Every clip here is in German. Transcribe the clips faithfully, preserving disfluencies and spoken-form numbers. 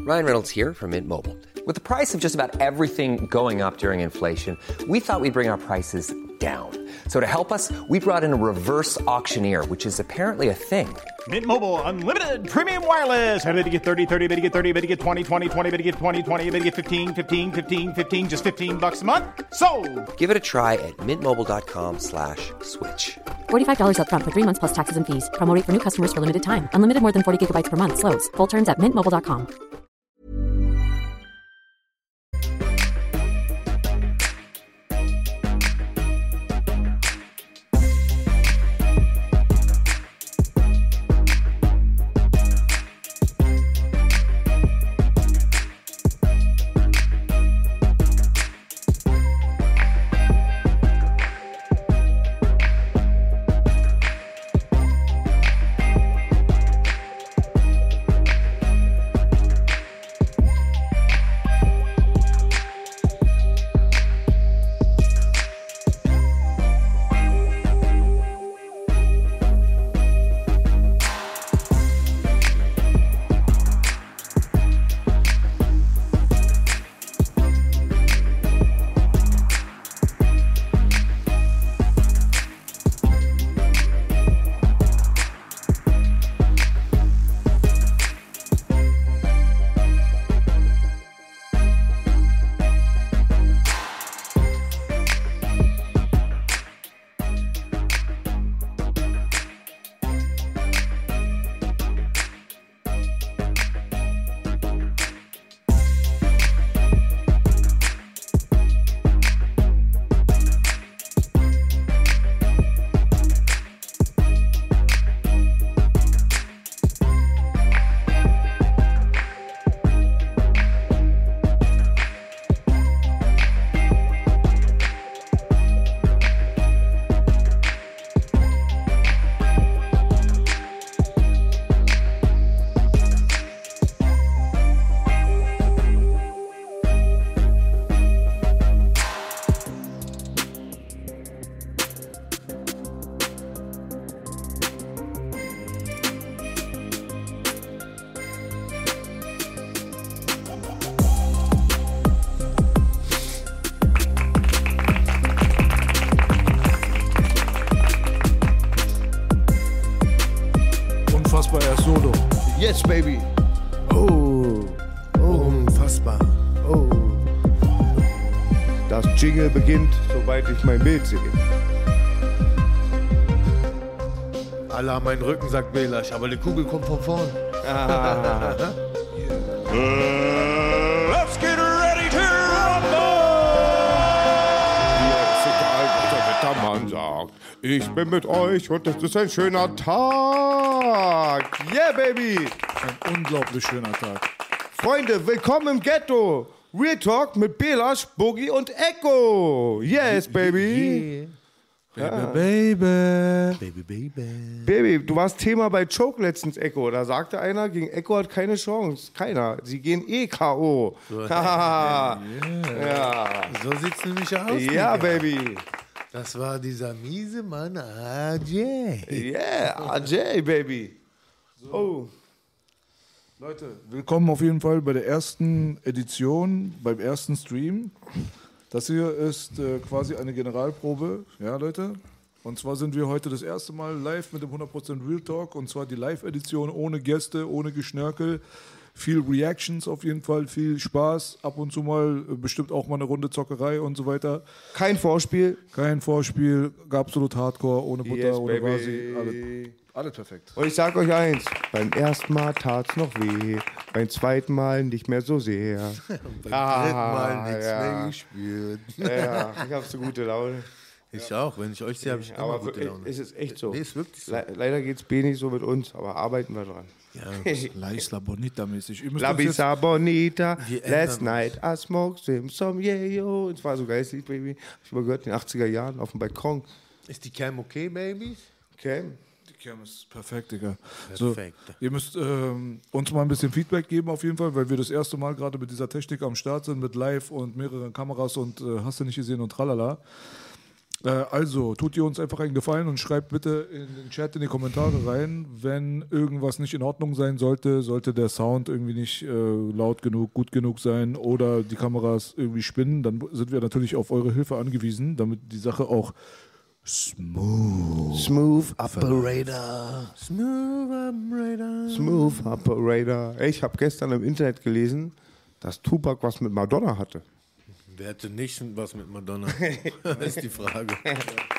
Ryan Reynolds here from Mint Mobile. With the price of just about everything going up during inflation, we thought we'd bring our prices down. So to help us, we brought in a reverse auctioneer, which is apparently a thing. Mint Mobile Unlimited Premium Wireless. How to get thirty, thirty, how to get thirty, how to get twenty, twenty, twenty, how to get twenty, twenty, how to get fifteen, fifteen, fifteen, fifteen, just fifteen bucks a month? Sold! Give it a try at mintmobile.com slash switch. forty-five dollars up front for three months plus taxes and fees. Promo rate for new customers for limited time. Unlimited more than forty gigabytes per month. Slows full terms at mint mobile dot com. Yes, baby. Oh, oh, unfassbar. Oh. Das Jingle beginnt, sobald ich mein Bild sehe. Allah, mein Rücken, sagt Belasch, aber die Kugel kommt von vorn. Ah. Uh, let's get ready to rumble! Mir ist egal, was der Wettermann sagt. Ich bin mit euch und es ist ein schöner Tag. Yeah, baby. Ein unglaublich schöner Tag. Freunde, willkommen im Ghetto. Real Talk mit Belasch, Boogie und Echo. Yes, baby. Yeah. Baby, baby. Baby, baby. Baby, du warst Thema bei Choke letztens, Echo. Da sagte einer, gegen Echo hat keine Chance. Keiner. Sie gehen eh K O So, ja. ja. So sieht's nämlich aus. Ja, Digga. Baby. Das war dieser miese Mann A J. Yeah, A J, Baby. So. Oh. Leute, willkommen auf jeden Fall bei der ersten Edition, beim ersten Stream. Das hier ist äh, quasi eine Generalprobe, ja Leute. Und zwar sind wir heute das erste Mal live mit dem hundert Prozent Real Talk. Und zwar die Live-Edition ohne Gäste, ohne Geschnörkel. Viel Reactions auf jeden Fall, viel Spaß. Ab und zu mal äh, bestimmt auch mal eine Runde Zockerei und so weiter. Kein Vorspiel. Kein Vorspiel, absolut Hardcore, ohne Butter, Yes, ohne baby. Vasi. Alles, alles perfekt. Und ich sag euch eins, beim ersten Mal tat's noch weh, beim zweiten Mal nicht mehr so sehr. Beim Ah, dritten Mal nichts ja. mehr gespürt. Ja, ich hab so gute Laune. Ich auch, wenn ich euch sehe, habe ich immer Aber gute wirklich, Laune. es ist echt so. Nee, ist wirklich so. Le leider geht's B nicht so mit uns, aber arbeiten wir dran. Ja, La Isla Bonita-mäßig. Ihr müsst La uns jetzt- Bisa Bonita, Wir last ändern night I smoked some, some yeah, yo. Es war so geiles Lied, Baby. Hab ich mal gehört, in den achtziger Jahren auf dem Balkon. Ist die Cam okay, Babys? Okay. Die Cam ist perfekt, Digga. So, Perfekt. ihr müsst ähm, uns mal ein bisschen Feedback geben auf jeden Fall, weil wir das erste Mal gerade mit dieser Technik am Start sind, mit Live und mehreren Kameras und äh, hast du nicht gesehen und tralala. Äh, also, tut ihr uns einfach einen Gefallen und schreibt bitte in den Chat, in die Kommentare rein, wenn irgendwas nicht in Ordnung sein sollte, sollte der Sound irgendwie nicht äh, laut genug, gut genug sein oder die Kameras irgendwie spinnen, dann sind wir natürlich auf eure Hilfe angewiesen, damit die Sache auch smooth. Smooth Operator. Smooth Operator. Smooth Operator. Ich habe gestern im Internet gelesen, dass Tupac was mit Madonna hatte. Wer hätte nicht was mit Madonna? Das ist die Frage. Ja.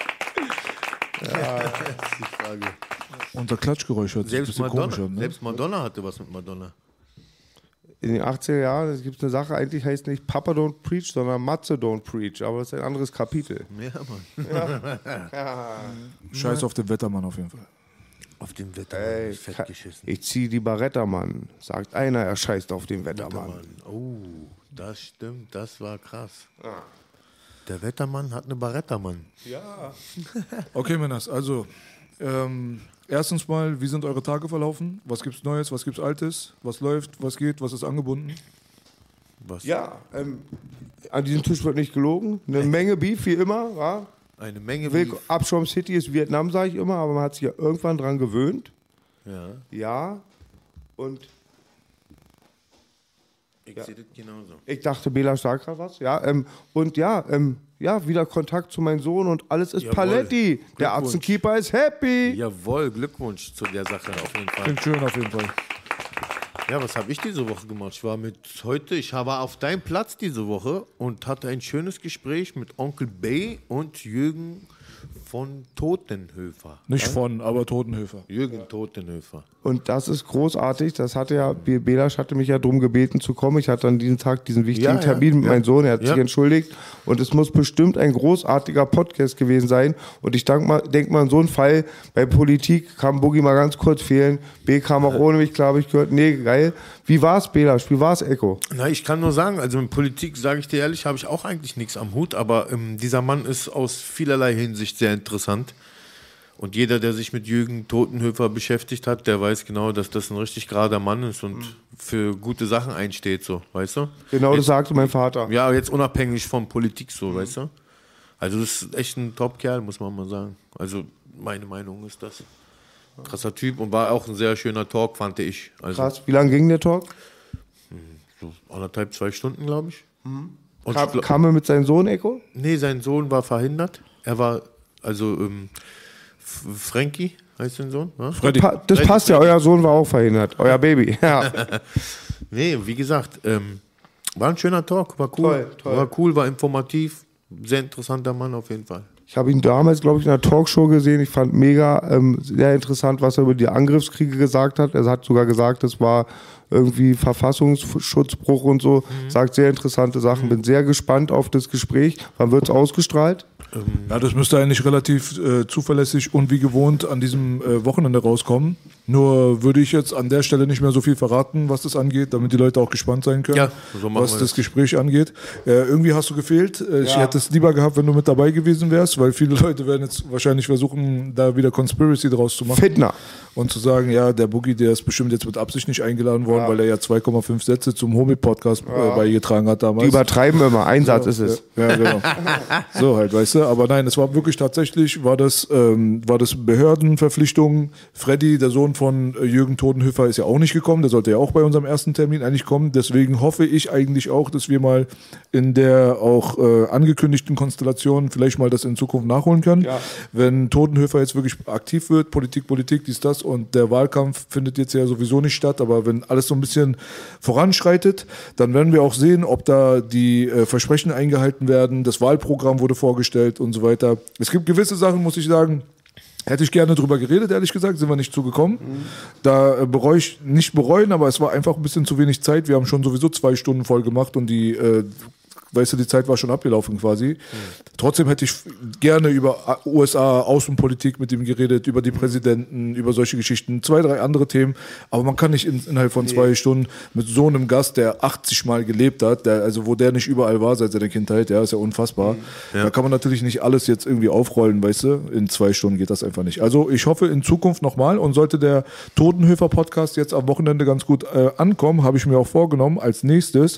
Das ist die Frage. Unser Klatschgeräusch hört sich ein bisschen Madonna, komisch an. Ne? Selbst Madonna hatte was mit Madonna. In den achtziger Jahren gibt es eine Sache, eigentlich heißt nicht Papa Don't Preach, sondern Matze Don't Preach. Aber das ist ein anderes Kapitel. Ja, Mann. Ja. Ja. Scheiß auf den Wettermann auf jeden Fall. Auf dem Wettermann Ey, ist fett geschissen. Ich zieh die Baretta, Mann. Sagt einer, er scheißt auf den Wettermann. Wettermann. Oh, das stimmt, das war krass. Ja. Der Wettermann hat eine Baretta, Mann. Ja. Okay, Männers, also ähm, erstens mal, wie sind eure Tage verlaufen? Was gibt's Neues, was gibt's Altes? Was läuft, was geht, was ist angebunden? Was? Ja, ähm, an diesem Tisch wird nicht gelogen. Eine Menge Beef, wie immer. Ja? Eine Menge Will- Beef. Abschaum City ist Vietnam, sage ich immer, aber man hat sich ja irgendwann dran gewöhnt. Ja, Ja. Und ich Ja. sehe das genauso. ich dachte, Bela Stark hat was. Ja, ähm, und ja, ähm, ja, wieder Kontakt zu meinem Sohn und alles ist Jawohl. Paletti. Der Glückwunsch. Atzenkeeper ist happy. Jawohl, Glückwunsch zu der Sache auf jeden Fall. Klingt schön auf jeden Fall. Ja, was habe ich diese Woche gemacht? Ich war mit heute, ich war auf deinem Platz diese Woche und hatte ein schönes Gespräch mit Onkel Bay und Jürgen von Totenhöfer. Nicht von, aber Totenhöfer. Jürgen Totenhöfer. Und das ist großartig. Das hatte ja, Belasch hatte mich ja darum gebeten zu kommen. Ich hatte an diesem Tag diesen wichtigen Ja, ja, Termin mit ja. meinem Sohn. Er hat Ja. sich entschuldigt. Und es muss bestimmt ein großartiger Podcast gewesen sein. Und ich denke mal, denk mal, in so einem Fall bei Politik kam Boogie mal ganz kurz fehlen. B kam auch ohne mich, glaube ich, gehört. Nee, geil. Wie war's, Belasch? Wie war's, Echo? Na, ich kann nur sagen, also mit Politik, sage ich dir ehrlich, habe ich auch eigentlich nichts am Hut, aber ähm, dieser Mann ist aus vielerlei Hinsicht sehr interessant. Und jeder, der sich mit Jürgen Totenhöfer beschäftigt hat, der weiß genau, dass das ein richtig gerader Mann ist und für gute Sachen einsteht, so, weißt du? Genau, das Jetzt- sagte mein Vater. Ja, jetzt unabhängig von Politik, so, weißt du? Also das ist echt ein Top-Kerl, muss man mal sagen. Also meine Meinung ist das. Krasser Typ und war auch ein sehr schöner Talk, fand ich. Also Krass. Wie lange ging der Talk? so anderthalb, zwei Stunden, glaube ich. Und ich Kam, glaub- kam er mit seinem Sohn, Echo? Nee, sein Sohn war verhindert. Er war, also, ähm, F- Frankie heißt sein Sohn. Ja? Freddy. Pa das passt ja, euer Sohn war auch verhindert. Euer Baby. Ja. Nee, wie gesagt, ähm, war ein schöner Talk, war cool. Toll, toll. War cool, war informativ. Sehr interessanter Mann auf jeden Fall. Ich habe ihn damals, glaube ich, in einer Talkshow gesehen. Ich fand mega ähm, sehr interessant, was er über die Angriffskriege gesagt hat. Er hat sogar gesagt, es war irgendwie Verfassungsschutzbruch und so. Mhm. Sagt sehr interessante Sachen. Bin sehr gespannt auf das Gespräch. Wann wird es ausgestrahlt? Ja, das müsste eigentlich relativ äh, zuverlässig und wie gewohnt an diesem äh, Wochenende rauskommen. Nur würde ich jetzt an der Stelle nicht mehr so viel verraten, was das angeht, damit die Leute auch gespannt sein können, Ja, so machen was wir das das. Gespräch angeht. Äh, irgendwie hast du gefehlt. Äh, Ich Ja. hätte es lieber gehabt, wenn du mit dabei gewesen wärst, weil viele Leute werden jetzt wahrscheinlich versuchen, da wieder Conspiracy draus zu machen. Fitner. Und zu sagen, ja, der Boogie, der ist bestimmt jetzt mit Absicht nicht eingeladen worden, Ja. weil er ja zwei Komma fünf Sätze zum Homie-Podcast äh, beigetragen hat damals. Die übertreiben immer. Einsatz ist es. Ja, genau. So halt, weißt du. Aber nein, es war wirklich tatsächlich, war das, ähm, war das Behördenverpflichtung. Freddy, der Sohn von äh, Jürgen Totenhöfer, ist ja auch nicht gekommen. Der sollte ja auch bei unserem ersten Termin eigentlich kommen. Deswegen hoffe ich eigentlich auch, dass wir mal in der auch äh, angekündigten Konstellation vielleicht mal das in Zukunft nachholen können. Ja. Wenn Totenhöfer jetzt wirklich aktiv wird, Politik, Politik, dies, das und der Wahlkampf findet jetzt ja sowieso nicht statt, aber wenn alles so ein bisschen voranschreitet, dann werden wir auch sehen, ob da die äh, Versprechen eingehalten werden. Das Wahlprogramm wurde vorgestellt und so weiter. Es gibt gewisse Sachen, muss ich sagen, hätte ich gerne drüber geredet, ehrlich gesagt, sind wir nicht zugekommen. Mhm. Da äh, bereue ich, nicht bereuen, aber es war einfach ein bisschen zu wenig Zeit. Wir haben schon sowieso zwei Stunden voll gemacht und die, äh, weißt du, die Zeit war schon abgelaufen quasi. Mhm. Trotzdem hätte ich gerne über U S A, Außenpolitik mit ihm geredet, über die Präsidenten, über solche Geschichten, zwei, drei andere Themen. Aber man kann nicht in, innerhalb von nee. zwei Stunden mit so einem Gast, der achtzig Mal gelebt hat, der, also wo der nicht überall war seit seiner Kindheit, ja, ist ja unfassbar. Mhm. Ja. Da kann man natürlich nicht alles jetzt irgendwie aufrollen, weißt du. In zwei Stunden geht das einfach nicht. Also ich hoffe in Zukunft nochmal und sollte der Totenhöfer-Podcast jetzt am Wochenende ganz gut äh, ankommen, habe ich mir auch vorgenommen, als nächstes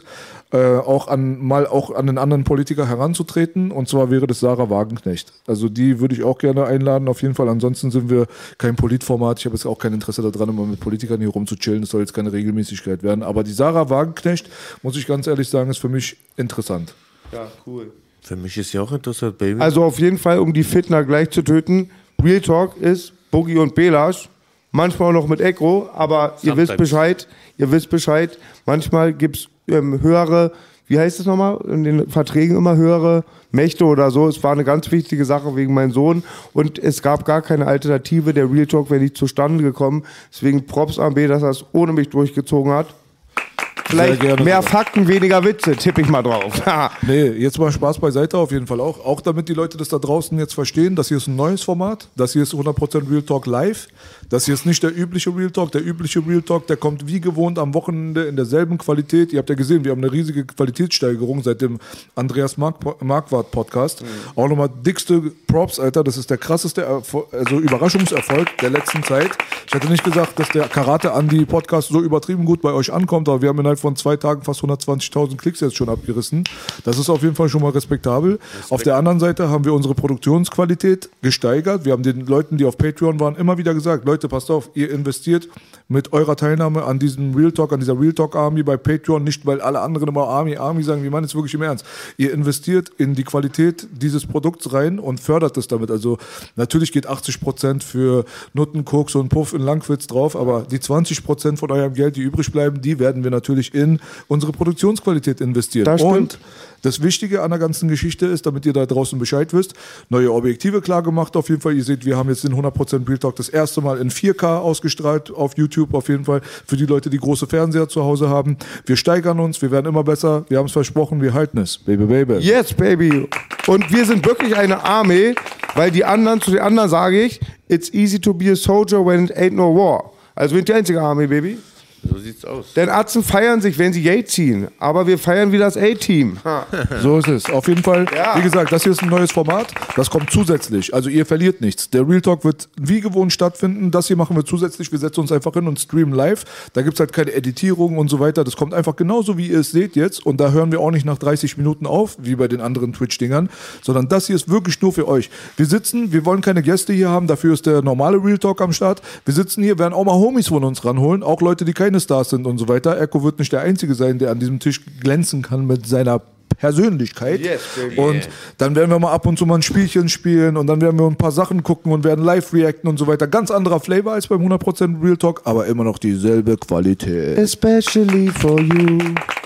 äh, auch an, mal auch an den anderen Politiker heranzutreten. Und zwar wäre das Sarah Wagenknecht. Also die würde ich auch gerne einladen, auf jeden Fall. Ansonsten sind wir kein Politformat. Ich habe jetzt auch kein Interesse daran, immer mit Politikern hier rumzuchillen. Das soll jetzt keine Regelmäßigkeit werden. Aber die Sarah Wagenknecht, muss ich ganz ehrlich sagen, ist für mich interessant. Ja, cool. Für mich ist ja auch interessant, Baby. Also auf jeden Fall, um die Fitner gleich zu töten, Real Talk ist Boogie und Belasch. Manchmal auch noch mit Echo, aber ihr wisst Bescheid. Ihr wisst Bescheid. Manchmal gibt es ähm, höhere, wie heißt es nochmal, in den Verträgen immer höhere Mächte oder so. Es war eine ganz wichtige Sache wegen meinem Sohn und es gab gar keine Alternative. Der Real Talk wäre nicht zustande gekommen. Deswegen Props an B, dass er es ohne mich durchgezogen hat. Vielleicht mehr Fakten, weniger Witze, tippe ich mal drauf. Nee, jetzt mal Spaß beiseite auf jeden Fall auch. Auch damit die Leute das da draußen jetzt verstehen, das hier ist ein neues Format, das hier ist hundert Prozent Real Talk live. Das hier ist nicht der übliche Real Talk. Der übliche Real Talk, der kommt wie gewohnt am Wochenende in derselben Qualität. Ihr habt ja gesehen, wir haben eine riesige Qualitätssteigerung seit dem Andreas Mark- Marquardt Podcast. Mhm. Auch nochmal dickste Props, Alter. Das ist der krasseste Erfol- also Überraschungserfolg der letzten Zeit. Ich hätte nicht gesagt, dass der Karate-Andi-Podcast so übertrieben gut bei euch ankommt, aber wir haben innerhalb von zwei Tagen fast hundertzwanzigtausend Klicks jetzt schon abgerissen. Das ist auf jeden Fall schon mal respektabel. Respekt. Auf der anderen Seite haben wir unsere Produktionsqualität gesteigert. Wir haben den Leuten, die auf Patreon waren, immer wieder gesagt, Leute, passt auf, ihr investiert mit eurer Teilnahme an diesem Real Talk, an dieser Real Talk Army bei Patreon, nicht weil alle anderen immer Army, Army sagen, wir meinen es wirklich im Ernst. Ihr investiert in die Qualität dieses Produkts rein und fördert es damit. Also natürlich geht achtzig Prozent für Nutten, Koks und Puff in Langwitz drauf, aber die zwanzig Prozent von eurem Geld, die übrig bleiben, die werden wir natürlich in unsere Produktionsqualität investieren. Das stimmt. Und das Wichtige an der ganzen Geschichte ist, damit ihr da draußen Bescheid wisst, neue Objektive klar gemacht auf jeden Fall. Ihr seht, wir haben jetzt den hundert Prozent Real Talk das erste Mal in vier K ausgestrahlt auf YouTube auf jeden Fall. Für die Leute, die große Fernseher zu Hause haben. Wir steigern uns, wir werden immer besser. Wir haben es versprochen, wir halten es. Baby, baby. Yes, baby. Und wir sind wirklich eine Armee, weil die anderen, zu den anderen sage ich, it's easy to be a soldier when it ain't no war. Also wir sind die einzige Armee, Baby. So sieht's aus. Denn Atzen feiern sich, wenn sie Yay ziehen. Aber wir feiern wie das A-Team. So ist es. Auf jeden Fall, ja. Wie gesagt, das hier ist ein neues Format. Das kommt zusätzlich. Also ihr verliert nichts. Der Real Talk wird wie gewohnt stattfinden. Das hier machen wir zusätzlich. Wir setzen uns einfach hin und streamen live. Da gibt es halt keine Editierung und so weiter. Das kommt einfach genauso, wie ihr es seht jetzt. Und da hören wir auch nicht nach dreißig Minuten auf, wie bei den anderen Twitch-Dingern. Sondern das hier ist wirklich nur für euch. Wir sitzen, wir wollen keine Gäste hier haben. Dafür ist der normale Real Talk am Start. Wir sitzen hier, werden auch mal Homies von uns ranholen. Auch Leute, die keine Stars sind und so weiter. Echo wird nicht der Einzige sein, der an diesem Tisch glänzen kann mit seiner Persönlichkeit. Yes, baby. Und dann werden wir mal ab und zu mal ein Spielchen spielen und dann werden wir ein paar Sachen gucken und werden live reacten und so weiter. Ganz anderer Flavor als beim hundert Prozent Real Talk, aber immer noch dieselbe Qualität. Especially for you.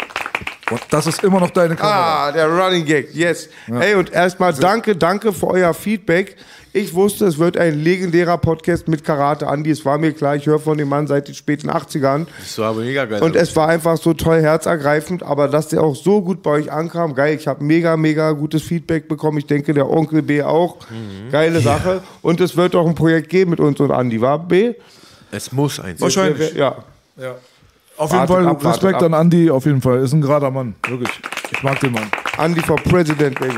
Und das ist immer noch deine Kamera. Ah, der Running Gag, yes. Ja. Hey, und erstmal danke, danke für euer Feedback. Ich wusste, es wird ein legendärer Podcast mit Karate Andi. Es war mir klar, ich höre von dem Mann seit den späten achtzigern. Das war aber mega geil. Und es war einfach so toll, herzergreifend. Aber dass der auch so gut bei euch ankam, geil. Ich habe mega, mega gutes Feedback bekommen. Ich denke, der Onkel B auch. Mhm. Geile ja. Sache. Und es wird auch ein Projekt geben mit uns und Andi, war B? Es muss eins. Wahrscheinlich. Ja. ja. Auf jeden Fall ab, Respekt ab. an Andi, auf jeden Fall. Ist ein gerader Mann, wirklich. Ich mag den Mann. Andi for President, baby.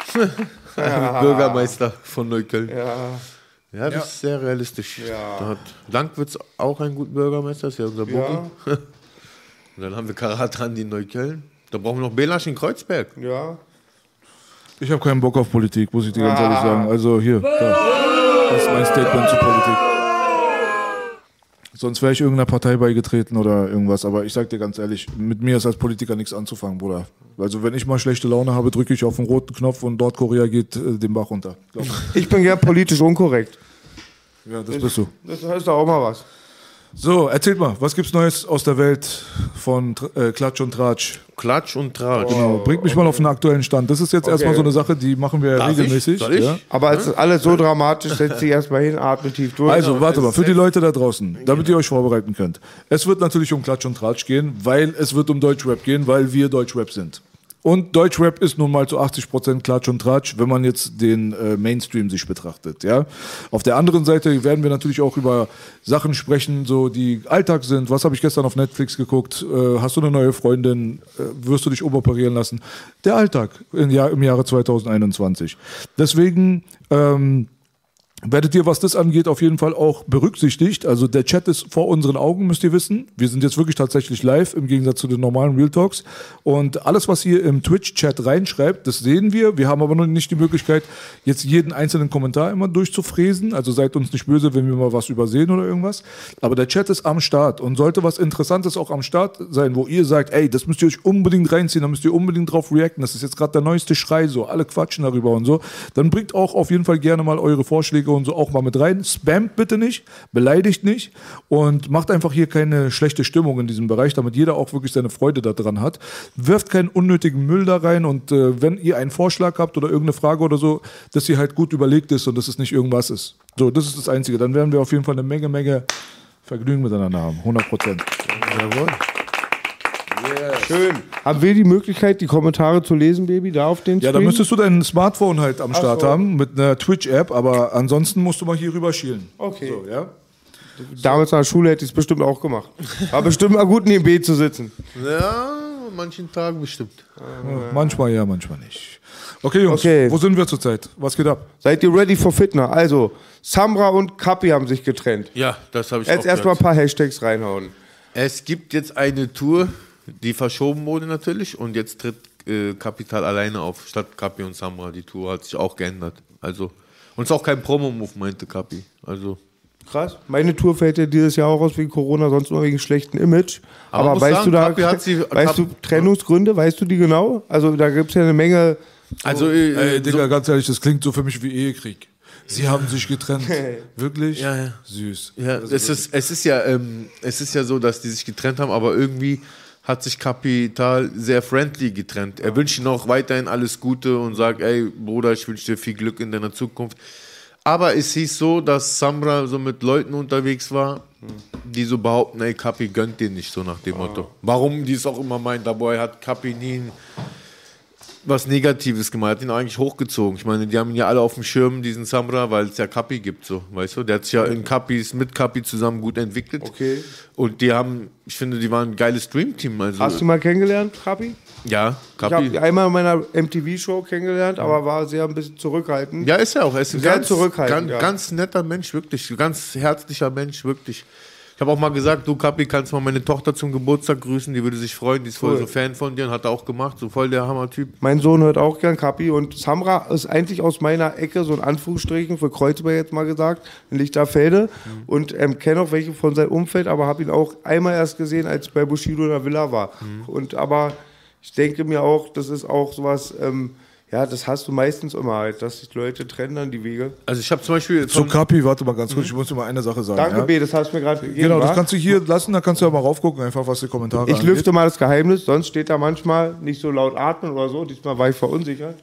Ja. Bürgermeister von Neukölln. Ja, ja das ja. ist sehr realistisch. Ja. Da hat Langwitz auch einen guten Bürgermeister, das ist ja unser Boogie. Ja. Und dann haben wir Karate Andi in Neukölln. Da brauchen wir noch Belasch in Kreuzberg. Ja. Ich habe keinen Bock auf Politik, muss ich dir ganz ehrlich sagen. Also hier, da. Das ist mein Statement zur Politik. Sonst wäre ich irgendeiner Partei beigetreten oder irgendwas. Aber ich sag dir ganz ehrlich, mit mir ist als Politiker nichts anzufangen, Bruder. Also wenn ich mal schlechte Laune habe, drücke ich auf den roten Knopf und Nordkorea geht äh, den Bach runter. Ich bin ja politisch unkorrekt. Ja, das bist du. Das heißt doch auch mal was. So, erzählt mal, was gibt's Neues aus der Welt von äh, Klatsch und Tratsch? Klatsch und Tratsch. Genau, bringt mich okay. mal auf den aktuellen Stand. Das ist jetzt okay. erstmal so eine Sache, die machen wir Darf regelmäßig. Ich? Soll ich? Ja? Aber es ist alles so dramatisch, setzt sich erstmal hin, atmet tief durch. Also, warte mal, für die Leute da draußen, damit ihr euch vorbereiten könnt. Es wird natürlich um Klatsch und Tratsch gehen, weil es wird um Deutschrap gehen, weil wir Deutschrap sind. Und Deutschrap ist nun mal zu achtzig Prozent Klatsch und Tratsch, wenn man jetzt den äh, Mainstream sich betrachtet. Ja? Auf der anderen Seite werden wir natürlich auch über Sachen sprechen, so die Alltag sind. Was habe ich gestern auf Netflix geguckt? Äh, hast du eine neue Freundin? Äh, wirst du dich umoperieren lassen? Der Alltag im, Jahr, im Jahre zwanzig einundzwanzig. Deswegen... Ähm, werdet ihr, was das angeht, auf jeden Fall auch berücksichtigt. Also der Chat ist vor unseren Augen, müsst ihr wissen. Wir sind jetzt wirklich tatsächlich live, im Gegensatz zu den normalen Real Talks. Und alles, was ihr im Twitch-Chat reinschreibt, das sehen wir. Wir haben aber noch nicht die Möglichkeit, jetzt jeden einzelnen Kommentar immer durchzufräsen. Also seid uns nicht böse, wenn wir mal was übersehen oder irgendwas. Aber der Chat ist am Start und sollte was Interessantes auch am Start sein, wo ihr sagt, ey, das müsst ihr euch unbedingt reinziehen, da müsst ihr unbedingt drauf reacten. Das ist jetzt gerade der neueste Schrei, so alle quatschen darüber und so. Dann bringt auch auf jeden Fall gerne mal eure Vorschläge und so auch mal mit rein. Spamt bitte nicht, beleidigt nicht und macht einfach hier keine schlechte Stimmung in diesem Bereich, damit jeder auch wirklich seine Freude daran hat. Wirft keinen unnötigen Müll da rein und äh, wenn ihr einen Vorschlag habt oder irgendeine Frage oder so, dass sie halt gut überlegt ist und dass es nicht irgendwas ist. So, das ist das Einzige. Dann werden wir auf jeden Fall eine Menge, Menge Vergnügen miteinander haben. hundert Prozent. Jawohl. Yes. Schön. Haben wir die Möglichkeit, die Kommentare zu lesen, Baby, da auf den Screen? Ja, da müsstest du dein Smartphone halt am Start so. haben mit einer Twitch-App, aber ansonsten musst du mal hier rüber schielen. Okay. So, ja? Damals an der Schule hätte ich es bestimmt auch gemacht. War bestimmt mal gut, neben B zu sitzen. Ja, manchen Tagen bestimmt. Ja, manchmal ja, manchmal nicht. Okay, Jungs, Okay. wo sind wir zurzeit? Was geht ab? Seid ihr ready for Fitner? Also, Samra und Kapi haben sich getrennt. Ja, das habe ich Jetzt auch erstmal ein gehört. paar Hashtags reinhauen. Es gibt jetzt eine Tour, die verschoben wurde natürlich und jetzt tritt äh, Kapital alleine auf, statt Kapi und Samra. Die Tour hat sich auch geändert. Also, und es ist auch kein Promo-Move, meinte Kapi. Also, Krass. Meine Tour fällt ja dieses Jahr auch aus wegen Corona, sonst nur wegen schlechtem Image. Aber Aber muss weißt sagen, du da, Kapi hat sie- weißt du Trennungsgründe, weißt du die genau? Also da gibt es ja eine Menge. also äh, Ey, Digga, ganz ehrlich, das klingt so für mich wie Ehekrieg. Sie haben sich getrennt. Wirklich? Ja, ja. Süß. Ja, es ist, es ist ja, ähm, es ist ja so, dass die sich getrennt haben, aber irgendwie hat sich Kapital sehr friendly getrennt. Er wünscht ihm auch weiterhin alles Gute und sagt, ey Bruder, ich wünsche dir viel Glück in deiner Zukunft. Aber es hieß so, dass Samra so mit Leuten unterwegs war, die so behaupten, ey Kapi gönnt dir nicht, so nach dem Motto. Warum die es auch immer meint, dabei hat Kapi nie was Negatives gemacht, hat ihn eigentlich hochgezogen. Ich meine, die haben ihn ja alle auf dem Schirm, diesen Samra, weil es ja Kapi gibt, so, weißt du? Der hat sich ja in Kapis, mit Kapi zusammen gut entwickelt. Okay. Und die haben, ich finde, die waren ein geiles Dreamteam. Also, Hast du mal kennengelernt, Kapi? ja, Ich habe Kapi. einmal in meiner M T V-Show kennengelernt, aber war sehr ein bisschen zurückhaltend. Ja, ist er auch. Er ist ein Sehr ganz, zurückhaltend, ganz, ja. ganz netter Mensch, wirklich. Ganz herzlicher Mensch, wirklich. Ich habe auch mal gesagt, du Kapi, kannst mal meine Tochter zum Geburtstag grüßen, die würde sich freuen, die ist voll Cool. so Fan von dir und hat er auch gemacht, so voll der Hammer-Typ. Mein Sohn hört auch gern Kapi und Samra ist eigentlich aus meiner Ecke, so in Anführungsstrichen, für Kreuzberg jetzt mal gesagt, in Lichterfelde Mhm. und ähm, kenne auch welche von seinem Umfeld, aber habe ihn auch einmal erst gesehen, als ich bei Bushido in der Villa war. Mhm. Und aber ich denke mir auch, das ist auch sowas, ähm, ja, das hast du meistens immer halt, dass sich Leute trennen dann die Wege. Also ich habe zum Beispiel... Zu Von, Kapi, warte mal ganz kurz, ich muss dir mal eine Sache sagen. Danke, ja? B, das hast du mir gerade gegeben. Genau, das wa? kannst du hier lassen, da kannst du ja mal raufgucken, einfach was die Kommentare Ich angeht. lüfte mal das Geheimnis, sonst steht da manchmal nicht so laut atmen oder so. Diesmal war ich verunsichert.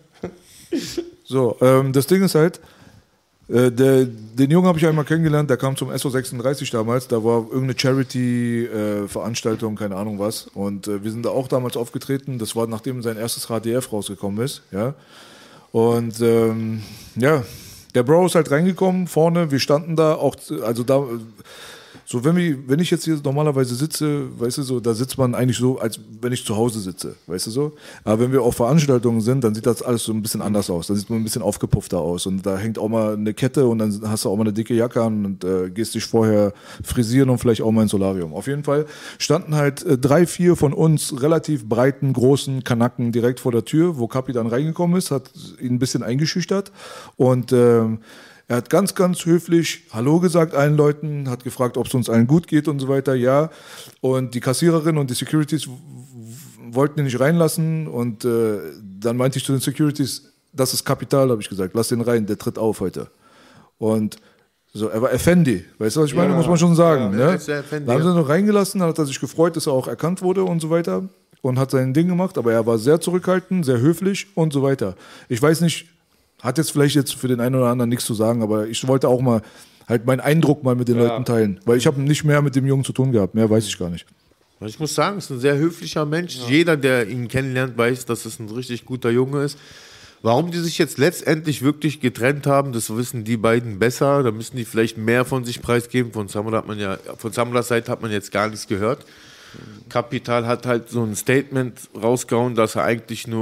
So, ähm, das Ding ist halt, äh, der, den Jungen habe ich einmal kennengelernt, der kam zum S O sechsunddreißig damals, da war irgendeine Charity-Veranstaltung, keine Ahnung was. Und äh, wir sind da auch damals aufgetreten, das war nachdem sein erstes H D F rausgekommen ist, ja. Und ähm, ja, der Bro ist halt reingekommen vorne, wir standen da auch, also da, so wenn, wir, wenn ich jetzt hier normalerweise sitze, weißt du so, da sitzt man eigentlich so, als wenn ich zu Hause sitze, weißt du so. Aber wenn wir auf Veranstaltungen sind, dann sieht das alles so ein bisschen anders aus, dann sieht man ein bisschen aufgepuffter aus und da hängt auch mal eine Kette und dann hast du auch mal eine dicke Jacke an und äh, gehst dich vorher frisieren und vielleicht auch mal ins Solarium. Auf jeden Fall standen halt äh, drei, vier von uns relativ breiten, großen Kanaken direkt vor der Tür, wo Kapi dann reingekommen ist, hat ihn ein bisschen eingeschüchtert und ähm, er hat ganz, ganz höflich Hallo gesagt allen Leuten, hat gefragt, ob es uns allen gut geht und so weiter, ja. Und die Kassiererin und die Securities w- w- wollten ihn nicht reinlassen und äh, dann meinte ich zu den Securities, das ist Kapital, habe ich gesagt, lass den rein, der tritt auf heute. Und so, er war Effendi, weißt du, was ich meine, muss man schon sagen. Ja, ne? ist der Effendi, Dann haben sie ja. ihn noch reingelassen, dann hat er sich gefreut, dass er auch erkannt wurde und so weiter und hat sein Ding gemacht, aber er war sehr zurückhaltend, sehr höflich und so weiter. Ich weiß nicht, hat jetzt vielleicht jetzt für den einen oder anderen nichts zu sagen, aber ich wollte auch mal halt meinen Eindruck mal mit den Ja. Leuten teilen. Weil ich habe nicht mehr mit dem Jungen zu tun gehabt. Mehr weiß ich gar nicht. Ich muss sagen, es ist ein sehr höflicher Mensch. Jeder, der ihn kennenlernt, weiß, dass es ein richtig guter Junge ist. Warum die sich jetzt letztendlich wirklich getrennt haben, das wissen die beiden besser. Da müssen die vielleicht mehr von sich preisgeben. Von Samra hat man ja, von Samras Seite hat man jetzt gar nichts gehört. Kapital hat halt so ein Statement rausgehauen, dass er eigentlich nur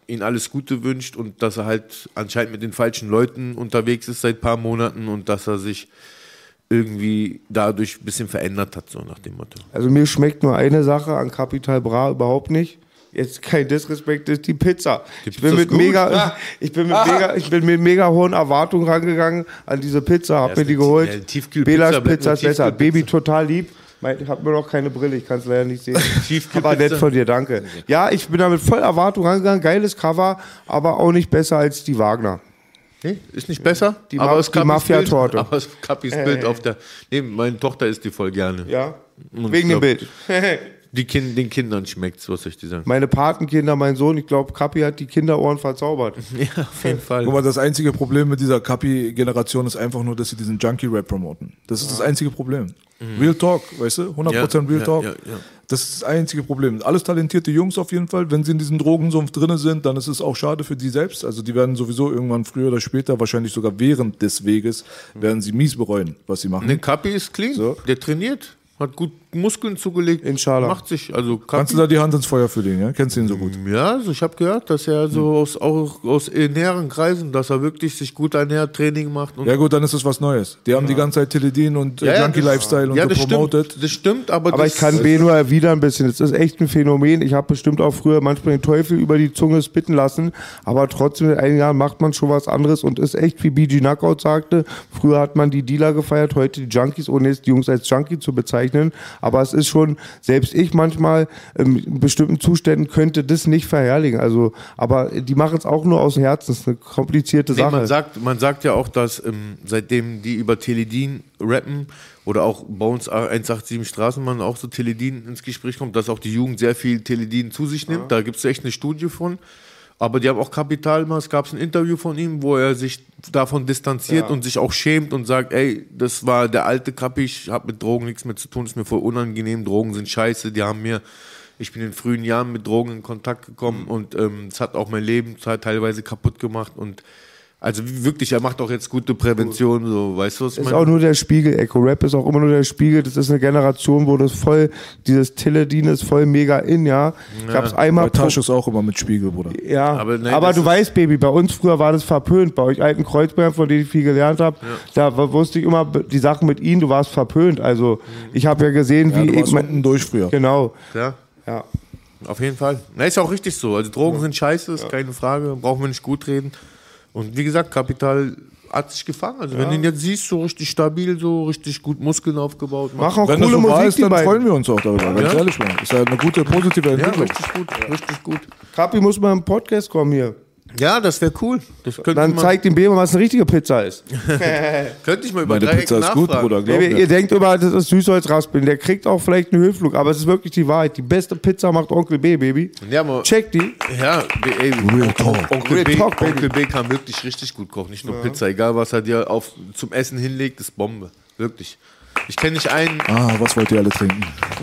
ihm alles Gute wünscht und dass er halt anscheinend mit den falschen Leuten unterwegs ist seit ein paar Monaten und dass er sich irgendwie dadurch ein bisschen verändert hat, so nach dem Motto. Also mir schmeckt nur eine Sache an Capital Bra überhaupt nicht. Jetzt kein Disrespekt, ist die Pizza. Die ich, Pizza bin ist mit gut. mega, Ah. ich, bin mit mega, ich bin mit mega hohen Erwartungen rangegangen an diese Pizza, hab Ja, mir ist die eine geholt. Tief- ja, Tiefkühlpizza Belas bleibt Pizza nur ist besser. Tiefkühlpizza. Baby total lieb. Ich habe mir noch keine Brille, ich kann es leider nicht sehen. Tiefkühlpizza. Aber nett von dir, danke. Ja, ich bin da mit voll Erwartung rangegangen. Geiles Cover, aber auch nicht besser als die Wagner. Nee, ist nicht besser, Die aber Ma- es die Mafia-Torte. Aber es Kappis Bild auf der. Nee, meine Tochter isst die voll gerne. Ja, Und wegen ich dem glaub, Bild. Die kind, den Kindern schmeckt's, was soll ich dir sagen? Meine Patenkinder, mein Sohn, ich glaube, Kappi hat die Kinderohren verzaubert. Ja, auf jeden Fall. Guck mal, das einzige Problem mit dieser Kapi-Generation ist einfach nur, dass sie diesen Junkie-Rap promoten. Das ist das einzige Problem. Real Talk, weißt du? hundert Prozent Ja, Real ja, Talk. ja, ja. Das ist das einzige Problem. Alles talentierte Jungs auf jeden Fall. Wenn sie in diesem Drogensumpf drin sind, dann ist es auch schade für die selbst. Also die werden sowieso irgendwann früher oder später, wahrscheinlich sogar während des Weges, werden sie mies bereuen, was sie machen. Ne, Kapi ist clean, So. der trainiert, hat gut Muskeln zugelegt. Inshallah. Macht sich, also Kapi. Kannst du da die Hand ins Feuer für legen, ja? Kennst du ihn so gut? Ja, also ich habe gehört, dass er so aus, auch aus näheren Kreisen, dass er wirklich sich gut ernährt, Training macht. Und Ja gut, dann ist es was Neues. Die haben die ganze Zeit Teledin und äh, Ja, ja, Junkie-Lifestyle und ja, so das promotet. stimmt, das stimmt, aber, Aber das, ich kann B nur erwidern ein bisschen. Es ist echt ein Phänomen. Ich habe bestimmt auch früher manchmal den Teufel über die Zunge spitten lassen, aber trotzdem in einigen Jahren macht man schon was anderes und ist echt, wie B G Knockout sagte, früher hat man die Dealer gefeiert, heute die Junkies, ohne jetzt die Jungs als Junkie zu bezeichnen. Aber es ist schon, selbst ich manchmal ähm, in bestimmten Zuständen könnte das nicht verherrlichen. Also, aber die machen es auch nur aus dem Herzen. Das ist eine komplizierte Nee, Sache. man, sagt, man sagt ja auch, dass ähm, seitdem die über Teledin rappen oder auch bei uns hundertsiebenundachtzig Straßenmann auch so Teledin ins Gespräch kommt, dass auch die Jugend sehr viel Teledin zu sich nimmt. Da gibt es echt eine Studie von. Aber die haben auch Kapital, es gab ein Interview von ihm, wo er sich davon distanziert Ja. und sich auch schämt und sagt, ey, das war der alte Kapi, ich habe mit Drogen nichts mehr zu tun, ist mir voll unangenehm, Drogen sind scheiße, die haben mir, ich bin in frühen Jahren mit Drogen in Kontakt gekommen und ähm, es hat auch mein Leben teilweise kaputt gemacht und also wirklich, er macht auch jetzt gute Prävention, so, weißt du, was ich Ist meine? auch nur der Spiegel, Echo Rap ist auch immer nur der Spiegel. Das ist eine Generation, wo das voll, dieses Teledin ist voll mega in, ja. Ich hab's einmal Bei Tasche ist auch immer mit Spiegel, Bruder. Ja, Aber aber, nein, das du ist- weißt, Baby, bei uns früher war das verpönt. Bei euch alten Kreuzbergern, von denen ich viel gelernt habe, da w- wusste ich immer die Sachen mit ihnen, du warst verpönt. Also ich habe ja gesehen, Ja, wie du ich warst unten durch früher. Genau. Ja, Ja. auf jeden Fall. Na, ist ja auch richtig so. Also Drogen sind scheiße, ist keine Frage, brauchen wir nicht gut reden. Und wie gesagt, Kapital hat sich gefangen. Also wenn du ihn jetzt siehst, so richtig stabil, so richtig gut Muskeln aufgebaut. Mach auch Wenn das coole so wahr Musik, ist, die dann freuen beiden. wir uns auch darüber. Ganz Ja. ehrlich, Mann. Ist ja eine gute, positive Ja, Entwicklung. richtig gut, richtig gut. Kapi muss mal im Podcast kommen hier. Ja, das wäre cool. Das könnte Dann man, zeigt dem Bema, was eine richtige Pizza ist. könnte ich mal über Meine Dreieck Pizza ist gut, nachfragen. Bruder. Glaub Baby, mir. ihr denkt immer, das ist Süßholzraspeln. Der kriegt auch vielleicht einen Höhenflug, aber es ist wirklich die Wahrheit. Die beste Pizza macht Onkel B, Baby. Ja, aber, Check die. ja, ey, Real Talk. Onkel, Real B, Talk, Baby. Onkel B kann wirklich richtig gut kochen. Nicht nur Pizza, egal was er dir auf, zum Essen hinlegt, ist Bombe. Wirklich. Ich kenne nicht einen, Ah, was wollt ihr alle trinken?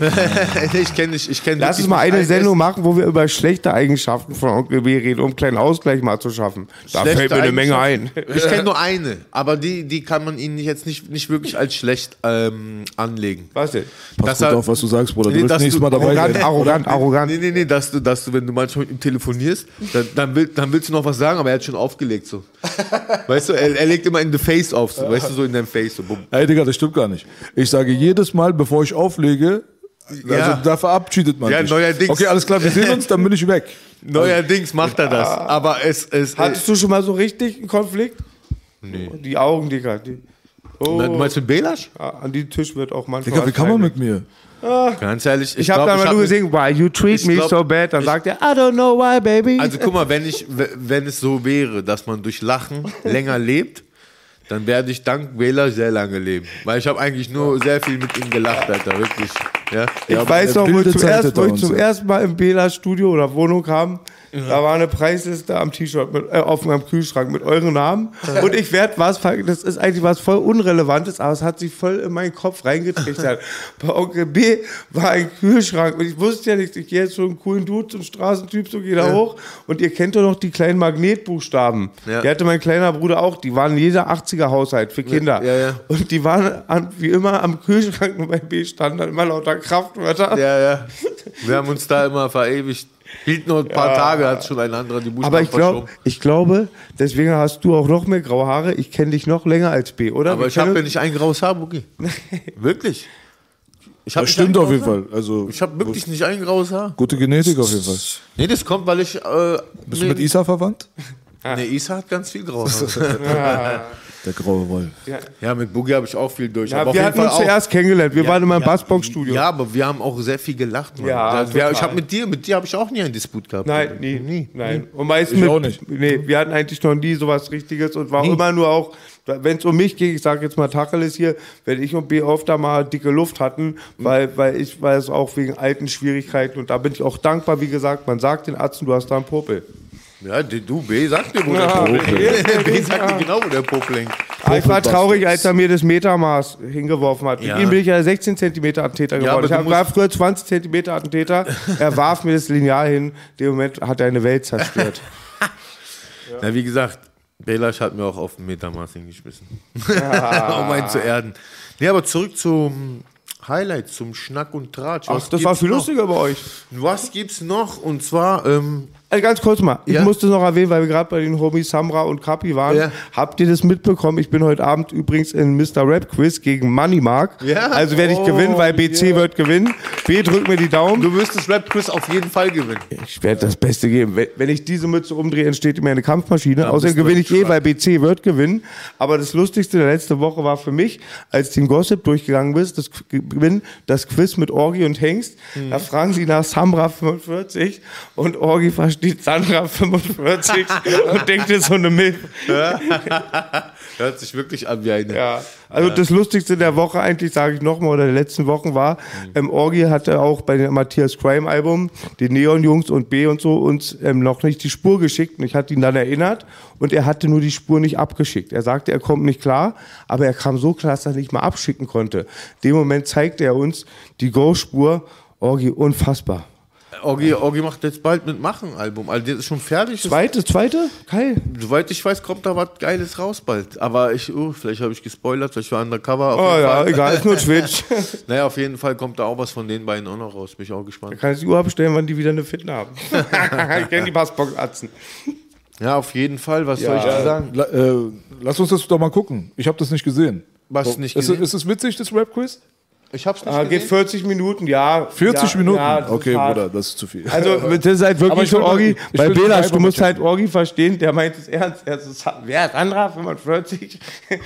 ich kenne nicht, ich kenne Lass uns mal eine Sendung machen, wo wir über schlechte Eigenschaften von Onkel B reden, um einen kleinen Ausgleich mal zu schaffen. Da Schlechte fällt mir eine Menge ein. Ich kenne nur eine, aber die, die kann man ihnen jetzt nicht, nicht wirklich als schlecht ähm, anlegen. Was denn? Pass Dass gut er- auf, was du sagst, Bruder. Du Nee, willst dass nächstes du Mal dabei Arrogant, sein. arrogant, arrogant. Nee, nee, nee, dass du, dass du, wenn du manchmal mit ihm telefonierst, dann, dann, will, dann willst du noch was sagen, aber er hat schon aufgelegt so. Weißt du, er, er legt immer in the face auf, so, weißt du, so in deinem Face. So, bumm. Ey, Digga, das stimmt gar nicht. Ich sage jedes Mal, bevor ich auflege, also Ja. da verabschiedet man Ja, sich. neuerdings. Okay, alles klar, wir sehen uns, dann bin ich weg. Neuerdings macht er das, aber es... es Hattest du schon mal so richtig einen Konflikt? Nee. Die Augen, Digga. Die, oh, du meinst mit Belasch? ah, an die Tisch wird auch manchmal... Digga, wie kann man mit mir? Ganz ehrlich, ich, Ich habe glaub, da mal hab nur mit- gesehen, why you treat ich me glaub- so bad. Dann ich- sagt er, I don't know why, baby. Also guck mal, wenn, ich, wenn es so wäre, dass man durch Lachen länger lebt, dann werde ich dank Wähler sehr lange leben. Weil ich habe eigentlich nur sehr viel mit ihm gelacht, Alter, wirklich. Ja? ich aber weiß der noch, wo ich wilde zum, Zeit erst, hinter wo ich uns, zum ja. ersten Mal im Bela-Studio oder Wohnung kam. Da war eine Preisliste am T-Shirt, mit, äh, auf meinem Kühlschrank mit euren Namen. Und ich werde was, das ist eigentlich was voll Unrelevantes, aber es hat sich voll in meinen Kopf reingetrichtert. Bei Onkel B war ein Kühlschrank und ich wusste ja nicht, ich gehe jetzt so einen coolen Dude, so einen Straßentyp, so geht da hoch. Und ihr kennt doch noch die kleinen Magnetbuchstaben. Ja. Die hatte mein kleiner Bruder auch, die waren jeder achtziger-Haushalt für Kinder. Ja, ja. Und die waren an, wie immer am Kühlschrank und bei B standen dann immer lauter Kraftwörter. Ja, ja. Wir haben uns da immer verewigt. Hielt nur ein paar ja. Tage, hat schon ein anderer die Buchstaben Aber ich, glaub, verschoben. ich glaube, deswegen hast du auch noch mehr graue Haare. Ich kenne dich noch länger als B, oder? Aber Wir ich habe kennen- ja nicht ein graues Haar, Boogie. Wirklich. Ich hab Das nicht stimmt ein auf jeden graues Fall. Also, Haar. Ich habe wirklich nicht ein graues Haar. gute Genetik auf jeden Fall. Nee, das kommt, weil ich... Äh, Bist nee, du mit Isa verwandt? Nee, Isa hat ganz viel graues Haar. Der graue Wolf. Ja, mit Boogie habe ich auch viel durch. Ja, aber auf wir jeden hatten Fall uns auch, zuerst kennengelernt. Wir Ja, waren in meinem ja, Bassbox-Studio. Ja, aber wir haben auch sehr viel gelacht. Mann. Ja, Da- wir, total. ich habe mit dir, mit dir habe ich auch nie einen Disput gehabt. Nein, nie. nie. Nein. Und meistens Ich mit, auch nicht. Nee, wir hatten eigentlich noch nie sowas Richtiges und war Nie. immer nur auch, wenn es um mich ging, ich sage jetzt mal Tacheles hier, wenn ich und B oft da mal dicke Luft hatten, weil, weil ich, weil es auch wegen alten Schwierigkeiten und da bin ich auch dankbar, wie gesagt, man sagt den Ärzten, du hast da einen Popel. Ja, die- du, B sagt dir, wo der Ja, Popel B hängt. sagt B dir, sagt dir ja. genau, wo der Popel hängt. Aber ich war traurig, als er mir das Metermaß hingeworfen hat. Mit Ja. ihm bin ich ja sechzehn Zentimeter Attentäter Ja, geworden. aber ich du hab, war musst- früher zwanzig Zentimeter Attentäter. Er warf mir das Lineal hin. In dem Moment hat er eine Welt zerstört. Na, wie gesagt, Belasch hat mir auch auf den Metermaß hingeschmissen. um einen zu erden. Nee, aber zurück zum Highlight, zum Schnack und Tratsch. Ach, Was das war gibt's viel noch? lustiger bei euch. Was gibt's noch? Und zwar, ähm, Also ganz kurz mal, ich Ja. musste noch erwähnen, weil wir gerade bei den Homies Samra und Kapi waren. Ja. Habt ihr das mitbekommen? Ich bin heute Abend übrigens in Mister Rap Quiz gegen Money Mark. Ja. Also werde ich Oh, gewinnen, weil B C yeah. wird gewinnen. B drückt mir die Daumen. du wirst das Rap-Quiz auf jeden Fall gewinnen. Ich werde das Beste geben. Wenn, wenn ich diese Mütze umdrehe, entsteht mir eine Kampfmaschine. Ja, Außerdem bist du gewinne ich eh, gespannt. weil B C wird gewinnen. Aber das Lustigste der letzten Woche war für mich, als Team Gossip durchgegangen ist, das Gewinn, das Quiz mit Orgi und Hengst. Mhm. Da fragen sie nach Samra fünfundvierzig und Orgi versteht Sandra fünfundvierzig und denkt, das ist so eine Milch. Hört sich wirklich an wie eine. Ja, also das Lustigste der Woche eigentlich, sage ich nochmal, oder der letzten Wochen war, ähm, Orgi hatte auch bei dem Matthias Crime Album, die Neon-Jungs und B und so, uns ähm, noch nicht die Spur geschickt und ich hatte ihn dann erinnert und er hatte nur die Spur nicht abgeschickt. Er sagte, er kommt nicht klar, aber er kam so klar, dass er nicht mal abschicken konnte. In dem Moment zeigte er uns die Go-Spur, Orgi, unfassbar. Orgi, Orgi macht jetzt bald mit Machen-Album. Also das ist schon fertig. Zweite, zweite? Geil. Soweit ich weiß, kommt da was Geiles raus bald. Aber ich, oh, vielleicht habe ich gespoilert, vielleicht war undercover. Auf Oh jeden ja, Fall. egal, ist nur Twitch. Naja, auf jeden Fall kommt da auch was von den beiden auch noch raus. Bin ich auch gespannt. Kann ich die Uhr abstellen, wann die wieder eine Fitne haben. Ich kenne die Passbox-Atzen. Ja, auf jeden Fall. Was soll ich dir sagen? La, äh, lass uns das doch mal gucken. Ich habe das nicht gesehen. Was nicht Ist, gesehen? ist es witzig, das Rap-Quiz? Ich hab's nicht Ah, geht gesehen. vierzig Minuten, ja. vierzig ja, Minuten? Ja, das ist Okay, hart. Bruder, das ist zu viel. Also, das ist halt Aber wirklich ich so will mal- Orgi. ich Bei will den Belasch, Hype du musst mal halt Orgi verstehen, der meint es ernst. Er ist, wer ist Andra? fünfundvierzig?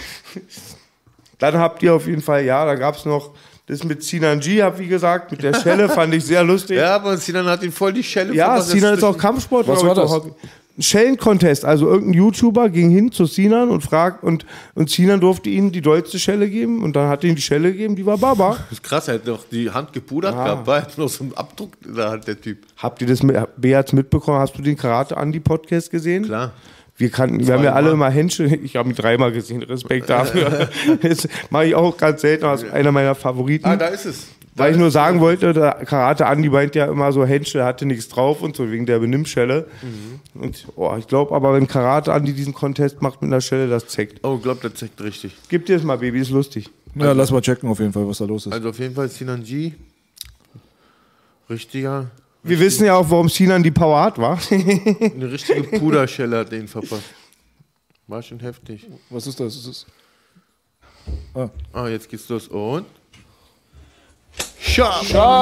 Dann habt ihr auf jeden Fall, ja, da gab es noch das mit Sinan G, hab wie gesagt, mit der Schelle, fand ich sehr lustig. Ja, aber Sinan hat ihn voll die Schelle Ja, verpasst. Sinan Jetzt ist auch durch- Kampfsport. Was glaub war ich, das? doch. Ein Schellen-Contest. Also irgendein YouTuber ging hin zu Sinan und fragt, und, und Sinan durfte ihm die dollste Schelle geben und dann hat er ihm die Schelle gegeben, die war Baba. Das ist krass, er hat noch die Hand gepudert Ah. gehabt. War noch so ein Abdruck in der Hand, der Typ. Habt ihr das mit, Beats mitbekommen? Hast du den Karate-Andi-Podcast gesehen? Klar. Wir, kannten, wir haben ja alle immer Händchen. Ich habe ihn dreimal gesehen. Respekt dafür. Das mache ich auch ganz selten. Das ist einer meiner Favoriten. Ah, da ist es. Da Weil ich ist nur es. sagen wollte, der Karate Andi meint ja immer so, Händchen hatte nichts drauf und so, wegen der Benimmschelle. Mhm. Und oh, ich glaube aber, wenn Karate Andi diesen Contest macht mit einer Schelle, das zeckt. Oh, ich glaube, der zeigt richtig. Gib dir das mal, Baby, ist lustig. Ja, lass mal checken auf jeden Fall, was da los ist. Also auf jeden Fall Sinan G. Richtiger. Wir wissen ja auch, warum Sinan die Power hat, wa? Eine richtige Puderschelle hat den verpasst. War schon heftig. Was ist das? Ist das? Ah, jetzt geht's los. Und? Scharf!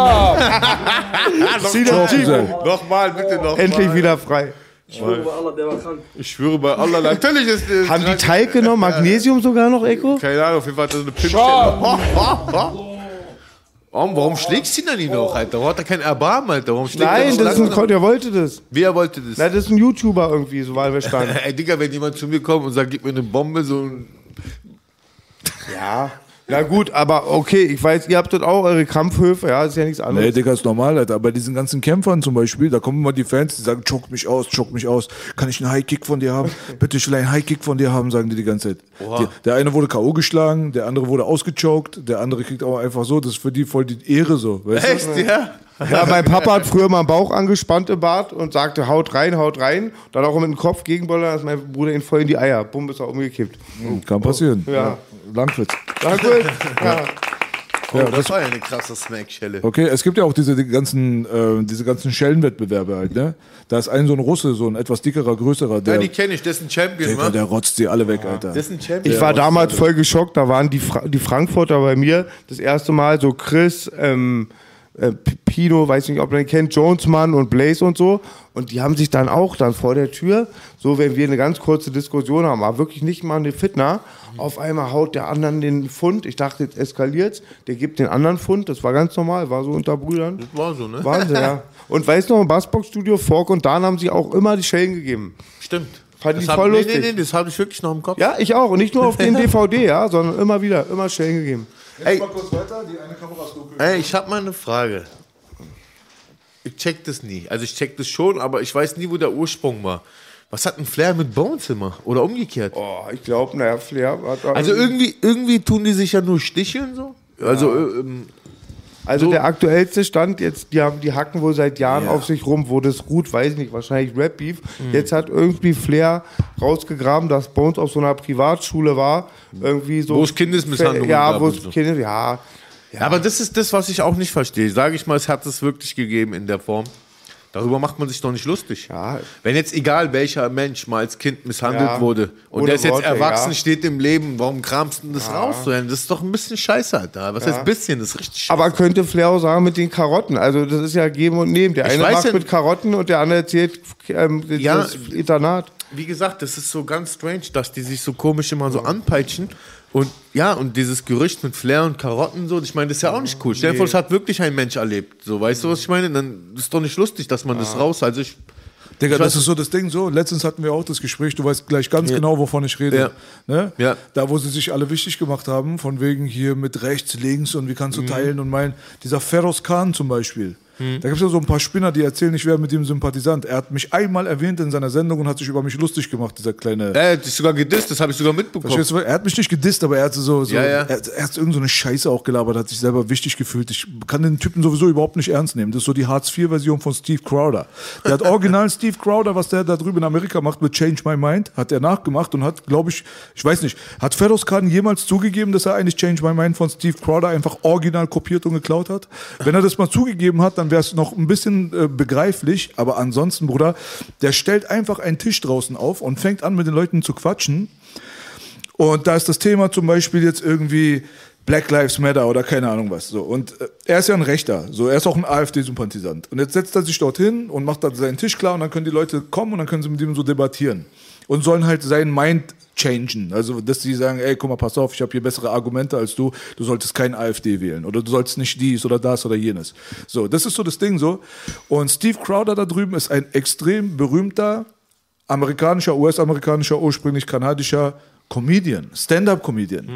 Sinan G, Nochmal, bitte noch. endlich wieder frei. Ich schwöre bei Allah, natürlich ist das. Haben die Teig genommen? Magnesium sogar noch, Echo? Keine Ahnung, auf jeden Fall hat er so eine Pimmstelle. Warum, warum schlägst du ihn denn nicht noch, Alter? Warum hat er kein Erbarmen, Alter? Warum schlägt er Nein, so das ist ein, langsam? Ko- der wollte das. Wer wollte das? Na, das ist ein YouTuber irgendwie, so war verstanden. Ey, Digga, wenn jemand zu mir kommt und sagt, gib mir eine Bombe, so ein. Ja. Na gut, aber okay, ich weiß, ihr habt dort auch eure Kampfhöfe, ja, das ist ja nichts Nee, anderes. Digga, ist normal, Alter. Aber bei diesen ganzen Kämpfern zum Beispiel, da kommen immer die Fans, die sagen, choke mich aus, choke mich aus. Kann ich einen High-Kick von dir haben? Bitte, ich will einen High-Kick von dir haben, sagen die die ganze Zeit. Die, der eine wurde K O geschlagen, der andere wurde ausgechoked, der andere kriegt auch einfach so, das ist für die voll die Ehre so. Weißt du? Echt, ja? Ja, mein Papa hat früher mal den Bauch angespannt im Bad und sagte, haut rein, haut rein. Dann auch mit dem Kopf gegenbollern, dass mein Bruder ihn voll in die Eier. Bumm, ist er umgekippt. Kann passieren. Ja. Langwitz. Na gut. Ja. Oh, Ja, das, das- war ja eine krasse Smack-Schelle. Okay, es gibt ja auch diese die ganzen, äh, diese ganzen Schellenwettbewerbe halt, ne? Da ist ein so ein Russe, so ein etwas dickerer, größerer, der, Ja, die kenne ich, das ist ein Champion, Digga, wa? der rotzt die alle weg, Alter. Das ist ein Champion. Ich war Der damals rotzt voll geschockt, da waren die, Fra die Frankfurter bei mir das erste Mal, so Chris, ähm, äh, P- Pino, weiß nicht, ob man den kennt, Jonesmann und Blaze und so. Und die haben sich dann auch dann vor der Tür, so wenn wir eine ganz kurze Diskussion haben, war wirklich nicht mal eine Fitner, auf einmal haut der anderen den Pfund. Ich dachte, jetzt eskaliert's. Der gibt den anderen Pfund, das war ganz normal, war so unter Brüdern. Das war so, ne? Wahnsinn, ja. Und weißt du noch, im Bassbox-Studio, Fork und Dan haben sie auch immer die Schellen gegeben. Stimmt. Fand Das ich hab- voll nee, lustig. Nee, nee, das habe ich wirklich noch im Kopf. Ja, ich auch. Und nicht nur auf den D V D, ja, sondern immer wieder, immer Schellen gegeben. Ey. Mal kurz weiter, die eine Kamera ist dunkel. Ey, ich habe mal eine Frage. Ich check das nie. Also ich check das schon, aber ich weiß nie, wo der Ursprung war. Was hat ein Flair mit Bones immer? Oder umgekehrt? Oh, ich glaube, naja, Flair hat. Also irgendwie, irgendwie tun die sich ja nur sticheln so. Also äh, ähm, Also so- der aktuellste Stand jetzt, die haben die hacken wohl seit Jahren Ja. auf sich rum, wo das ruht, weiß ich nicht, wahrscheinlich Rap Beef. Jetzt hat irgendwie Flair rausgegraben, dass Bones auf so einer Privatschule war, irgendwie so. Wo es Kindesmisshandlungen Ja, gab wo und es so. Kinder, ja. Ja, aber das ist das, was ich auch nicht verstehe. Sage ich mal, es hat es wirklich gegeben in der Form. Darüber macht man sich doch nicht lustig. Ja. Wenn jetzt egal welcher Mensch mal als Kind misshandelt Ja. wurde und Ohne der ist jetzt Worte, erwachsen, ja. steht im Leben, warum kramst du denn das raus? So, Das ist doch ein bisschen scheiße, Alter. Was heißt bisschen? Das ist richtig scheiße. Aber könnte Flair auch sagen mit den Karotten. Also das ist ja geben und nehmen. Der Ich eine weiß macht ja- mit Karotten und der andere erzählt ähm, das Ja. das Internat. Wie gesagt, das ist so ganz strange, dass die sich so komisch immer so anpeitschen. Und ja, und dieses Gerücht mit Flair und Karotten so, ich meine, das ist ja auch nicht cool. Stell dir vor, das hat wirklich ein Mensch erlebt. So, weißt du, was ich meine? Dann ist doch nicht lustig, dass man das raus. Also ich. Digga, Ich weiß- das ist so das Ding so. Letztens hatten wir auch das Gespräch, du weißt gleich ganz genau, wovon ich rede. Ja. Ne? Ja. Da, wo sie sich alle wichtig gemacht haben, von wegen hier mit rechts, links und wie kannst du Mhm. teilen und meinen. Dieser Feroz Khan zum Beispiel. Da gibt es ja so ein paar Spinner, die erzählen, ich wäre mit ihm Sympathisant. Er hat mich einmal erwähnt in seiner Sendung und hat sich über mich lustig gemacht, dieser kleine. Er hat dich sogar gedisst, das habe ich sogar mitbekommen. Verstehst du? Er hat mich nicht gedisst, aber er hat so, so Ja, ja. Er, er hat irgend so eine Scheiße auch gelabert, hat sich selber wichtig gefühlt. Ich kann den Typen sowieso überhaupt nicht ernst nehmen. Das ist so die Hartz vier Version von Steve Crowder. Der hat original Steve Crowder, was der da drüben in Amerika macht mit Change My Mind, hat er nachgemacht und hat, glaube ich, ich weiß nicht, hat Feroz Khan jemals zugegeben, dass er eigentlich Change My Mind von Steve Crowder einfach original kopiert und geklaut hat? Wenn er das mal zugegeben hat, dann wäre es noch ein bisschen äh, begreiflich, aber ansonsten, Bruder, der stellt einfach einen Tisch draußen auf und fängt an, mit den Leuten zu quatschen. Und da ist das Thema zum Beispiel jetzt irgendwie Black Lives Matter oder keine Ahnung was. So. Und äh, er ist ja ein Rechter, so, er ist auch ein AfD-Sympathisant. Und jetzt setzt er sich dorthin und macht dann seinen Tisch klar und dann können die Leute kommen und dann können sie mit ihm so debattieren. Und sollen halt seinen Mind changen. Also, dass sie sagen, ey, guck mal, pass auf, ich habe hier bessere Argumente als du, du solltest kein AfD wählen oder du sollst nicht dies oder das oder jenes. So, das ist so das Ding so. Und Steve Crowder da drüben ist ein extrem berühmter amerikanischer, U S-amerikanischer, ursprünglich kanadischer Comedian, Stand-up-Comedian.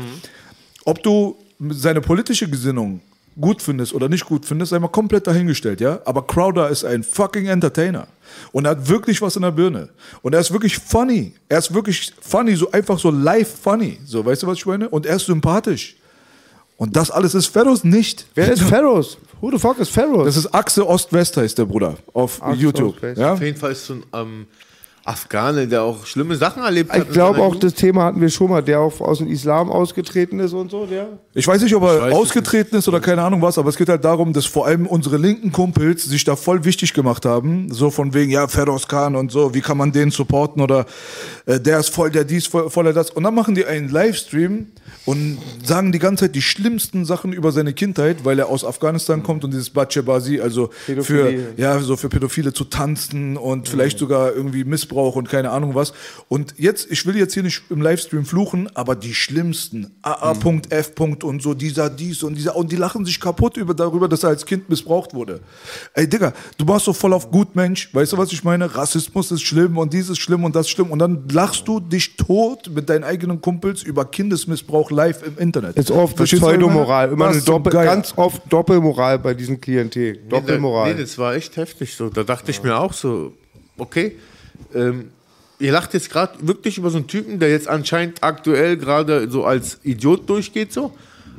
Ob du seine politische Gesinnung gut findest oder nicht gut findest, sei mal komplett dahingestellt, ja. Aber Crowder ist ein fucking Entertainer. Und er hat wirklich was in der Birne. Und er ist wirklich funny. Er ist wirklich funny, so einfach so live funny. So, weißt du, was ich meine? Und er ist sympathisch. Und das alles ist Feroz nicht. Wer ist Feroz? Who the fuck is Feroz? Das ist Achse Ost-West, heißt der Bruder, auf Achse YouTube. Ost-West. Ja? Auf jeden Fall ist so ein ähm, Afghane, der auch schlimme Sachen erlebt hat. Ich in glaube seiner auch, Jugend. das Thema hatten wir schon mal, der auch aus dem Islam ausgetreten ist und so, der. Ich weiß nicht, ob er weiß es ausgetreten ist oder keine Ahnung was, aber es geht halt darum, dass vor allem unsere linken Kumpels sich da voll wichtig gemacht haben. So von wegen, ja, Feroz Khan und so, wie kann man den supporten oder äh, der ist voll der dies, voll, voll der das. Und dann machen die einen Livestream und sagen die ganze Zeit die schlimmsten Sachen über seine Kindheit, weil er aus Afghanistan kommt und dieses Bachebazi, also für, Pädophilie. ja, so für Pädophile zu tanzen und vielleicht sogar irgendwie Missbrauch und keine Ahnung was. Und jetzt, ich will jetzt hier nicht im Livestream fluchen, aber die schlimmsten, A A Punkt F. und so, dieser, dies und dieser, und die lachen sich kaputt über, darüber, dass er als Kind missbraucht wurde. Ey, Digga, du machst so voll auf gut Mensch, weißt du, was ich meine? Rassismus ist schlimm und dies ist schlimm und das ist schlimm und dann lachst du dich tot mit deinen eigenen Kumpels über Kindesmissbrauch live im Internet. Ist oft eine Verstehst du, was ich meine? Pseudomoral, immer Das eine ist so Doppel, geil. ganz oft Doppelmoral bei diesen Klientel. Doppelmoral. Nee, das war echt heftig so. Da dachte ich mir auch so, okay, ähm, ihr lacht jetzt gerade wirklich über so einen Typen, der jetzt anscheinend aktuell gerade so als Idiot durchgeht so.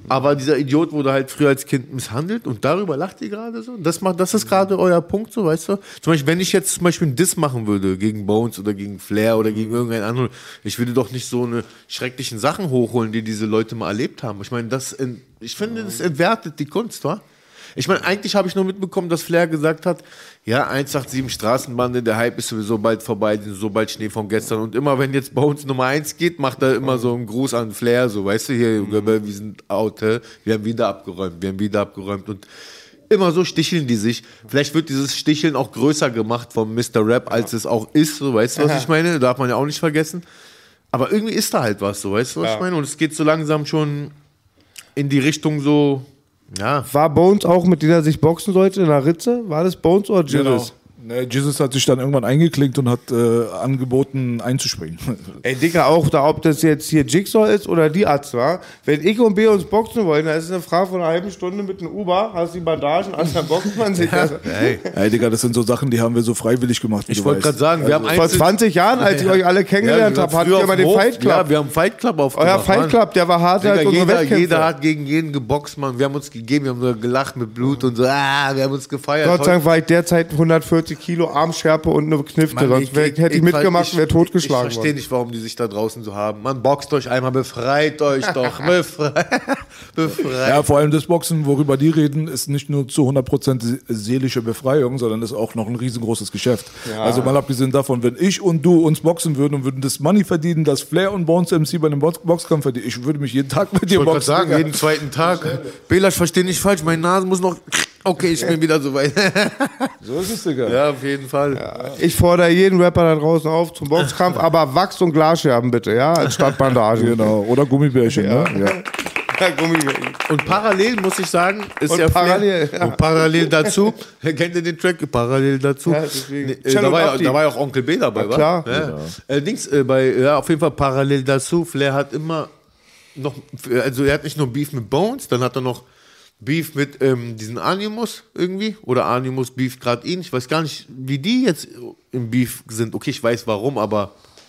Aber dieser Idiot wurde halt früher als Kind misshandelt und darüber lacht ihr gerade so. Das macht, das ist gerade euer Punkt, so, weißt du? Zum Beispiel, wenn ich jetzt zum Beispiel einen Diss machen würde gegen Bones oder gegen Flair oder gegen irgendeinen anderen, ich würde doch nicht so eine schrecklichen Sachen hochholen, die diese Leute mal erlebt haben. Ich meine, das, ich finde, das entwertet die Kunst, wa? Ich meine, eigentlich habe ich nur mitbekommen, dass Flair gesagt hat, ja, eins acht sieben Straßenbande, der Hype ist sowieso bald vorbei, so bald Schnee von gestern. Und immer, wenn jetzt bei uns Nummer eins geht, macht er immer so einen Gruß an Flair, so, weißt du, hier, mhm. wir sind out, wir haben wieder abgeräumt, wir haben wieder abgeräumt. Und immer so sticheln die sich. Vielleicht wird dieses Sticheln auch größer gemacht vom Mister Rap, als ja. es auch ist, so, weißt du, was ich meine? Darf man ja auch nicht vergessen. Aber irgendwie ist da halt was, so, weißt du, was ja. ich meine? Und es geht so langsam schon in die Richtung so... Ja. War Bones auch, mit dem er sich boxen sollte, in der Ritze? War das Bones oder Jesus? Genau. Nee, Jesus hat sich dann irgendwann eingeklinkt und hat äh, angeboten, einzuspringen. Ey, Dicker, auch da, ob das jetzt hier Jigsaw ist oder die Arzt war. Wenn ich und B uns boxen wollen, dann ist es eine Frage von einer halben Stunde mit einem Uber, hast die Bandagen, also dann boxt man sich. Ja. Ey. Ey, Digga, das sind so Sachen, die haben wir so freiwillig gemacht. Ich wollte gerade sagen, wir also, haben vor zwanzig Jahren, als ich euch alle kennengelernt ja, habe, hattet ihr immer den Fight Club. Ja, wir haben Fight Club aufgemacht. Euer Fight Club, der war hart, Digga, als unsere jeder, Wettkämpfe. Jeder hat gegen jeden geboxt, Mann. Wir haben uns gegeben, wir haben nur gelacht mit Blut und so, ah, wir haben uns gefeiert. Gott sei Dank war ich derzeit hundertvierzig Kilo Armschärfe und eine Knifte, Mann, sonst wär, ich, hätte ich, ich mitgemacht und wäre totgeschlagen worden. Ich verstehe nicht, warum die sich da draußen so haben. Man, boxt euch einmal, befreit euch doch, befreit. befreit. Ja, vor allem das Boxen, worüber die reden, ist nicht nur zu hundert Prozent seelische Befreiung, sondern ist auch noch ein riesengroßes Geschäft. Ja. Also mal abgesehen davon, wenn ich und du uns boxen würden und würden das Money verdienen, das Flair und Bones M C bei einem Box Boxkampf verdienen, ich würde mich jeden Tag mit dir ich boxen. Sagen, jeden zweiten Tag. Bela, verstehe nicht falsch, meine Nase muss noch... Okay, ich bin wieder so weit. So ist es, Digga. Ja, auf jeden Fall. Ja. Ich fordere jeden Rapper da draußen auf zum Boxkampf, aber Wachs und Glasscherben bitte, ja, anstatt Bandagen. Genau, oder Gummibärchen, ja. ne? Ja. Ja, Gummibärchen. Und parallel, muss ich sagen, ist und ja parallel, Flair, ja. Und parallel dazu, kennt ihr den Track? Parallel dazu. Ja, nee, da, war ja, da war ja auch Onkel B dabei, ja, klar. Ja. Ja. Allerdings, äh, bei, ja, auf jeden Fall parallel dazu, Flair hat immer noch, also er hat nicht nur Beef mit Bones, dann hat er noch Beef mit ähm, diesen Animus irgendwie. Oder Animus beef gerade ihn. Ich weiß gar nicht, wie die jetzt im Beef sind. Okay, ich weiß warum, aber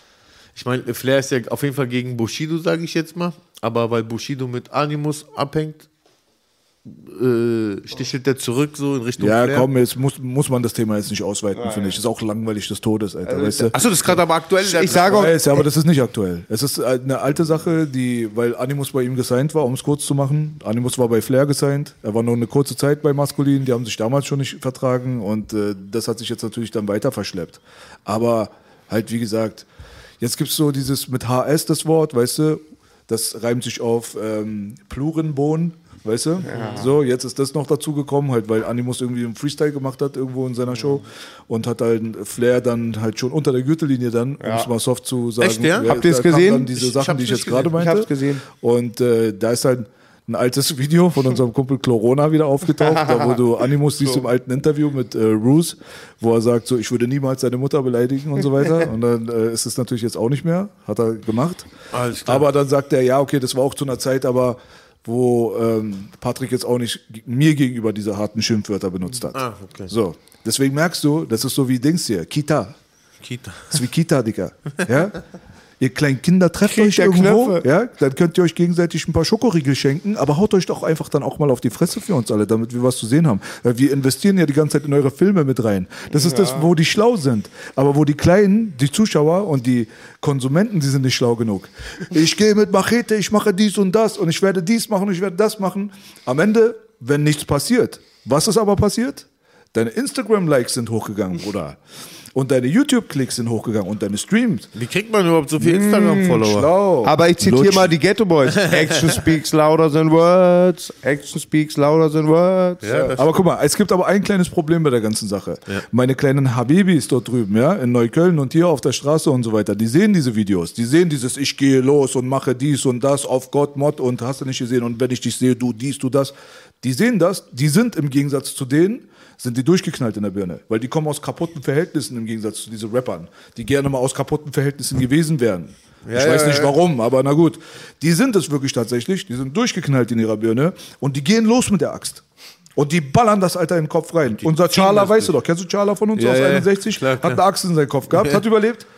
ich meine, Flair ist ja auf jeden Fall gegen Bushido, sage ich jetzt mal. Aber weil Bushido mit Animus abhängt, äh, stichelt der zurück so in Richtung Ja, Flair. komm, jetzt muss, muss man das Thema jetzt nicht ausweiten, finde ich. Ist auch langweilig des Todes, Alter. Also, weißt du? Achso, das ist gerade aber aktuell. Ich sage auch, Ja, aber das ist nicht aktuell. Es ist eine alte Sache, die, weil Animus bei ihm gesigned war, um es kurz zu machen. Animus war bei Flair gesigned. Er war nur eine kurze Zeit bei Maskulin. Die haben sich damals schon nicht vertragen und äh, das hat sich jetzt natürlich dann weiter verschleppt. Aber halt, wie gesagt, jetzt gibt es so dieses mit H S das Wort, weißt du, das reimt sich auf ähm, Plurenbohnen. Weißt du? Ja. So, jetzt ist das noch dazu gekommen, halt, weil Animus irgendwie einen Freestyle gemacht hat irgendwo in seiner Show und hat halt Flair dann halt schon unter der Gürtellinie dann, ja. um es mal soft zu sagen. Echt, ja? Ja, habt ihr es gesehen? Dann diese ich, Sachen, ich die ich jetzt gesehen. gerade meinte. Ich hab's gesehen. Und äh, da ist halt ein altes Video von unserem Kumpel Chlorona wieder aufgetaucht, da wo du Animus siehst im alten Interview mit äh, Roos, wo er sagt, so, ich würde niemals seine Mutter beleidigen und so weiter. Und dann äh, ist es natürlich jetzt auch nicht mehr, hat er gemacht. Alles klar. Aber dann sagt er, ja, okay, das war auch zu einer Zeit, aber wo ähm, Patrick jetzt auch nicht mir gegenüber diese harten Schimpfwörter benutzt hat. Ah, okay. So, deswegen merkst du, das ist so wie Dings hier, Kita. Kita. Das ist wie Kita, Digga. Ja? Ihr kleinen Kinder trefft Kriegt euch der irgendwo, Knöpfe. ja? Dann könnt ihr euch gegenseitig ein paar Schokoriegel schenken, aber haut euch doch einfach dann auch mal auf die Fresse für uns alle, damit wir was zu sehen haben. Weil wir investieren ja die ganze Zeit in eure Filme mit rein. Das ist ja. das, wo die schlau sind. Aber wo die Kleinen, die Zuschauer und die Konsumenten, die sind nicht schlau genug. Ich gehe mit Machete, ich mache dies und das und ich werde dies machen und ich werde das machen. Am Ende, wenn nichts passiert. Was ist aber passiert? Deine Instagram-Likes sind hochgegangen, Bruder. Und deine YouTube-Klicks sind hochgegangen und deine Streams. Wie kriegt man überhaupt so viele Instagram-Follower? Schlau. Aber ich zitiere Lutsch. mal die Ghetto Boys. Action speaks louder than words. Action speaks louder than words. Ja, das Aber guck mal, es gibt aber ein kleines Problem bei der ganzen Sache. Ja. Meine kleinen Habibis dort drüben, ja, in Neukölln und hier auf der Straße und so weiter, die sehen diese Videos. Die sehen dieses, ich gehe los und mache dies und das auf Gott, Mod und hast du nicht gesehen und wenn ich dich sehe, du dies, du das. Die sehen das, die sind im Gegensatz zu denen, sind die durchgeknallt in der Birne. Weil die kommen aus kaputten Verhältnissen im Gegensatz zu diesen Rappern, die gerne mal aus kaputten Verhältnissen gewesen wären. Ja, ich ja, weiß nicht ja. warum, aber na gut. Die sind es wirklich tatsächlich, die sind durchgeknallt in ihrer Birne und die gehen los mit der Axt. Und die ballern das Alter in den Kopf rein. Unser Charla, weißt du doch, kennst du Charla von uns Ja, aus ja, einundsechzig? klar, klar. Hat eine Axt in seinen Kopf gehabt, Ja. hat überlebt.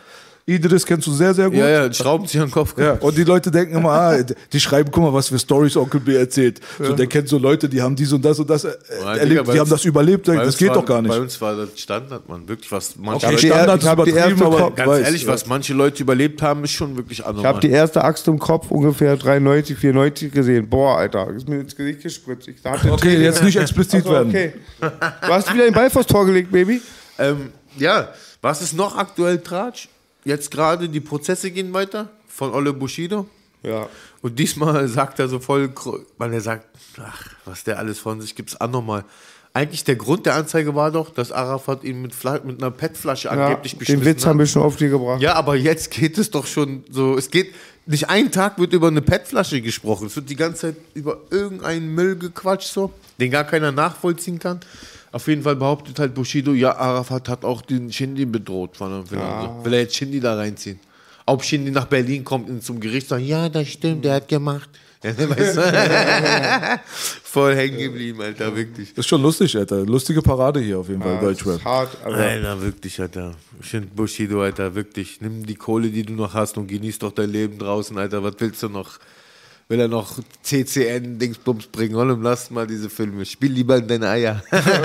Idris kennst du sehr, sehr gut. Ja, ja, schrauben sich an den Kopf. Ja, und die Leute denken immer, ah, die schreiben, guck mal, was für Storys Onkel B erzählt. So, der kennt so Leute, die haben dies und das und das äh, Nein, erlebt, Digga, die haben uns- das überlebt. bei Das uns geht war, doch gar nicht. Bei uns war das Standard, Mann. Wirklich, was manche Okay, hab die Standard er- ist ich hab die übertrieben, erste aber Kopf- Ganz weiß, ehrlich, ja. was manche Leute überlebt haben, ist schon wirklich Ich anormal. habe die erste Axt im Kopf ungefähr dreiundneunzig, vierundneunzig gesehen. Boah, Alter, ist mir ins Gesicht gespritzt. Ich dachte, Okay, jetzt nicht explizit Achso, werden. okay. Du hast wieder den Ball vors Tor gelegt, Baby. Ähm, ja, was ist noch aktuell Tratsch? Jetzt gerade die Prozesse gehen weiter von Olle Bushido. Ja. Und diesmal sagt er so voll, gro- weil er sagt, ach, was der alles von sich gibt, ist anormal. Eigentlich der Grund der Anzeige war doch, dass Arafat ihn mit, Fla- mit einer P E T-Flasche ja angeblich beschmissen den Witz hat. haben wir schon auf dir gebracht. Ja, aber jetzt geht es doch schon so, es geht, nicht einen Tag wird über eine P E T-Flasche gesprochen. Es wird die ganze Zeit über irgendeinen Müll gequatscht, so, den gar keiner nachvollziehen kann. Auf jeden Fall behauptet halt Bushido, ja, Arafat hat auch den Shindy bedroht. Von der, so. Will er jetzt Shindy da reinziehen? Ob Shindy nach Berlin kommt und zum Gericht sagt, ja, das stimmt, der hat gemacht. Weißt du? Voll hängen geblieben, Alter, wirklich. Das ist schon lustig, Alter. Lustige Parade hier auf jeden Fall, Ja, das Deutschrap. ist hart, aber Alter, wirklich, Alter. Ich finde Bushido, Alter, wirklich. Nimm die Kohle, die du noch hast und genieß doch dein Leben draußen, Alter. Was willst du noch? Will er noch C C N-Dingsbums bringen? Holm, lass mal diese Filme. Spiel lieber in deine Eier.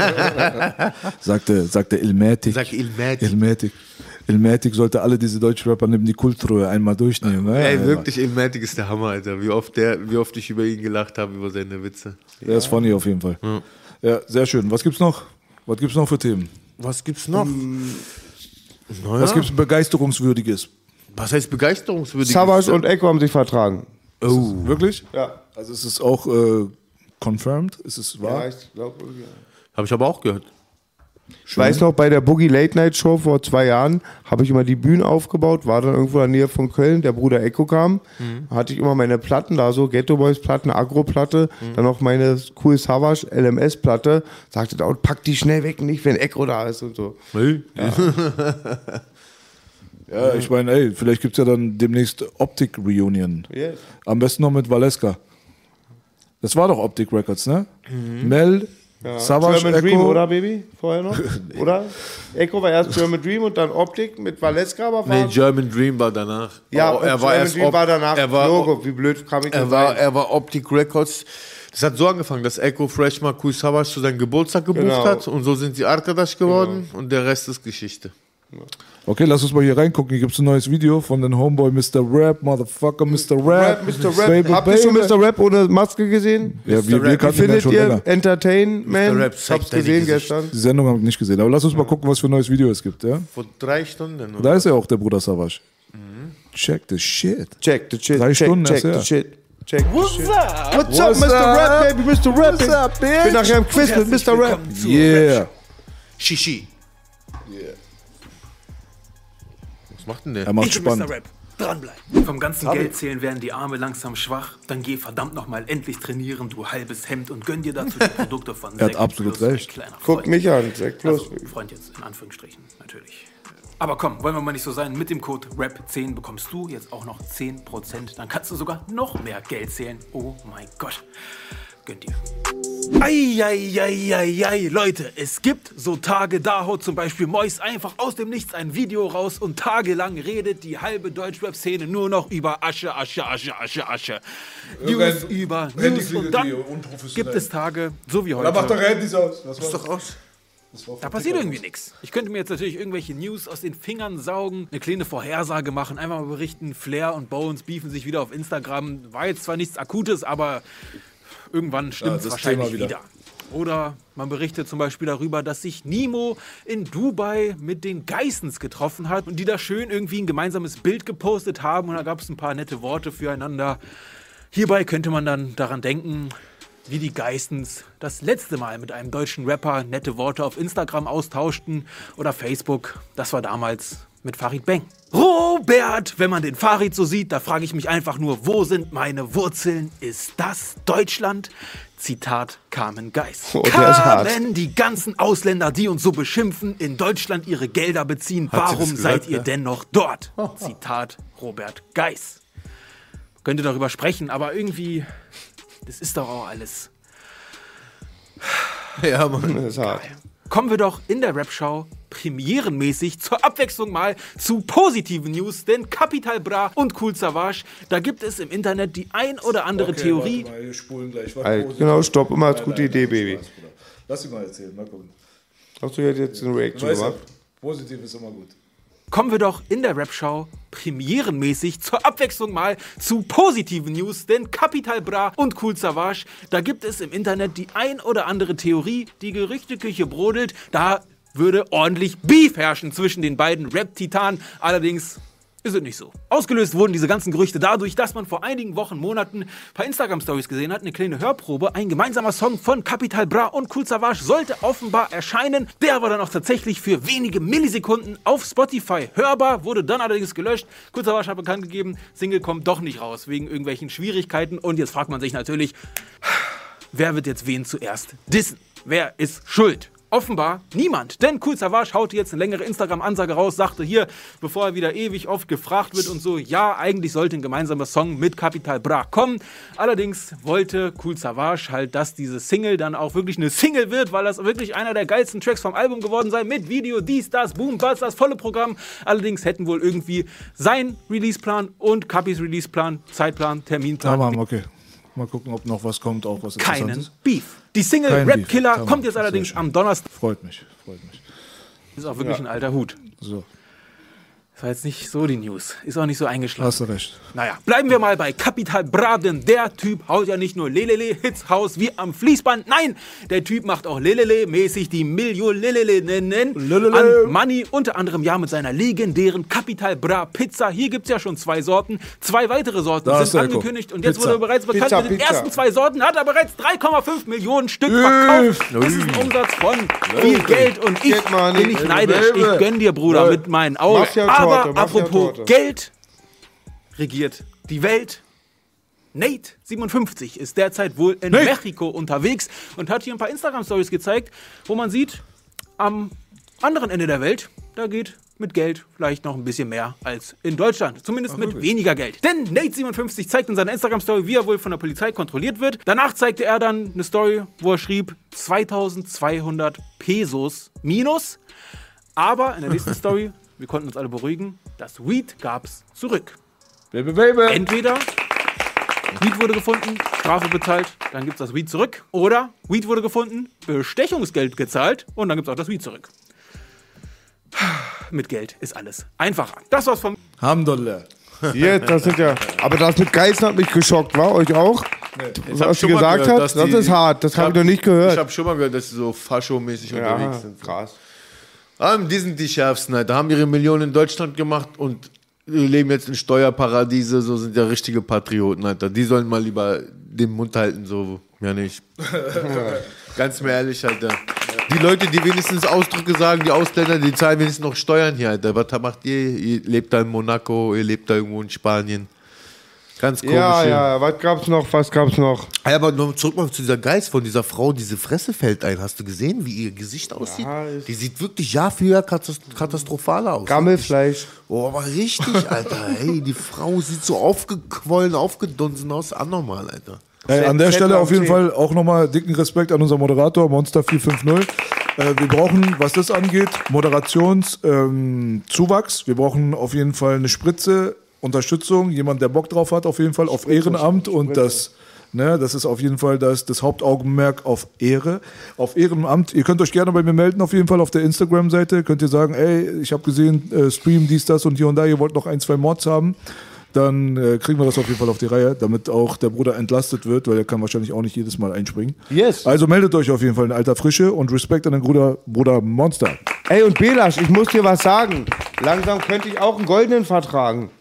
Sagte, sagte Ilmatic. Sag Ilmatic. Ilmatic. Ilmatic sollte alle diese Deutschrapper neben die Kultruhe einmal durchnehmen. Ja, Ey, ja, wirklich, Ilmatic ist der Hammer, Alter. Wie oft, der, wie oft ich über ihn gelacht habe, über seine Witze. Der ist funny auf jeden Fall. Ja. Ja, sehr schön. Was gibt's noch? Was gibt's noch für Themen? Was gibt's noch? Naja. Was gibt's Begeisterungswürdiges? Was heißt begeisterungswürdig? Savage und Echo haben sich vertragen. Oh. Wirklich? Ja. Also ist es auch äh, confirmed? Ist es wahr? Ja, ich glaube, ja. Habe ich aber auch gehört. Ich weiß noch, bei der Boogie Late Night Show vor zwei Jahren habe ich immer die Bühne aufgebaut, war dann irgendwo in der Nähe von Köln, der Bruder Echo kam, Mhm. hatte ich immer meine Platten da, so Ghetto Boys Platten, Agro-Platte, Mhm. dann noch meine Cool Savage L M S-Platte, sagte da, pack die schnell weg, nicht wenn Echo da ist und so. Hey. Ja, ich meine, ey, vielleicht gibt's ja dann demnächst Optik-Reunion. Yes. Am besten noch mit Valeska. Das war doch Optik Records, ne? Mel, Savage, German Echo. Dream, oder Baby? Vorher noch? Oder? Echo war erst German Dream und dann Optik mit Valeska, aber war... Nee, German Dream war danach. ja, Oh, und er war German erst Dream Op- war danach Er war, Logo, wie blöd kam ich er da war, rein? er war Optic Records. Das hat so angefangen, dass Echo Fresh mal Cool Savage zu seinem Geburtstag gebucht Genau. hat und so sind sie Arkadash geworden und der Rest ist Geschichte. Okay, lass uns mal hier reingucken. Hier gibt's ein neues Video von den Homeboy Mister Rap, Motherfucker Mister Rap. Rap, Mister Rap. Baby, Habt ihr schon Baby. Mister Rap ohne Maske gesehen? Ja, wir, wir Rap. Wie kannten den findet schon ihr länger. Entertainment? Mister Rap Ich zeigt hab's deine gesehen Gesicht. gestern. Die Sendung habe ich nicht gesehen, aber lass uns mal gucken, was für ein neues Video es gibt. Ja? Vor drei Stunden. Da ist ja auch der Bruder Savage. Check the shit. Check the shit. Drei check, Stunden check erst, the ja. shit. Check What's the shit. up? What's, up, What's Mister up? Rap, baby, Mister Rap. What's up, bitch? Bin nachher im Quiz mit Mister Rap. Yeah. Shishi. Was macht denn der? Er macht Ich bin Mister spannend. Rap. Dranbleiben. Vom ganzen Geldzählen werden die Arme langsam schwach. Dann geh verdammt nochmal endlich trainieren, du halbes Hemd, und gönn dir dazu die Produkte von Er hat Sekt absolut Plus, mein recht. kleiner Guck Freund. mich an, Sekt Plus. Also, Freund jetzt, in Anführungsstrichen, natürlich. Aber komm, wollen wir mal nicht so sein. Mit dem Code R A P zehn bekommst du jetzt auch noch zehn Prozent. Dann kannst du sogar noch mehr Geld zählen. Oh mein Gott. Gönnt dir. Eieieiei, Leute, es gibt so Tage, da haut zum Beispiel Mois einfach aus dem Nichts ein Video raus und tagelang redet die halbe Deutschrap-Szene nur noch über Asche, Asche, Asche, Asche, Asche. News über News, und dann gibt es Tage, so wie heute. Handys aus. Was Ist doch aus. Da passiert irgendwie nichts. Ich könnte mir jetzt natürlich irgendwelche News aus den Fingern saugen, eine kleine Vorhersage machen, einfach mal berichten, Flair und Bones beefen sich wieder auf Instagram. War jetzt zwar nichts Akutes, aber irgendwann stimmt es das wahrscheinlich Thema wieder. wieder. Oder man berichtet zum Beispiel darüber, dass sich Nimo in Dubai mit den Geissens getroffen hat und die da schön irgendwie ein gemeinsames Bild gepostet haben und da gab es ein paar nette Worte füreinander. Hierbei könnte man dann daran denken, wie die Geissens das letzte Mal mit einem deutschen Rapper nette Worte auf Instagram austauschten oder Facebook. Das war damals mit Farid Bang. Robert, wenn man den Farid so sieht, da frage ich mich einfach nur, wo sind meine Wurzeln? Ist das Deutschland? Zitat Carmen Geiss. Oh, der ist hart. Carmen, die ganzen Ausländer, die uns so beschimpfen, in Deutschland ihre Gelder beziehen, Hat sie warum das gesagt, seid ihr ja? denn noch dort? Zitat Robert Geiss. Könnte darüber sprechen, aber irgendwie, das ist doch auch alles. Ja, Mann. Das ist hart. Kommen wir doch in der Rap-Show premierenmäßig zur Abwechslung mal zu positiven News, denn Capital Bra und Kool Savas, da gibt es im Internet die ein oder andere Okay, Theorie. warte mal, wir spulen gleich. Was Ey, positiv? genau, stopp, immer als Nein, gute nein, Idee, nein, Baby. Spaß, Bruder. Lass ihn mal erzählen, mal gucken. Hast du jetzt eine Du Reaction weißt ja, gemacht? positiv ist immer gut. Kommen wir doch in der Rap-Show premierenmäßig zur Abwechslung mal zu positiven News, denn Capital Bra und Kool Savas, da gibt es im Internet die ein oder andere Theorie, die Gerüchteküche brodelt, da würde ordentlich Beef herrschen zwischen den beiden Rap-Titanen, allerdings ist es nicht so. Ausgelöst wurden diese ganzen Gerüchte dadurch, dass man vor einigen Wochen, Monaten bei Instagram-Stories gesehen hat, eine kleine Hörprobe, ein gemeinsamer Song von Capital Bra und Kool Savas sollte offenbar erscheinen. Der war dann auch tatsächlich für wenige Millisekunden auf Spotify hörbar, wurde dann allerdings gelöscht. Kool Savas hat bekannt gegeben, Single kommt doch nicht raus, wegen irgendwelchen Schwierigkeiten. Und jetzt fragt man sich natürlich, wer wird jetzt wen zuerst dissen? Wer ist schuld? Offenbar niemand, denn Kool Savas haute jetzt eine längere Instagram-Ansage raus, sagte hier, bevor er wieder ewig oft gefragt wird und so, ja, eigentlich sollte ein gemeinsamer Song mit Capital Bra kommen. Allerdings wollte Kool Savas halt, dass diese Single dann auch wirklich eine Single wird, weil das wirklich einer der geilsten Tracks vom Album geworden sei, mit Video, dies, das, Boom, Buzz, das volle Programm. Allerdings hätten wohl irgendwie sein Releaseplan und Capis Releaseplan, Zeitplan, Terminplan, Tamam, okay. Mal gucken, ob noch was kommt, auch was keinen Interessantes. Beef. Die Single Kein Rap Beef. Killer Tamam, kommt jetzt sehr allerdings schön. am Donnerstag. Freut mich, freut mich. Ist auch wirklich ein alter Hut. So, Das war jetzt nicht so die News. Ist auch nicht so eingeschlagen. hast du recht. Naja, bleiben wir mal bei Capital Bra, denn der Typ haut ja nicht nur Lelele-Hits raus wie am Fließband. Nein, der Typ macht auch Lelele-mäßig die Millionennnen an Money. Unter anderem ja mit seiner legendären Capital Bra Pizza. Hier gibt es ja schon zwei Sorten. Zwei weitere Sorten Da hast sind du, Eko. angekündigt. Und jetzt Pizza. wurde bereits bekannt, Pizza, mit den Pizza. ersten zwei Sorten hat er bereits drei Komma fünf Millionen Stück verkauft. Das ist ein Umsatz von viel Geld. Und ich Geht mal nicht. bin nicht neidisch. Ich gönn dir, Bruder, Ja. mit meinen Augen. Mafia-Torte, Aber apropos Mafia-Torte. Geld regiert die Welt. Nate siebenundfünfzig ist derzeit wohl in Nate. Mexiko unterwegs und hat hier ein paar Instagram-Stories gezeigt, wo man sieht, am anderen Ende der Welt, da geht mit Geld vielleicht noch ein bisschen mehr als in Deutschland. Zumindest mit weniger Geld. Denn Nate siebenundfünfzig zeigt in seiner Instagram-Story, wie er wohl von der Polizei kontrolliert wird. Danach zeigte er dann eine Story, wo er schrieb zweitausendzweihundert Pesos minus. Aber in der nächsten Story, wir konnten uns alle beruhigen, das Weed gab's zurück. Baby, baby. Entweder Weed wurde gefunden, Strafe bezahlt, dann gibt's das Weed zurück. Oder Weed wurde gefunden, Bestechungsgeld gezahlt und dann gibt's auch das Weed zurück. Mit Geld ist alles einfacher. Das war's von Hamdullah. Jetzt, das sind ja. Aber das mit Geißen hat mich geschockt, war euch auch? Ich hab Was sie schon mal gesagt gehört, hat, dass das die- ist hart, das ich habe ich hab- noch nicht gehört. Ich habe schon mal gehört, dass sie so faschomäßig ja, unterwegs sind. krass. Ähm, die sind die Schärfsten, Alter. Haben ihre Millionen in Deutschland gemacht und leben jetzt in Steuerparadiese, so sind ja richtige Patrioten, Alter. Die sollen mal lieber den Mund halten, so, ja nicht. Ganz mir ehrlich, Alter. Die Leute, die wenigstens Ausdrücke sagen, die Ausländer, die zahlen wenigstens noch Steuern hier, Alter. Was macht ihr? Ihr lebt da in Monaco, ihr lebt da irgendwo in Spanien. Ganz komisch. Ja, hier. ja, was gab's noch, was gab's noch? Ja, aber noch zurück mal zu dieser Geist von dieser Frau, diese Fresse fällt ein. Hast du gesehen, wie ihr Gesicht aussieht? ist- Die sieht wirklich Jahr für Jahr katast- katastrophaler aus. Gammelfleisch. Oh, aber richtig, Alter. Hey, die Frau sieht so aufgequollen, aufgedunsen aus. Anormal, Alter. Ey, an der Z- Stelle Z- auf jeden T. Fall auch nochmal dicken Respekt an unseren Moderator, Monster vier fünf null. Äh, wir brauchen, was das angeht, Moderationszuwachs. Ähm, Zuwachs. Wir brauchen auf jeden Fall eine Spritze, Unterstützung, jemand, der Bock drauf hat, auf jeden Fall auf Ehrenamt und das, ne, das ist auf jeden Fall das, das Hauptaugenmerk auf Ehre, auf Ehrenamt. Ihr könnt euch gerne bei mir melden, auf jeden Fall auf der Instagram-Seite. Könnt ihr sagen, ey, ich habe gesehen, äh, Stream, dies, das und hier und da, ihr wollt noch ein, zwei Mods haben. Dann äh, kriegen wir das auf jeden Fall auf die Reihe, damit auch der Bruder entlastet wird, weil er kann wahrscheinlich auch nicht jedes Mal einspringen. Yes. Also meldet euch auf jeden Fall in alter Frische und Respekt an den Bruder, Bruder Monster. Ey, und Belasch, ich muss dir was sagen. Langsam könnte ich auch einen goldenen vertragen.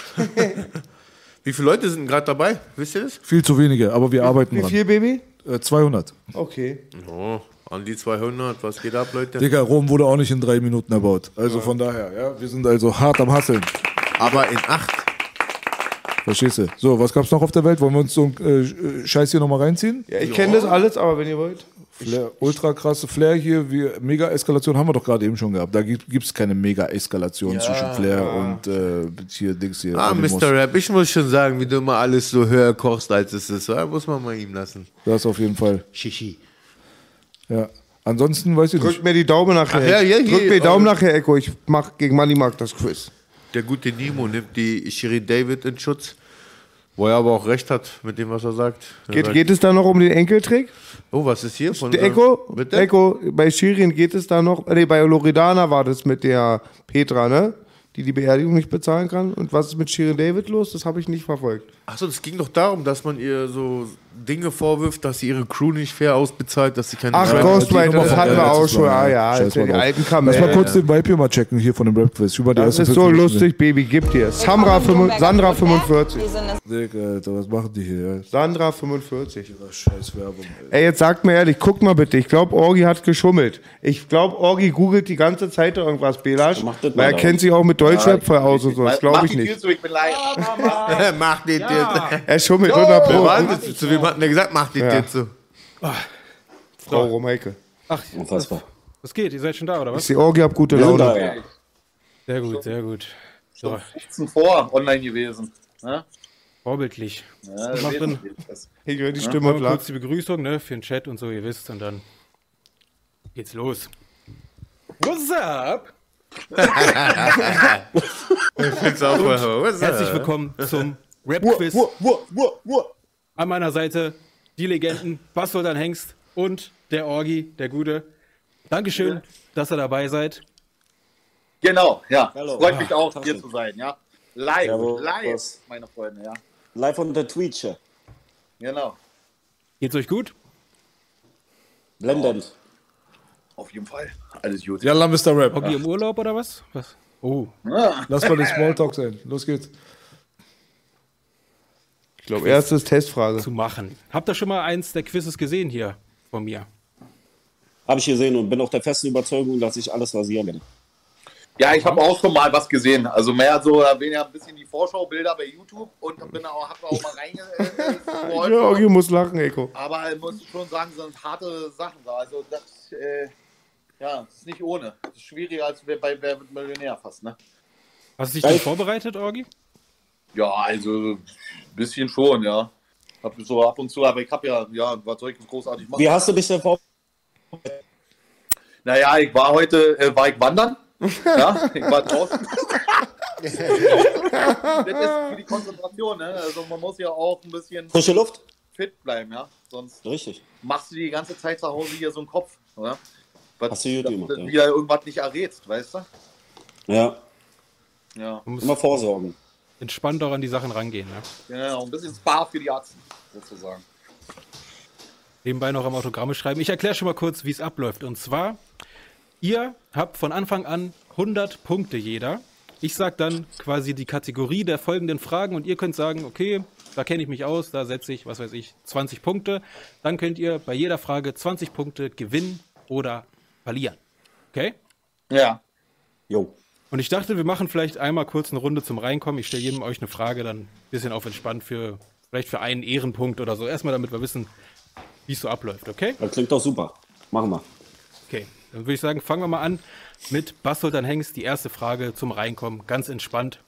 Wie viele Leute sind gerade dabei? Wisst ihr das? Viel zu wenige, aber wir arbeiten Wie dran. viel, Baby? Äh, zweihundert. Okay. Oh, an die zweihundert. Was geht ab, Leute? Digga, Rom wurde auch nicht in drei Minuten erbaut. Also von daher, ja, wir sind also hart am Hasseln. Aber in acht. Verstehst du? So, was gab's noch auf der Welt? Wollen wir uns so einen äh, Scheiß hier nochmal reinziehen? Ja, ich kenne das alles, aber wenn ihr wollt. Flair, ultra krasse Flair hier, wie Mega-Eskalation haben wir doch gerade eben schon gehabt. Da gibt es keine Mega-Eskalation zwischen Flair und äh, hier Dings hier. Ah, Animus. Mister Rap, ich muss schon sagen, wie du immer alles so höher kochst, als es ist. Ja, muss man mal ihm lassen. Das auf jeden Fall. Shishi. Ja. Ansonsten weiß ich Drück nicht. mir die Daumen nachher. Ach ja, ja, Drück hier, mir die Daumen äh, nachher, Echo. Ich mach gegen Money Mark das Quiz. Der gute Nemo nimmt die Shirin David in Schutz, wo er aber auch recht hat mit dem, was er sagt. Er Geht, sagt, geht es da noch um den Enkeltrick? oh, was ist hier? Von, Der Echo, Bitte? Echo, bei Shirin geht es da noch, nee, bei Loredana war das mit der Petra, ne? Die die Beerdigung nicht bezahlen kann. Und was ist mit Shirin David los? Das habe ich nicht verfolgt. Achso, das ging doch darum, dass man ihr so Dinge vorwirft, dass sie ihre Crew nicht fair ausbezahlt, dass sie keine Ach, Zeit- Ghostwriter, die das Nummer hatten von- wir ja, auch letztes schon. Mal, Ah ja. ja, Scheiß das sind mal die drauf. alten Lass mal Kamellen. kurz den Vibe hier mal checken, hier von dem Rap-Quiz. Über die Das ersten ist so fünf Minuten. lustig, Baby, gib dir. Samra, fünf- Sandra fünfundvierzig. Digga, Alter, was machen die hier? Ja? Sandra fünfundvierzig. Scheiß Werbung, ey. Ey, jetzt sagt mir ehrlich, guck mal bitte. Ich glaube, Orgi hat geschummelt. Ich glaube, Orgi googelt die ganze Zeit irgendwas, Belasch. Mach das mal Weil er da. kennt sich auch mit Deutschrap voll aus und so. Das glaube ich Mach die Tür nicht. zu, ich bin live. Mach die Tür. Er schummelt hundert Wer Pro. war denn das? Zu wem hat denn der gesagt, mach die Ja. Tür zu? Frau Romeike. Ach, Unfassbar. was geht? Ihr seid schon da, oder Ich was? sehe, Orgi hat gute Wir sind da, Laune. ja. Sehr gut, sehr gut. So, fünfzehn vor online gewesen. Ne? vorbildlich. Ja, Mach das drin. ist- Ich höre die Stimme Mal und kurz lach. die Begrüßung, ne, für den Chat und so, ihr wisst, und dann geht's los. What's up? Ich find's auch voll. Was ist Herzlich das? willkommen zum Rap-Quiz. An meiner Seite die Legenden Bass-Sultan Hengst und der Orgi, der Gute. Dankeschön, dass ihr dabei seid. Genau, ja. Hallo. Freut mich Ah, auch, Taschen. hier zu sein, ja. Live, Servus. live, meine Freunde, ja. Live on der Twitch. Genau. Geht's euch gut? Blendend. Auf jeden Fall. Alles gut. Yalla, Mister Rap. Orgi im Urlaub oder was? Was? Oh, Lass mal den Smalltalk sein. Los geht's. Ich glaube, erstes Testfrage. zu machen. Habt ihr schon mal eins der Quizzes gesehen hier von mir? Habe ich gesehen und bin auch der festen Überzeugung, dass ich alles rasieren werde. Ja, ich habe auch schon mal was gesehen. Also mehr so, da bin ja ein bisschen die Vorschaubilder bei YouTube und bin auch, hab auch mal reingescrollt. Ja, Orgi muss lachen, Echo. Aber ich muss schon sagen, sind harte Sachen da. Also das, äh, ja, das ist nicht ohne. Das ist schwieriger als bei Wer wird Millionär fast, ne? Hast du dich denn vorbereitet, Orgi? Ja, also ein bisschen schon, ja. Hab so ab und zu, aber ich habe ja, ja, was soll ich großartig machen? Wie hast du dich denn vor? Naja, ich war heute, äh, war ich wandern. Ja, ich war draußen. Das ist für die Konzentration, ne? Also man muss ja auch ein bisschen Frische Luft? fit bleiben, ja. Sonst Richtig. machst du die ganze Zeit zu Hause hier so einen Kopf, oder? Was, Hast du gut gemacht, ja. wieder irgendwas nicht errätst, weißt du? Ja, Ja. Man muss immer vorsorgen. entspannt auch an die Sachen rangehen. Ne? Genau, ein bisschen Spa für die Arzten, sozusagen. Nebenbei noch am Autogramme schreiben. Ich erkläre schon mal kurz, wie es abläuft. Und zwar, ihr habt von Anfang an hundert Punkte jeder. Ich sage dann quasi die Kategorie der folgenden Fragen und ihr könnt sagen, okay, da kenne ich mich aus, da setze ich, was weiß ich, zwanzig Punkte. Dann könnt ihr bei jeder Frage zwanzig Punkte gewinnen oder verlieren. Okay? Ja. Jo. Und ich dachte, wir machen vielleicht einmal kurz eine Runde zum Reinkommen. Ich stelle jedem euch eine Frage, dann ein bisschen auf entspannt für, vielleicht für einen Ehrenpunkt oder so. Erstmal, damit wir wissen, wie es so abläuft, okay? Das klingt doch super. Machen wir. Okay, dann würde ich sagen, fangen wir mal an mit Bass-Sultan Hengst. Die erste Frage zum Reinkommen, ganz entspannt.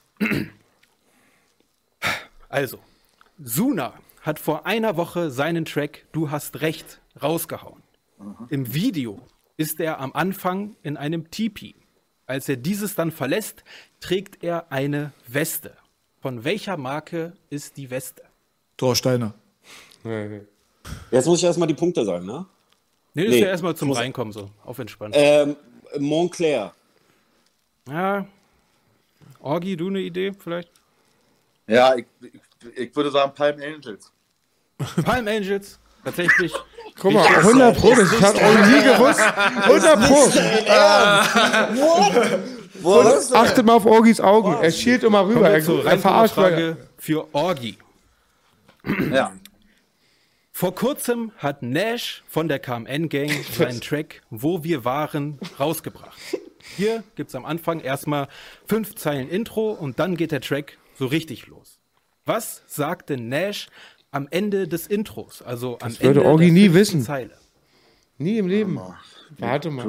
Also, Suna hat vor einer Woche seinen Track Du hast recht rausgehauen. Im Video ist er am Anfang in einem Tipi. Als er dieses dann verlässt, trägt er eine Weste. Von welcher Marke ist die Weste? Thorsteiner. Jetzt muss ich erstmal die Punkte sagen, ne? Nee, das Nee, ist ja erstmal zum muss- Reinkommen so, auf entspannt. Ähm, Montclair. Ja. Orgi, du eine Idee vielleicht? Ja, ich, ich, ich würde sagen Palm Angels. Palm Angels, tatsächlich. Guck mal, hundert Pro, das hat auch nie gewusst. hundert Pro. Und achtet mal auf Orgis Augen. Er schielt immer rüber. Kommen wir Er, zur er verarscht mal. Frage für Orgi. Ja. Vor kurzem hat Nash von der K M N Gang seinen Track Wo wir waren rausgebracht. Hier gibt es am Anfang erstmal fünf Zeilen Intro und dann geht der Track so richtig los. Was sagte Nash am Ende des Intros? Also am würde Ende Orgi der nie fünften wissen. Zeile. Nie im Leben. Warte mal.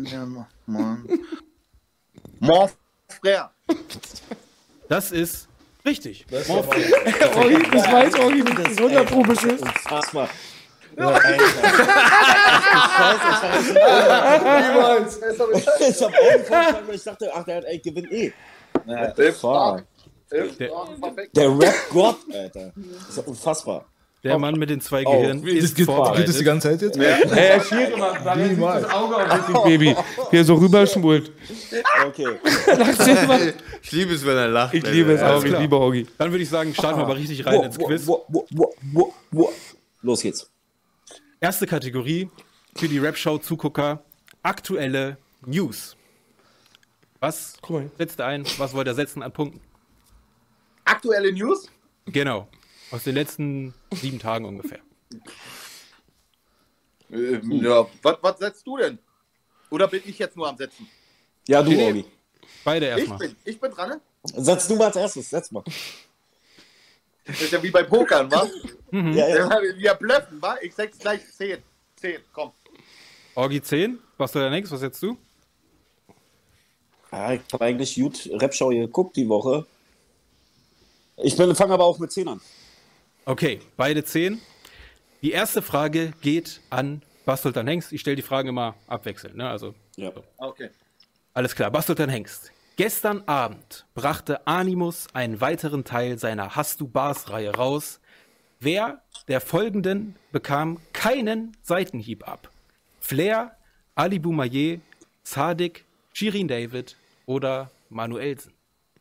Mon frère. Das ist richtig. Orgi, das weiß Orgi, das ist hundert Pro beschissen. Unfassbar. Niemals. Ich hab auch vorgeschlagen, weil ich dachte, ach, der ey, gewinnt eh. Na, fuck. Der, der Rap-Gott, Alter. Das ist ja unfassbar. Der Mann mit den zwei Gehirnen oh, ist geht, vorbereitet. Geht das die ganze Zeit jetzt? Ja. Hey, er schielt immer. Da sieht das Auge auf dich, Baby. Wie er so rüberschmult. Okay. Ich liebe es, wenn er lacht. Ich liebe es auch. Ich liebe Augi. Dann würde ich sagen, starten wir mal richtig rein ins Quiz. Los geht's. Erste Kategorie für die Rap-Show-Zugucker. Aktuelle News. Was setzt ihr ein? Was wollt ihr setzen an Punkten? Aktuelle News? Genau. Aus den letzten sieben Tagen ungefähr. Ähm, ja, was, was setzt du denn? Oder bin ich jetzt nur am Setzen? Ja, du, Augi. Beide Ich erstmal. bin, ich bin dran, ne? Setz du mal als erstes, setz mal. Das ist ja wie bei Pokern, wa? Mhm. Ja, ja. Wir blöffen, wa? Ich setz gleich zehn. zehn, komm. Orgi zehn, was soll der nächste? Was setzt du? Ja, ich habe eigentlich gut Rap-Show geguckt die Woche. Ich fange aber auch mit zehn an. Okay, beide zehn. Die erste Frage geht an Basteltan Hengst. Ich stelle die Fragen immer abwechselnd. Ne? Also, ja. So. Okay. Alles klar, Basteltan Hengst. Gestern Abend brachte Animus einen weiteren Teil seiner Hast du Bars-Reihe raus. Wer der folgenden bekam keinen Seitenhieb ab? Flair, Ali Boumaier, Sadik, Shirin David oder Manuelsen?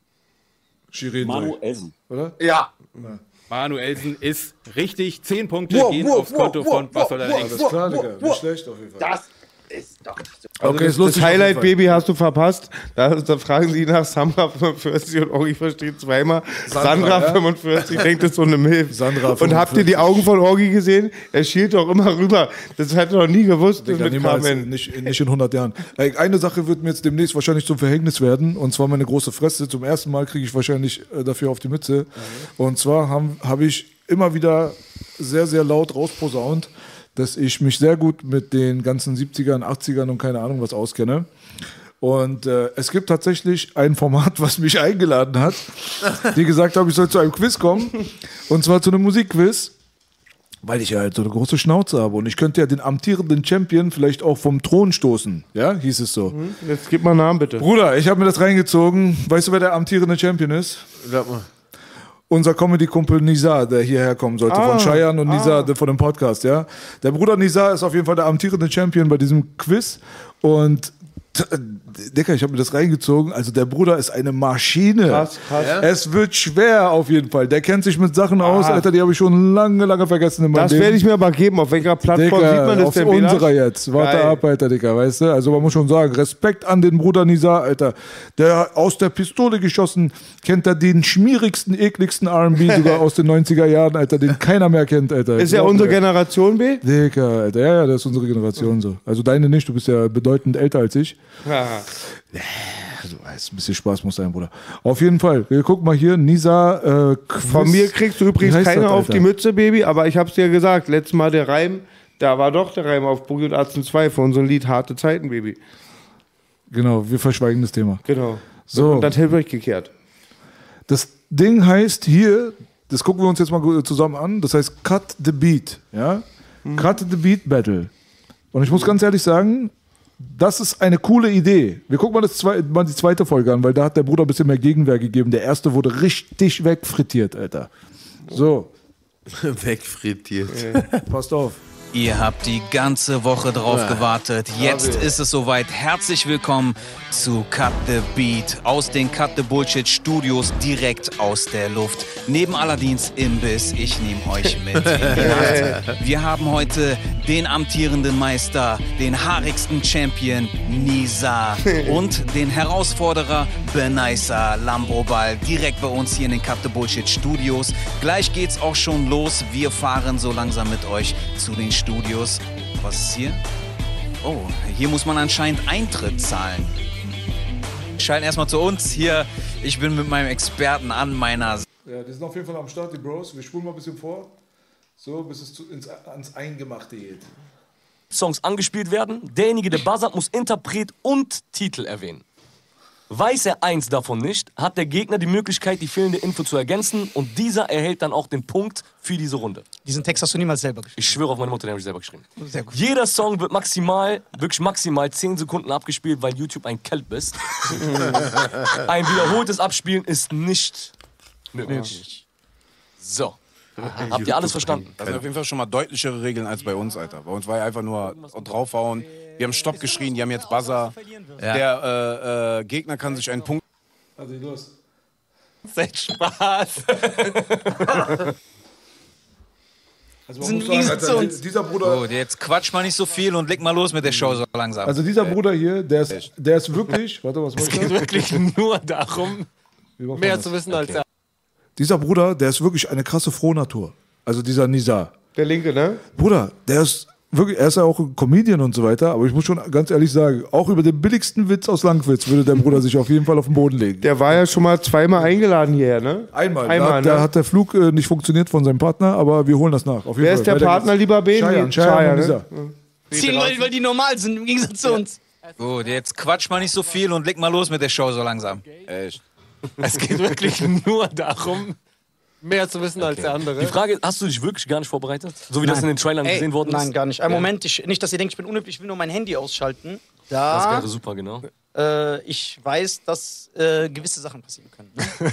Shirin Manuelsen. Oder? Ja. ja. Manuelsen ist richtig. Zehn Punkte wow, gehen wow, aufs Konto wow, von Basteltan wow, Hengst. Das ist klar, Digga. Nicht schlecht auf jeden Fall. Das ist doch... Also okay, das, das Highlight, Baby, hast du verpasst. Da, da fragen sie nach Samra fünfundvierzig und Orgi versteht zweimal. Sandra, Sandra ja? fünfundvierzig, ich denke, das ist so eine Milf. Sandra und habt ihr die Augen von Orgi gesehen? Er schielt doch immer rüber. Das hat er noch nie gewusst. Digga, mit niemals, nicht, nicht in hundert Jahren. Eine Sache wird mir jetzt demnächst wahrscheinlich zum Verhängnis werden. Und zwar meine große Fresse. Zum ersten Mal kriege ich wahrscheinlich dafür auf die Mütze. Mhm. Und zwar habe hab ich immer wieder sehr, sehr laut rausposaunt, dass ich mich sehr gut mit den ganzen siebzigern, achtzigern und keine Ahnung was auskenne. Und äh, es gibt tatsächlich ein Format, was mich eingeladen hat, die gesagt haben, ich soll zu einem Quiz kommen. Und zwar zu einem Musikquiz, weil ich ja halt so eine große Schnauze habe. Und ich könnte ja den amtierenden Champion vielleicht auch vom Thron stoßen. Ja, hieß es so. Jetzt gib mal einen Namen, bitte. Bruder, ich habe mir das reingezogen. Weißt du, wer der amtierende Champion ist? Sag mal. Unser Comedy-Kumpel Nizar, der hierher kommen sollte, ah, von Cheyenne und ah. Nizar, der von dem Podcast, ja. Der Bruder Nizar ist auf jeden Fall der amtierende Champion bei diesem Quiz. Und Dicker, ich habe mir das reingezogen. Also der Bruder ist eine Maschine. Krass, krass. Ja? Es wird schwer auf jeden Fall. Der kennt sich mit Sachen aus, ah. Alter, die habe ich schon lange, lange vergessen in meinem Das Leben. werde ich mir aber geben. Auf welcher Plattform Dicker, sieht man das auf denn? Auf unserer jetzt. Warte Geil. ab, Alter, Dicker, weißt du? Also man muss schon sagen, Respekt an den Bruder Nizar, Alter. Der aus der Pistole geschossen, kennt er den schmierigsten, ekligsten R and B sogar aus den neunziger Jahren, Alter, den keiner mehr kennt, Alter. Ist ja unsere Generation, B? Dicker, Alter, ja, ja, das ist unsere Generation so. Also deine nicht, du bist ja bedeutend älter als ich. Ja. Du weißt, ein bisschen Spaß muss sein, Bruder. Auf jeden Fall. Guck mal hier, Nizar. Äh, Von mir kriegst du übrigens keine auf die Mütze, Baby, aber ich hab's dir gesagt. Letztes Mal der Reim, da war doch der Reim auf Boogie und Arzt zwei für unser Lied Harte Zeiten, Baby. Genau, wir verschweigen das Thema. Genau. So. Und dann hilft euch gekehrt. Das Ding heißt hier, das gucken wir uns jetzt mal zusammen an, das heißt Cut the Beat. Ja? Mhm. Cut the Beat Battle. Und ich muss ganz ehrlich sagen, das ist eine coole Idee. Wir gucken mal, das zwei, mal die zweite Folge an, weil da hat der Bruder ein bisschen mehr Gegenwehr gegeben. Der erste wurde richtig wegfrittiert, Alter. So. Wegfrittiert. Passt auf. Ihr habt die ganze Woche drauf ja. gewartet. Jetzt ja, ist es soweit. Herzlich willkommen zu Cut the Beat aus den Cut the Bullshit Studios direkt aus der Luft. Neben Aladins Imbiss, ich nehme euch mit in die Nacht. Wir haben heute den amtierenden Meister, den haarigsten Champion Nizar und den Herausforderer Benaisa Lambrobal direkt bei uns hier in den Cut the Bullshit Studios. Gleich geht's auch schon los. Wir fahren so langsam mit euch zu den Studios. Was ist hier? Oh, hier muss man anscheinend Eintritt zahlen. Schalten erstmal zu uns hier. Ich bin mit meinem Experten an meiner Seite. Ja, die sind auf jeden Fall am Start, die Bros. Wir spulen mal ein bisschen vor. So, bis es zu, ins, ans Eingemachte geht. Songs angespielt werden. Derjenige, der buzzert, muss Interpret und Titel erwähnen. Weiß er eins davon nicht, hat der Gegner die Möglichkeit, die fehlende Info zu ergänzen und dieser erhält dann auch den Punkt für diese Runde. Diesen Text hast du niemals selber geschrieben? Ich schwöre auf meine Mutter, den habe ich selber geschrieben. Sehr gut. Jeder Song wird maximal, wirklich maximal zehn Sekunden abgespielt, weil YouTube ein Kelp ist. Ein wiederholtes Abspielen ist nicht möglich. So. Habt ihr alles verstanden? Das sind auf jeden Fall schon mal deutlichere Regeln als bei uns, Alter. Bei uns war ja einfach nur draufhauen. Wir haben Stopp geschrien, die haben jetzt Buzzer. Ja. Der äh, äh, Gegner kann sich einen Punkt... Also los. Seid Spaß. Also man muss sagen, Alter, dieser Bruder... Gut, jetzt quatsch mal nicht so viel und leg mal los mit der Show so langsam. Also dieser Bruder hier, der ist, der ist wirklich... Warte, was Es geht wirklich nur darum, mehr zu wissen als er. Dieser Bruder, der ist wirklich eine krasse Frohnatur. Also dieser Nizar. Der Linke, ne? Bruder, der ist wirklich, er ist ja auch ein Comedian und so weiter, aber ich muss schon ganz ehrlich sagen, auch über den billigsten Witz aus Langwitz würde der Bruder sich auf jeden Fall auf den Boden legen. Der war ja schon mal zweimal eingeladen hierher, ne? Einmal. Einmal, da, ne? da hat der Flug äh, nicht funktioniert von seinem Partner, aber wir holen das nach. Auf jeden Wer Fall. ist der Weiter Partner, geht's. lieber Ben? Cheyenne, Cheyenne Cheyenne, und ne? Nizar. Ziehen, weil, weil die normal sind im Gegensatz zu uns. Gut, jetzt quatsch mal nicht so viel und leg mal los mit der Show so langsam. Echt? Es geht wirklich nur darum, mehr zu wissen als der andere. Die Frage ist, hast du dich wirklich gar nicht vorbereitet? So wie Nein. das in den Trailern Ey, gesehen worden ist? Nein, gar nicht. Einen Ja. Moment, ich, nicht, dass ihr denkt, ich bin unüblich, ich will nur mein Handy ausschalten. Das ist Da, gerade super, genau. äh, ich weiß, dass äh, gewisse Sachen passieren können.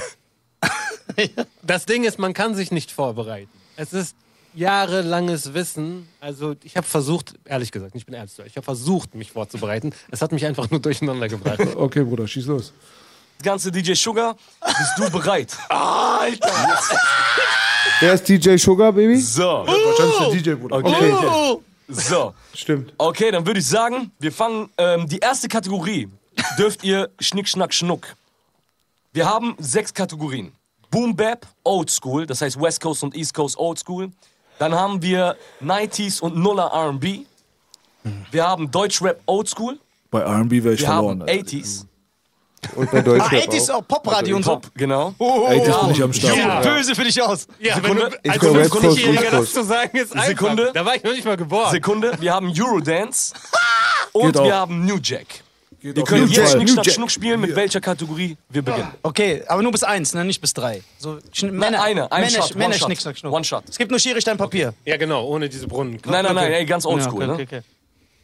Das Ding ist, man kann sich nicht vorbereiten. Es ist jahrelanges Wissen. Also ich habe versucht, ehrlich gesagt, ich bin ernst, ich habe versucht, mich vorzubereiten. Es hat mich einfach nur durcheinander gebracht. Okay, Bruder, schieß los. Das ganze D J Sugar, bist du bereit? Alter! Wer ist D J Sugar, Baby? So. Wahrscheinlich der D J, Bruder. Okay. Oh! So. Stimmt. Okay, dann würde ich sagen, wir fangen, ähm, die erste Kategorie dürft ihr Schnick, Schnack, Schnuck. Wir haben sechs Kategorien. Boom Bap, Old School, das heißt West Coast und East Coast Old School. Dann haben wir neunziger und Nuller R and B. Wir haben Deutschrap Old School. Bei R and B wäre ich Wir verloren. haben achtziger. Und bei Ah, Deutschrap achtziger auch. auch Popradio und so. Pop, genau. achtziger bin ich am Start. Ja. Böse für dich aus. Ja, Sekunde. wenn du, Ich als bin West Coast, fünfzigjähriger East das Coast. zu sagen, ist einfach. Sekunde. Da war ich noch nicht mal geboren. Sekunde, wir haben Eurodance und Geht auch. wir haben New Jack. Geht Wir auf können jeden jetzt Fall. Schnick, New Schnack, Jack. Schnuck spielen, mit welcher Kategorie wir beginnen. Okay, aber nur bis eins, ne? Nicht bis drei. So, schn- Männer, eine, ein Männer, Shot, one Männer shot. Schnick, Schnack, Schnuck. One shot. Es gibt nur Schere, Stein, Papier. Ja, genau, ohne diese Brunnen. Nein, nein, nein, ey, ganz oldschool, Ja, okay, ne? okay, okay.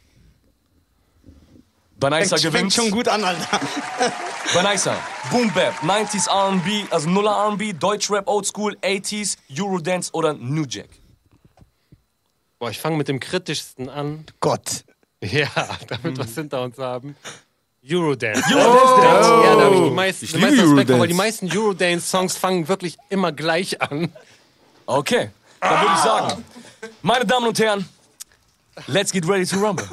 Banaisa Fängt, gewinnt. fängt schon gut an, Alter. Banaisa, Boom Bap, neunziger R and B, also Nuller R and B, Deutschrap Old School, achtziger, Eurodance oder New Jack. Boah, ich fange mit dem kritischsten an. Gott. Ja, damit wir was hinter uns haben. Eurodance. Eurodance. Oh. Ja, da habe ich die meisten, Ich die liebe meisten Respekt, Eurodance. aber die meisten Eurodance-Songs fangen wirklich immer gleich an. Okay, dann würde ich sagen, meine Damen und Herren, let's get ready to rumble.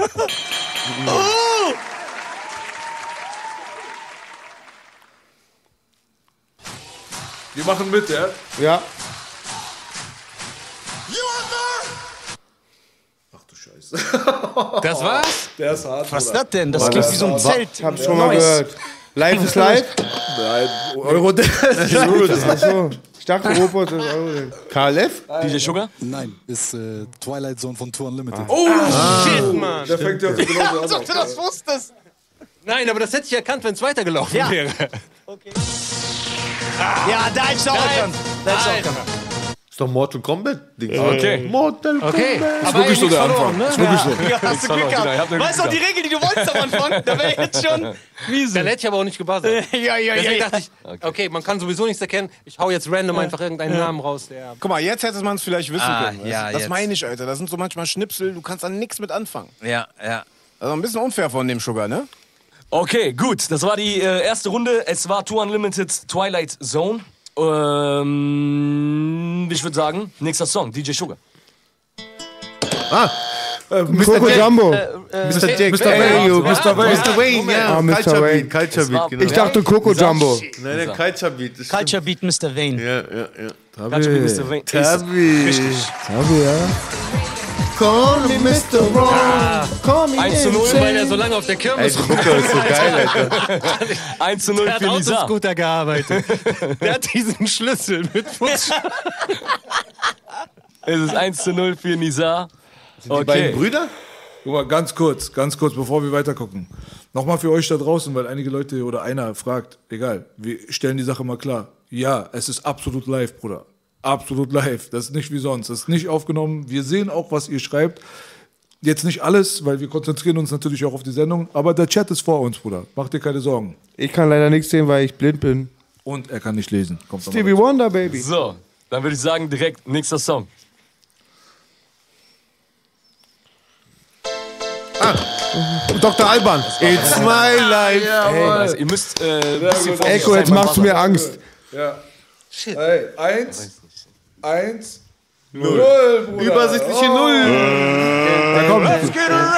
Wir machen mit, ja? Ja. Ach du Scheiße. Das war's? Der ist hart. Was ist Bruder. das denn? Das klingt wie so ein Zelt. Ich hab's schon mal gehört. Live ist live? Nein, Eurodance. Achso. Ich dachte, Robot ist Eurodance. K L F? D J Sugar? Nein, ist äh, Twilight Zone von Tour Unlimited. Oh, Shit, Mann. der fängt ja so genau an. Als ob du das wusstest. Nein, aber das hätte ich erkannt, wenn es weitergelaufen Ja. wäre. Okay. Ja, da hättest du auch erkannt. Da hättest du auch erkannt. Ist doch Mortal Kombat? Ding. Okay. Mortal Okay. Kombat. Aber wirklich so ey, der nichts Anfang. verloren, Ist ne? wirklich so. Ja, hast du Glück Genau, ich hab gehabt. nur Weißt du, Glück die Regel, die du wolltest am Anfang, da wäre jetzt schon miese. Dann hätte ich aber auch nicht gebuzzert. Ja, ja, ja. Deswegen ja. dachte ich, okay, man kann sowieso nichts erkennen. Ich hau jetzt random einfach irgendeinen Namen raus, der... Guck mal, jetzt hätte man es vielleicht wissen Ah, können. ja, das das jetzt. meine ich, Alter. Das sind so manchmal Schnipsel, du kannst da nichts mit anfangen. Ja, ja. Also ein bisschen unfair von dem Sugar, ne? Okay, gut. Das war die äh, erste Runde. Es war Tour Unlimited Twilight Zone. Ähm, ich würde sagen, nächster Song, D J Sugar. Ah, Äh, Coco Jumbo. Mister Jack. Mister Ey, Wayne. yo, Mister Wayne. Mister Wayne, ja. Ah, Mister Culture Wayne. Beat, Culture Es war- Beat, genau. Ich dachte Coco Jumbo. Nein, der Culture Beat. das stimmt. Culture Beat Mister Wayne. Ja, ja, ja. Culture Beat Mister Wayne. Tabi. Richtig. Tabi, ja. Call me Mister Wrong. Call me eins zu null, Weil er so lange auf der Ey, Kirmes die Mucke ist so geil, Alter. eins zu null Der hat für Nizar. Autoscooter gearbeitet. Der hat diesen Schlüssel mit Fuchs. Es ist eins zu null für Nizar. Die beiden Okay. Brüder? Guck mal, ganz kurz, ganz kurz, bevor wir weiter gucken. Nochmal für euch da draußen, weil einige Leute oder einer fragt, egal, wir stellen die Sache mal klar. Ja, es ist absolut live, Bruder. Absolut live. Das ist nicht wie sonst. Das ist nicht aufgenommen. Wir sehen auch, was ihr schreibt. Jetzt nicht alles, weil wir konzentrieren uns natürlich auch auf die Sendung. Aber der Chat ist vor uns, Bruder. Mach dir keine Sorgen. Ich kann leider nichts sehen, weil ich blind bin. Und er kann nicht lesen. Kommt Stevie Wonder, Baby. So, dann würde ich sagen, direkt nächster Song. Ah, Doktor Alban. It's my life. Ja, hey, nice. Ihr müsst äh, ein bisschen ja, Echo, jetzt machst du mir Angst. Ja. Shit. Hey, eins, eins, null. null Bruder. Übersichtliche oh. Null. Da kommt. Let's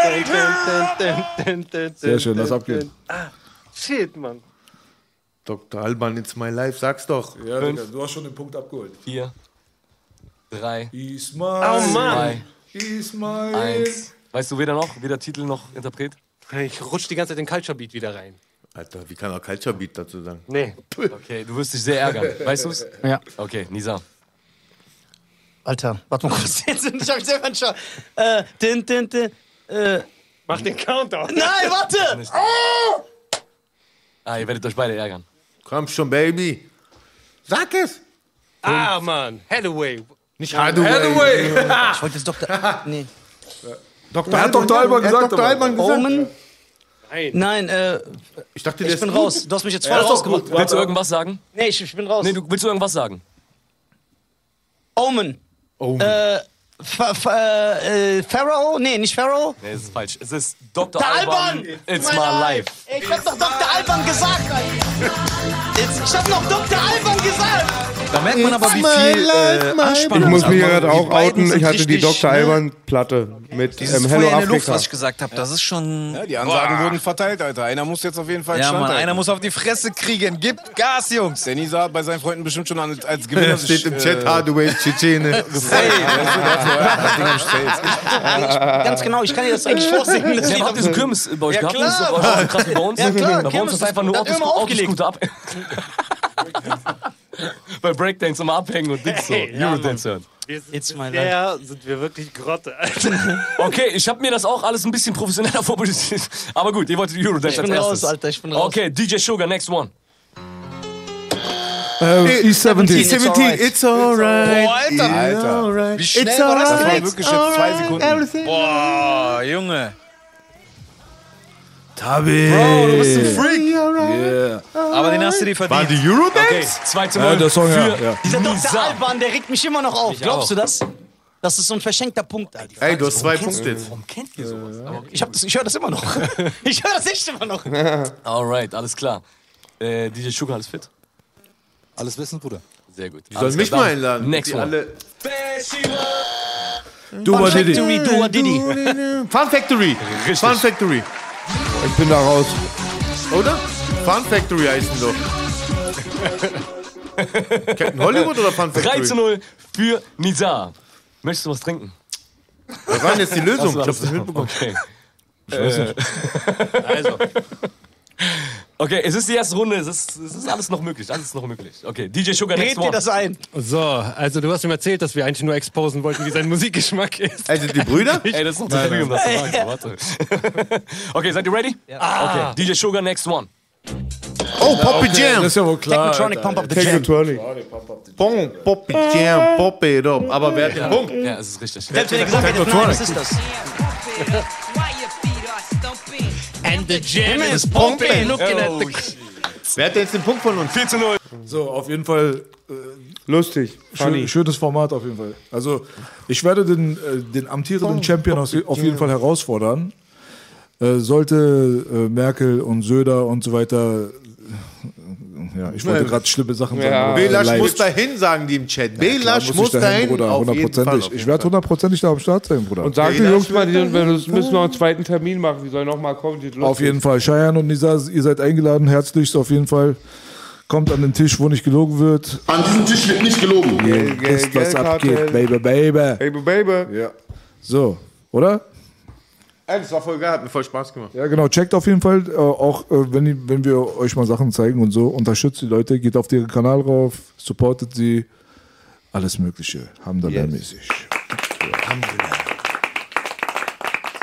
get ready. Sehr schön, lass abgehen. Ah, shit, Mann. Doktor Alban, it's my life, sag's doch. Ja, Digga, du hast schon den Punkt abgeholt. Vier, drei, Ismail. Oh Mann. zwei, Ismail. eins. Weißt du weder noch, weder Titel noch Interpret? Ich rutsch die ganze Zeit den Culture Beat wieder rein. Alter, wie kann auch Culture Beat dazu sagen? Nee. Okay, du wirst dich sehr ärgern. Weißt du's? Ja. Okay, Nisa. Alter, warte mal kurz. Jetzt ich hab ich selber einen Schau. Äh, din, din, din, äh. Mach den Countdown. Nein, warte! Oh! Ah, ihr werdet euch beide ärgern. Komm schon, Baby. Sag es. Ah, Mann. Hathaway. Nicht Hathaway. Hathaway. Ich wollte jetzt Doktor... Nee. Doktor Er hat Doktor Alban gesagt. Doktor Alban gesagt. Omen? Nein. Nein, äh... Ich dachte, ich bin raus. Du hast mich jetzt voll Ja, ist doch rausgemacht. gut. Willst du irgendwas sagen? Nee, ich, ich bin raus. Nee, du willst du irgendwas sagen? Omen. Omen. Äh... Fa- Fa- äh, Pharaoh? Nee, nicht Pharaoh. Nee, das ist falsch. Es ist Doktor Der Alban. Alban! It's Mein my Gott. life. Ich hab doch Doktor Alban gesagt. Jetzt, ich hab noch Doktor Alban gesagt. Da merkt man aber, wie viel äh, Anspannung Ich muss ist. mich gerade auch Die beiden outen. sind Ich hatte die richtig, Doktor ne? Alban-Platte mit Dieses ähm, Feuer Hello in der Luft, Afrika. was ich gesagt habe, das ist schon... Ja, die Ansagen wurden verteilt, Alter. Einer muss jetzt auf jeden Fall Ja, Stand Mann, halten. einer muss auf die Fresse kriegen. Gib Gas, Jungs. Der Nisa hat bei seinen Freunden bestimmt schon als, als Gewinner Das steht im Chat, Hathaway, Tschetschene. Ganz genau, ich kann dir das eigentlich vorsingen. Das Ja, Lied. habt ihr so Kirmes bei euch Ja, gehabt? klar. Das ist doch auch so krass wie bei uns. Ja, klar, Bei uns Kirmes, ist einfach nur das hat Autos, immer aufgelegt. Autoscooter ab. Bei Breakdance immer abhängen und Dings so. Hey, ja, Eurodance hören. It's my Ja, sind wir wirklich Grotte, Alter. Okay, ich habe mir das auch alles ein bisschen professioneller vorbereitet. Aber gut, ihr wolltet Eurodance Ich als bin erstes. raus, Alter, ich bin raus. Okay, D J Sugar, next one. Äh, E siebzehn. It's alright. It's alright. Boah, Alter. Alter. Wie schnell It's war das Das denn war jetzt? wirklich jetzt zwei Sekunden. Boah, Junge. Tabi. Bro, du bist ein Freak. Yeah. Aber den hast du dir War verdient. die Eurodance? Okay, zwei zu Ja, null der Song, ja. für ja. Dieser Doktor Nisa. Alban, der regt mich immer noch auf. Glaubst auch. du das? Das ist so ein verschenkter Punkt, Alter. Ey, du hast zwei Punkte jetzt. Warum kennt ihr sowas? Aber okay. Ich, hab das- ich höre das immer noch. Ich höre das echt immer noch. Alright, alles klar. Äh, D J Sugar, alles fit? Alles wissen, Bruder. Sehr gut. Die sollen mich mal einladen. Next Die one. alle Du Fun war Diddy. Factory, du Diddy. Fun Factory. Richtig. Fun Factory. Ich bin da raus. Oder? Fun Factory heißen doch. Captain Hollywood oder Fun Factory? drei zu null für Nizar. Möchtest du was trinken? Was war denn jetzt die Lösung? Hast du Ich hab's alles? nicht mitbekommen. Okay. Äh, Also, okay, es ist die erste Runde, es ist, es ist alles noch möglich, alles ist noch möglich. Okay, D J Sugar, next Dreht dir one. das ein. so, also du hast ihm erzählt, dass wir eigentlich nur exposen wollten, wie sein Musikgeschmack ist. Also die Brüder? Ey, das ist noch zu früh, um das zu sagen. Warte. Okay, seid ihr ready? Okay, D J Sugar, next one. Oh, Poppy Das Jam. ist ja wohl klar. Technotronic Pump Up the Jam. Technotronic. Pong, Poppy Jam, Pop it up. Aber wer hat den Punkt? Ja, es ist richtig. Selbst wenn ihr gesagt hättet, nein, was ist das? And the jam is pumping. Looking at Oh, the... Wer hat denn jetzt den Punkt von uns? vier zu null. So, auf jeden Fall äh, Lustig. Funny. schön, schönes Format auf jeden Fall. Also ich werde den, äh, den amtierenden Champion aus, auf jeden Fall herausfordern. Äh, sollte äh, Merkel und Söder und so weiter, äh, ja, ich wollte gerade schlimme Sachen sagen. Ja. aber Belasch live. muss dahin, sagen die im Chat. Klar, Belasch muss muss ich dahin, dahin, Bruder, auf jeden Fall. hundertprozentig. auf Ich jeden werde Fall. hundertprozentig da am Start sein, Bruder. Und sag Okay, den das Jungs mal, die, wird wir müssen noch einen zweiten Termin machen. Die sollen noch mal kommen. Die ist Auf lustig. jeden Fall. Cheyenne und Nisa, ihr seid eingeladen, herzlichst auf jeden Fall. Kommt an den Tisch, wo nicht gelogen wird. An diesem Tisch wird nicht gelogen. Ihr wisst, was abgeht, baby, baby. Baby, baby. Ja. So, oder? Ey, das war voll geil, hat mir voll Spaß gemacht. Ja, genau. Checkt auf jeden Fall, äh, auch äh, wenn, die, wenn wir euch mal Sachen zeigen und so, unterstützt die Leute, geht auf ihren Kanal rauf, supportet sie. Alles Mögliche. Hamdallah-mäßig.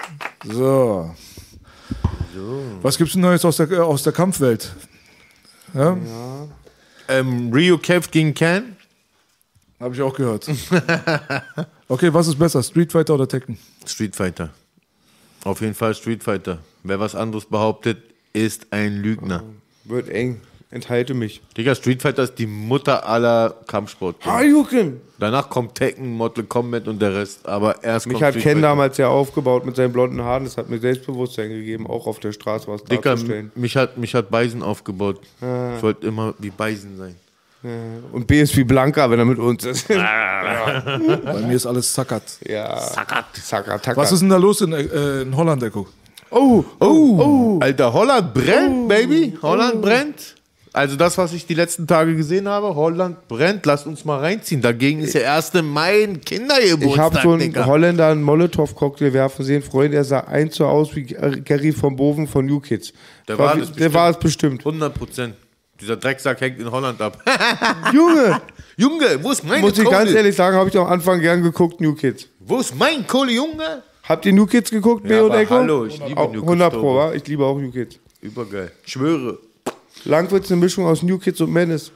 So. So. Was gibt's denn Neues aus der, äh, aus der Kampfwelt? Ja? Ja. Ähm, Rio kämpft gegen Can. Habe ich auch gehört. Okay, was ist besser, Street Fighter oder Tekken? Street Fighter. Auf jeden Fall Street Fighter. Wer was anderes behauptet, ist ein Lügner. Wird eng. Enthalte mich. Digga, Street Fighter ist die Mutter aller Kampfsport. Hayuken! Danach kommt Tekken, Mortal Kombat und der Rest. Aber erst Mich kommt hat Street Ken Fighter. damals ja aufgebaut mit seinen blonden Haaren. Das hat mir Selbstbewusstsein gegeben, auch auf der Straße was Dicker, darzustellen. mich hat, mich hat Beisen aufgebaut. Ah. Ich wollte immer wie Beisen sein. Ja. Und B ist wie Blanca, wenn er mit uns ist. Bei mir ist alles Zackert. Ja. Zackert. Zackert, tackert. Was ist denn da los in, äh, in Holland, Eko? Oh, oh, oh. Alter, Holland brennt, oh. Baby. Holland oh. brennt. Also das, was ich die letzten Tage gesehen habe, Holland brennt. Lasst uns mal reinziehen. Dagegen ist der erste Mai ein Kindergeburtstag. Ich habe so einen Digga. Holländer einen Molotow-Cocktail werfen sehen. Freunde, der sah eins so aus wie Gary von Boven von New Kids. Der war, war, das der war es bestimmt. hundert Prozent. Dieser Drecksack hängt in Holland ab. Junge! Junge, wo ist meine Muss ich Kohle? ganz ehrlich sagen, habe ich am Anfang gern geguckt, New Kids. Wo ist mein Kohle, Junge? Habt ihr New Kids geguckt, Ja, B und aber Echo? hallo, ich liebe New Kids, hundert Pro, Tobi. wa? Ich liebe auch New Kids. Übergeil. Schwöre. Lang wird's eine Mischung aus New Kids und Menace.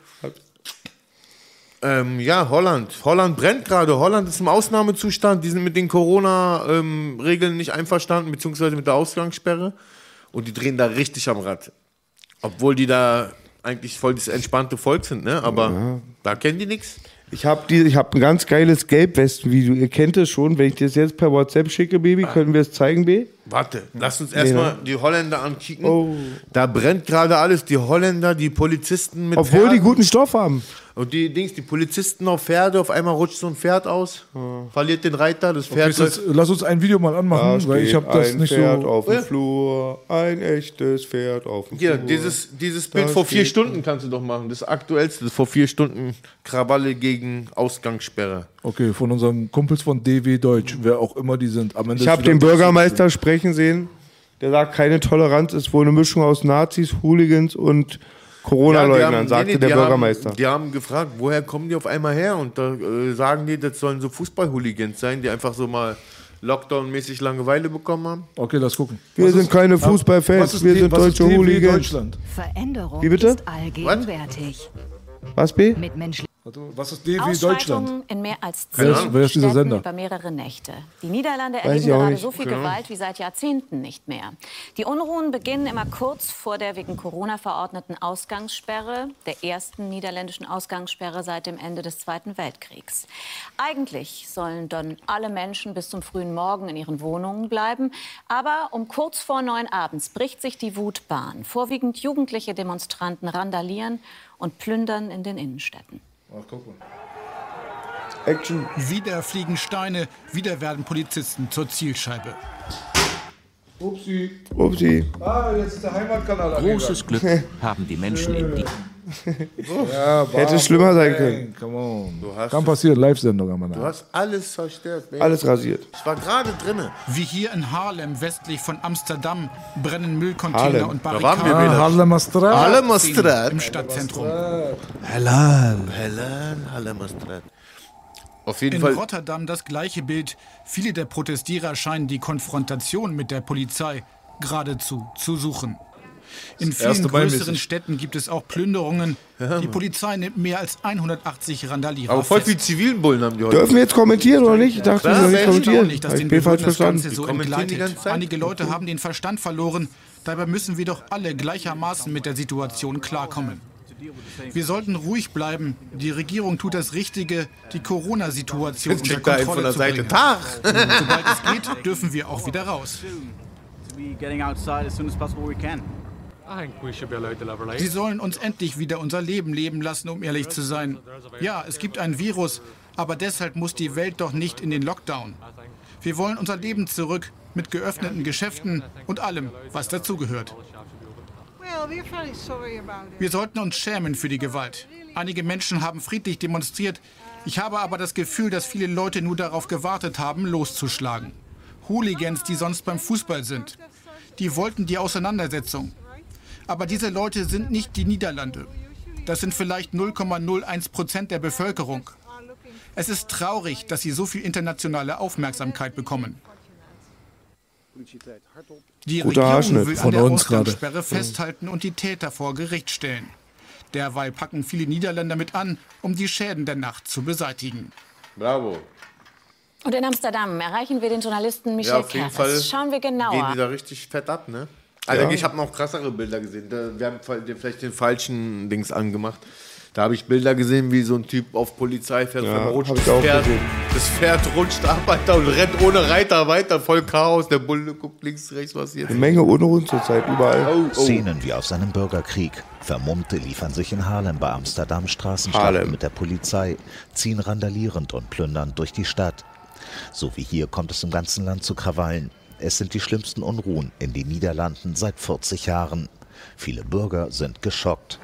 Ähm, ja, Holland. Holland brennt gerade. Holland ist im Ausnahmezustand. Die sind mit den Corona-Regeln nicht einverstanden, beziehungsweise mit der Ausgangssperre. Und die drehen da richtig am Rad. Obwohl die da eigentlich voll das entspannte Volk sind, ne? Aber Ja. da kennen die nichts. Ich habe hab ein ganz geiles Gelbwesten-Video. Ihr kennt es schon. Wenn ich das jetzt per WhatsApp schicke, Baby, können wir es zeigen, B? Warte, lass uns Nee, erstmal ne? die Holländer ankicken. Oh. Da brennt gerade alles. Die Holländer, die Polizisten mit Obwohl Pferden. die guten Stoff haben. Und die Dings, die Polizisten auf Pferde, auf einmal rutscht so ein Pferd aus, verliert den Reiter, das Okay, Pferd jetzt, lass uns ein Video mal anmachen, Da weil ich steht habe das ein nicht Pferd so... auf dem Ja. Flur, ein echtes Pferd auf dem Hier, Flur. dieses, dieses Da Bild vor vier steht- Stunden kannst du doch machen. Das aktuellste, das vor vier Stunden Krawalle gegen Ausgangssperre. Okay, von unseren Kumpels von D W Deutsch, wer auch immer die sind. Am Ende Ich ist habe wieder den ein Bürgermeister sprechen sehen. Der sagt, keine Toleranz ist wohl eine Mischung aus Nazis, Hooligans und Corona-Leugnern, Ja, die haben- sagte nee, nee, der die Bürgermeister. Haben, die haben gefragt, woher kommen die auf einmal her? Und da äh, sagen die, das sollen so Fußball-Hooligans sein, die einfach so mal Lockdown-mäßig Langeweile bekommen haben. Okay, lass gucken. Wir Was sind ist- keine was Fußballfans, ist wir die- sind was ist deutsche D W Hooligans. Deutschland? Veränderung Wie bitte? ist allgegenwärtig. Was, B? Mit menschlichen Was ist D W Deutschland? Ausschreitungen in mehr als Wer zehn ist- wer ist dieser Städten Sender? über mehrere Nächte. Die Niederlande Weiß erleben ich auch gerade nicht. so viel Keine Ahnung. Gewalt wie seit Jahrzehnten nicht mehr. Die Unruhen beginnen immer kurz vor der wegen Corona verordneten Ausgangssperre, der ersten niederländischen Ausgangssperre seit dem Ende des Zweiten Weltkriegs. Eigentlich sollen dann alle Menschen bis zum frühen Morgen in ihren Wohnungen bleiben. Aber um kurz vor neun abends bricht sich die Wut Bahn. Vorwiegend jugendliche Demonstranten randalieren und plündern in den Innenstädten. Ach, guck mal. Action. Wieder fliegen Steine, wieder werden Polizisten zur Zielscheibe. Upsi. Upsi. Ah, jetzt ist der Heimatkanal Großes Glück haben die Menschen in die... Ja, Hätte schlimmer sein können. Come on. Du hast Kann passieren, Live-Sendung am Du hast alles zerstört. Baby. Alles rasiert. Ich war gerade drinne. Wie hier in Harlem, westlich von Amsterdam, brennen Müllcontainer Harlem. und Da waren Barrikaden. wir wieder. Harlem Astral. Harlem Astral. Im Stadtzentrum. Halal. Helen, Harlem Astral. Auf jeden In Fall. Rotterdam das gleiche Bild. Viele der Protestierer scheinen die Konfrontation mit der Polizei geradezu zu suchen. In Das vielen erste Mal größeren mäßig. Städten gibt es auch Plünderungen. Die Polizei nimmt mehr als hundertachtzig Randalierer Aber voll fest. viel Zivilenbullen haben die heute. Dürfen wir jetzt kommentieren oder nicht? Ich dachte, wir Klar, sollen nicht sehr kommentieren. Erstaunlich, dass Hab den ich B falsch Behörden das Ganze verstanden. so kommentieren die ganze entgleitet. Zeit? Einige Leute haben den Verstand verloren. Dabei müssen wir doch alle gleichermaßen mit der Situation klarkommen. Wir sollten ruhig bleiben. Die Regierung tut das Richtige, die Corona-Situation Jetzt unter kriegt er einen von Kontrolle der zu Seite. bringen. Tag! Sobald es geht, dürfen wir auch wieder raus. Sie sollen uns endlich wieder unser Leben leben lassen, um ehrlich zu sein. Ja, es gibt ein Virus, aber deshalb muss die Welt doch nicht in den Lockdown. Wir wollen unser Leben zurück mit geöffneten Geschäften und allem, was dazugehört. Wir sollten uns schämen für die Gewalt. Einige Menschen haben friedlich demonstriert. Ich habe aber das Gefühl, dass viele Leute nur darauf gewartet haben, loszuschlagen. Hooligans, die sonst beim Fußball sind. Die wollten die Auseinandersetzung. Aber diese Leute sind nicht die Niederlande. Das sind vielleicht null Komma null eins Prozent der Bevölkerung. Es ist traurig, dass sie so viel internationale Aufmerksamkeit bekommen. Die Guter Regierung Haarschnitt will von an der uns gerade. Ausgangssperre festhalten und die Täter vor Gericht stellen. Derweil packen viele Niederländer mit an, um die Schäden der Nacht zu beseitigen. Bravo. Und in Amsterdam erreichen wir den Journalisten Ja, Michel auf jeden Fall Kerres. Schauen wir gehen die genauer. da richtig fett ab, ne? Also Ja. ich habe noch krassere Bilder gesehen. Da, wir haben vielleicht den falschen Dings angemacht. Da habe ich Bilder gesehen, wie so ein Typ auf Polizei fährt. Ja, auf einmal rutscht hab ich das, auch Pferd, gesehen. das Pferd rutscht ab, Alter, und rennt ohne Reiter weiter. Voll Chaos. Der Bulle guckt links, rechts, was jetzt. Eine Menge Unruhen zurzeit überall. Oh, oh. Szenen wie aus einem Bürgerkrieg. Vermummte liefern sich in Haarlem bei Amsterdam Straßenschlachten Haarlem. mit der Polizei, ziehen randalierend und plündernd durch die Stadt. So wie hier kommt es im ganzen Land zu Krawallen. Es sind die schlimmsten Unruhen in den Niederlanden seit vierzig Jahren. Viele Bürger sind geschockt.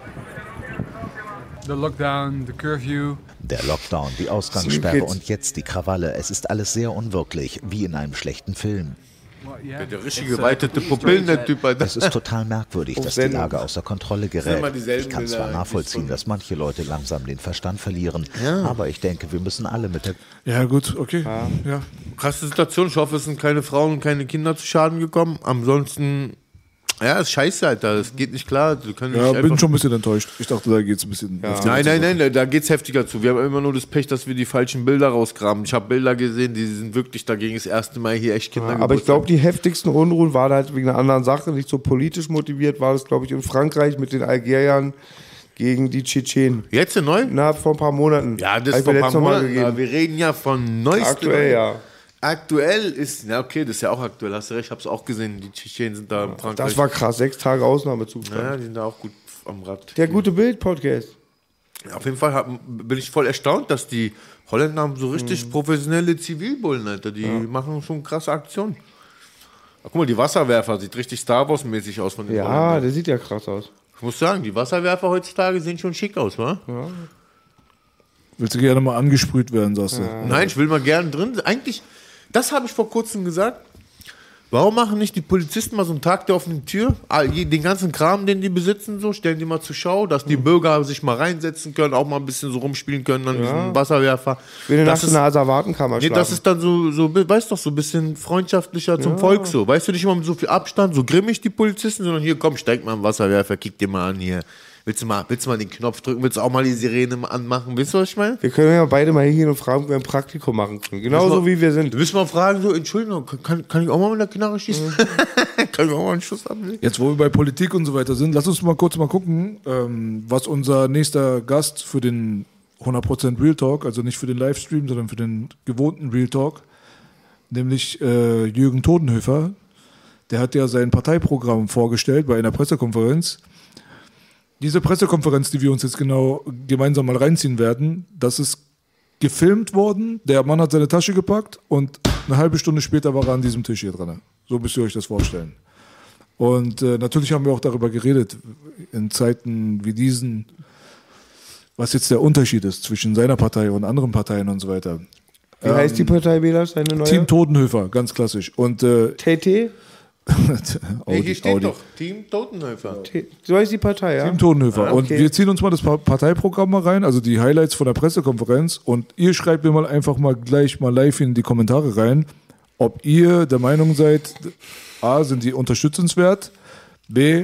The lockdown, the curfew. Der Lockdown, die Ausgangssperre und jetzt die Krawalle. Es ist alles sehr unwirklich, wie in einem schlechten Film. Der, der richtige geweitete Pupillen, der Typ. Alter. Es ist total merkwürdig, dass die Lage außer Kontrolle Das sind immer gerät. dieselben Ich kann zwar Bilder nachvollziehen, dass manche Leute langsam den Verstand verlieren, Ja. aber ich denke, wir müssen alle mit der... Ja gut, okay. Ja. Krasse Situation. Ich hoffe, es sind keine Frauen und keine Kinder zu Schaden gekommen. Ansonsten, ja, ist scheiße, Alter. Das geht nicht klar. Du kannst Ja, nicht bin einfach- schon ein bisschen enttäuscht. Ich dachte, da geht es ein bisschen... heftiger Nein, zu. nein, nein, da geht's heftiger zu. Wir haben immer nur das Pech, dass wir die falschen Bilder rausgraben. Ich habe Bilder gesehen, die sind wirklich dagegen das erste Mal hier echt Kinder. Ja, aber ich glaube, die heftigsten Unruhen waren halt wegen einer anderen Sache, nicht so politisch motiviert, war das, glaube ich, in Frankreich mit den Algeriern gegen die Tschetschenen. Jetzt neu? Na, vor ein paar Monaten. Ja, das Hab ist ich vor mir ein paar letztes Mal Monaten. gegeben. Aber wir reden ja von neuestem. Aktuell, ja. Aktuell ist, ja okay, das ist ja auch aktuell, hast du recht, ich hab's auch gesehen, die Tschetschenen sind da in Frankreich. Das war krass, sechs Tage Ausnahmezustand. Ja, die sind da auch gut am Rad. Der gute Bild-Podcast. Auf jeden Fall hab, bin ich voll erstaunt, dass die Holländer haben so richtig professionelle Zivilbullen, Alter. Die machen schon krasse Aktionen. Ach, guck mal, die Wasserwerfer sieht richtig Star Wars-mäßig aus von den Ja, Holländern. der sieht ja krass aus. Ich muss sagen, die Wasserwerfer heutzutage sehen schon schick aus, wa? Ja. Willst du gerne mal angesprüht werden, sagst du? Nein, ich will mal gern drin. Eigentlich, das habe ich vor kurzem gesagt. Warum machen nicht die Polizisten mal so einen Tag der offenen Tür? Ah, je- Den ganzen Kram, den die besitzen, so stellen die mal zur Schau, dass die Bürger sich mal reinsetzen können, auch mal ein bisschen so rumspielen können an Ja. diesem Wasserwerfer. Ich will eine Das Nacht in der Asservatenkammer Nee, schlafen. das ist dann so, so, weißt doch, so ein bisschen freundschaftlicher zum Ja. Volk so. Weißt du, nicht immer mit so viel Abstand, so grimmig die Polizisten, sondern hier, komm, steig mal im Wasserwerfer, kick dir mal an hier. Willst du mal, willst du mal den Knopf drücken? Willst du auch mal die Sirene mal anmachen? Weißt du, was ich meine? Wir können ja beide mal hingehen und fragen, ob wir ein Praktikum machen können. Genauso wie wir sind. Du willst mal fragen, so, Entschuldigung, kann, kann ich auch mal mit der Knarre schießen? Kann ich auch mal einen Schuss ablegen? Jetzt, wo wir bei Politik und so weiter sind, lass uns mal kurz mal gucken, ähm, was unser nächster Gast für den hundert Prozent Real Talk, also nicht für den Livestream, sondern für den gewohnten Real Talk, nämlich äh, Jürgen Todenhöfer, der hat ja sein Parteiprogramm vorgestellt bei einer Pressekonferenz. Diese Pressekonferenz, die wir uns jetzt genau gemeinsam mal reinziehen werden, das ist gefilmt worden, der Mann hat seine Tasche gepackt und eine halbe Stunde später war er an diesem Tisch hier dran. So müsst ihr euch das vorstellen. Und äh, natürlich haben wir auch darüber geredet, in Zeiten wie diesen, was jetzt der Unterschied ist zwischen seiner Partei und anderen Parteien und so weiter. Wie heißt die Partei wieder? Seine neue? Team Totenhöfer, ganz klassisch. Und äh, T T? Nee, hier steht doch Team Totenhöfer. So heißt die Partei, ja? Team Totenhöfer. Ah, Und okay. wir ziehen uns mal das Pa- Parteiprogramm mal rein, also die Highlights von der Pressekonferenz. Und ihr schreibt mir mal einfach mal gleich mal live in die Kommentare rein, ob ihr der Meinung seid, A, sind die unterstützenswert, B,